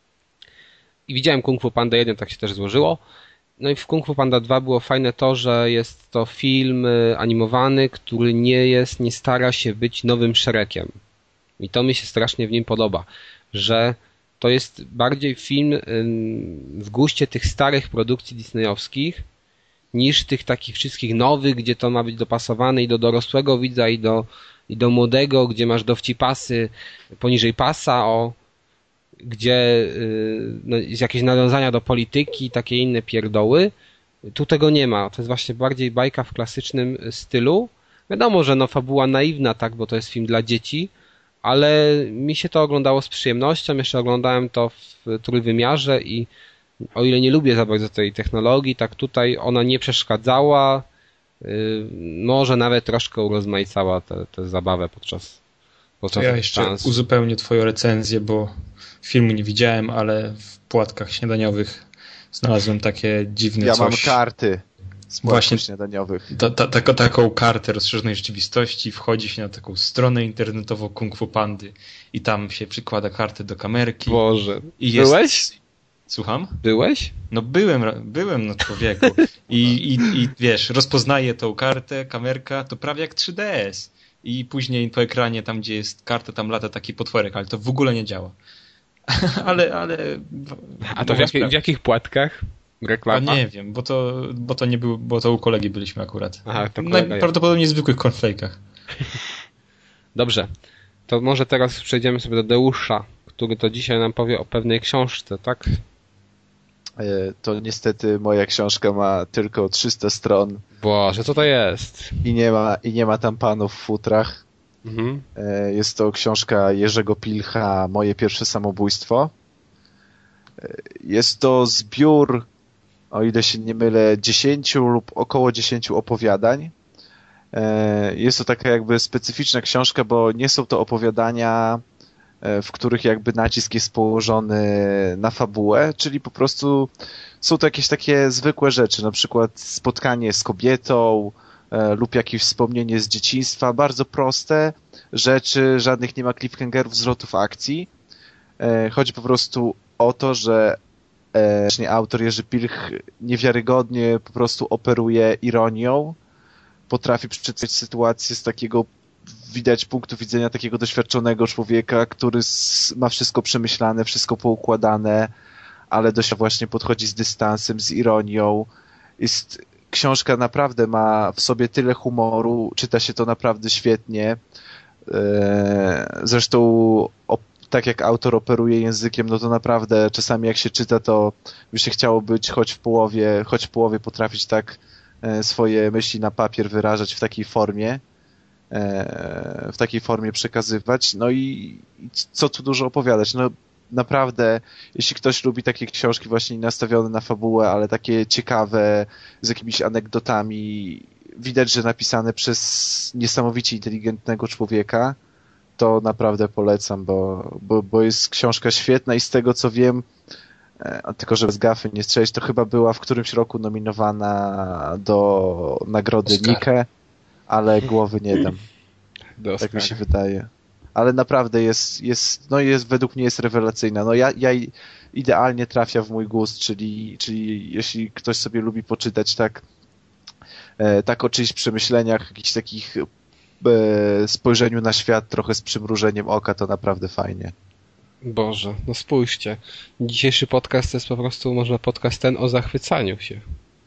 I widziałem Kung Fu Panda jeden, tak się też złożyło. No i w Kung Fu Panda dwa było fajne to, że jest to film animowany, który nie jest, nie stara się być nowym Shrekiem. I to mi się strasznie w nim podoba, że to jest bardziej film w guście tych starych produkcji disneyowskich niż tych takich wszystkich nowych, gdzie to ma być dopasowane i do dorosłego widza, i do, i do młodego, gdzie masz dowcipasy poniżej pasa, o, gdzie no, jakieś nawiązania do polityki, takie inne pierdoły. Tu tego nie ma. To jest właśnie bardziej bajka w klasycznym stylu. Wiadomo, że no fabuła naiwna, tak, bo to jest film dla dzieci, ale mi się to oglądało z przyjemnością. Jeszcze oglądałem to w trójwymiarze i o ile nie lubię za bardzo tej technologii, tak tutaj ona nie przeszkadzała. Może nawet troszkę urozmaicała tę zabawę podczas, podczas to ja jeszcze seansu. uzupełnię twoją recenzję, bo filmu nie widziałem, ale w płatkach śniadaniowych znalazłem takie dziwne ja coś. Ja mam karty z płatków Właśnie śniadaniowych. Ta, ta, ta, taką kartę rozszerzonej rzeczywistości, wchodzi się na taką stronę internetową Kung Fu Pandy i tam się przykłada kartę do kamerki. Boże. I jest... Byłeś? Słucham? Byłeś? No byłem, byłem no człowieku. I, i, I wiesz, rozpoznaje tą kartę, kamerka, to prawie jak trzy D S. I później po ekranie, tam gdzie jest karta, tam lata taki potworek, ale to w ogóle nie działa. ale, ale... A to w, jak, w jakich płatkach? Reklama? A nie wiem, bo to, bo to nie było, bo to u kolegi byliśmy akurat. Aha, to Najprawdopodobniej w zwykłych cornflake'ach. Dobrze. To może teraz przejdziemy sobie do Deusza, który to dzisiaj nam powie o pewnej książce, tak? To niestety moja książka ma tylko trzysta stron. Boże, co to jest? I nie ma, i nie ma tam panów w futrach. Mhm. Jest to książka Jerzego Pilcha Moje pierwsze samobójstwo. Jest to zbiór, o ile się nie mylę, dziesięciu lub około dziesięciu opowiadań. Jest to taka jakby specyficzna książka, bo nie są to opowiadania w których jakby nacisk jest położony na fabułę, czyli po prostu są to jakieś takie zwykłe rzeczy, na przykład spotkanie z kobietą e, lub jakieś wspomnienie z dzieciństwa, bardzo proste rzeczy, żadnych nie ma cliffhangerów, zwrotów akcji. E, chodzi po prostu o to, że e, autor Jerzy Pilch niewiarygodnie po prostu operuje ironią, potrafi przedstawić sytuację z takiego, widać punktu widzenia takiego doświadczonego człowieka, który ma wszystko przemyślane, wszystko poukładane, ale dość właśnie podchodzi z dystansem, z ironią. Jest, książka naprawdę ma w sobie tyle humoru, czyta się to naprawdę świetnie. Zresztą tak jak autor operuje językiem, no to naprawdę czasami jak się czyta, to by się chciało być choć w połowie, choć w połowie potrafić tak swoje myśli na papier wyrażać w takiej formie, w takiej formie przekazywać. No i co tu dużo opowiadać. No naprawdę, jeśli ktoś lubi takie książki właśnie nastawione na fabułę, ale takie ciekawe, z jakimiś anegdotami, widać, że napisane przez niesamowicie inteligentnego człowieka, to naprawdę polecam, bo, bo, bo jest książka świetna i z tego co wiem, tylko żeby z gafy nie strzelić, to chyba była w którymś roku nominowana do nagrody Nike, ale głowy nie dam. Tak mi się wydaje. Ale naprawdę jest, jest, no jest, według mnie jest rewelacyjna. No ja, ja idealnie trafia w mój gust, czyli, czyli jeśli ktoś sobie lubi poczytać tak, e, tak o czyichś przemyśleniach, jakichś takich e, spojrzeniu na świat trochę z przymrużeniem oka, to naprawdę fajnie. Boże, no spójrzcie. Dzisiejszy podcast to jest po prostu, można podcast ten o zachwycaniu się.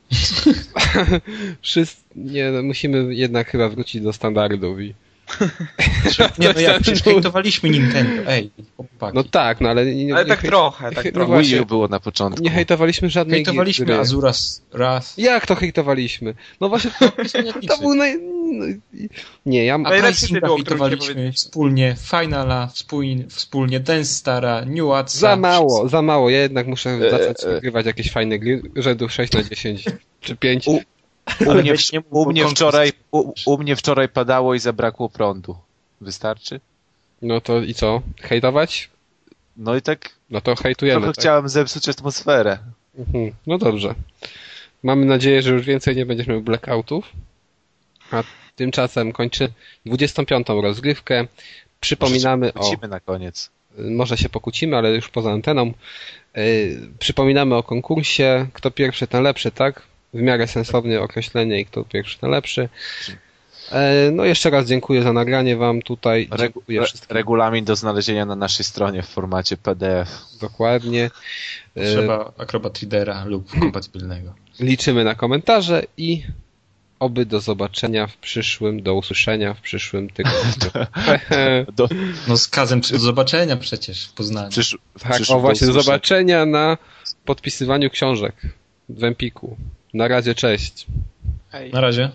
Wszyscy, nie, no, musimy jednak chyba wrócić do standardów i nie, no jak, przecież hejtowaliśmy Nintendo, ej, chłopaki. No tak, no ale... Nie, ale nie tak hej... trochę, tak no trochę. właśnie, było na początku. Nie hejtowaliśmy żadnej Hejtowaliśmy gry. Azura raz. Jak to hejtowaliśmy? No właśnie, to, to był naj... No, nie, ja... A Pricinga hejtowaliśmy wspólnie, Finala wspólnie, wspólnie Dance Stara, New Atsa. Za mało, wszystko. za mało. Ja jednak muszę zacząć wygrywać jakieś fajne gry, rzędu sześć na dziesięć czy pięć. U... U, mnie, u, mnie wczoraj, u, u mnie wczoraj padało i zabrakło prądu. Wystarczy? No to i co? Hejtować? No i tak. No to hejtujemy. Trochę tak? chciałem zepsuć atmosferę. Mhm. No dobrze. Mamy nadzieję, że już więcej nie będziesz miał blackoutów. A tymczasem kończy dwudziestą piątą rozgrywkę. Przypominamy może się o... na koniec. Może się pokłócimy, ale już poza anteną. Yy, przypominamy o konkursie. Kto pierwszy, ten lepszy, tak? W miarę sensowne określenie i kto pierwszy, ten lepszy. No jeszcze raz dziękuję za nagranie wam tutaj. Dziękuję Regu- regulamin do znalezienia na naszej stronie w formacie P D F. Dokładnie. Trzeba Acrobat Readera lub kompatybilnego. Liczymy na komentarze i oby do zobaczenia w przyszłym, do usłyszenia w przyszłym tygodniu. do... No z Kazem do zobaczenia przecież w Poznaniu. Przysz... Tak, o właśnie, do zobaczenia na podpisywaniu książek w Empiku. Na razie, cześć. Hej. Na razie.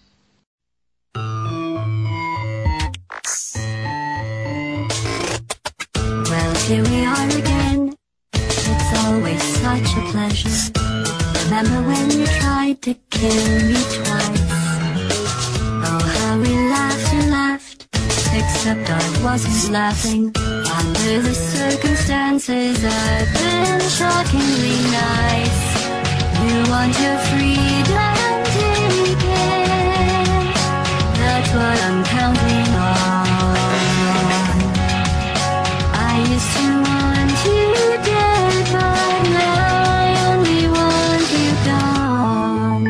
Well, here we are again. It's always such a pleasure. Remember when you tried to kill me twice? Oh, how we laughed and laughed. Except I wasn't laughing. Under the circumstances, I've been shockingly nice. You want your freedom, take it. That's what I'm counting on. I used to want you dead, but now I only want you gone.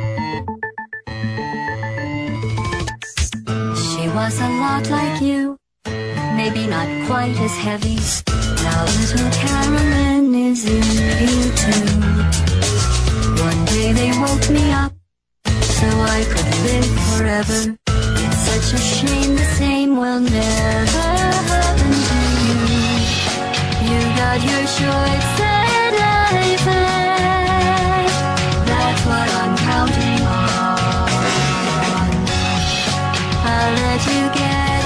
She was a lot like you, maybe not quite as heavy. Now little Carolyn is in you too. One day they woke me up, so I could live forever. It's such a shame the same will never happen to you. You got your shorts and I flash. That's what I'm counting on. I'll let you get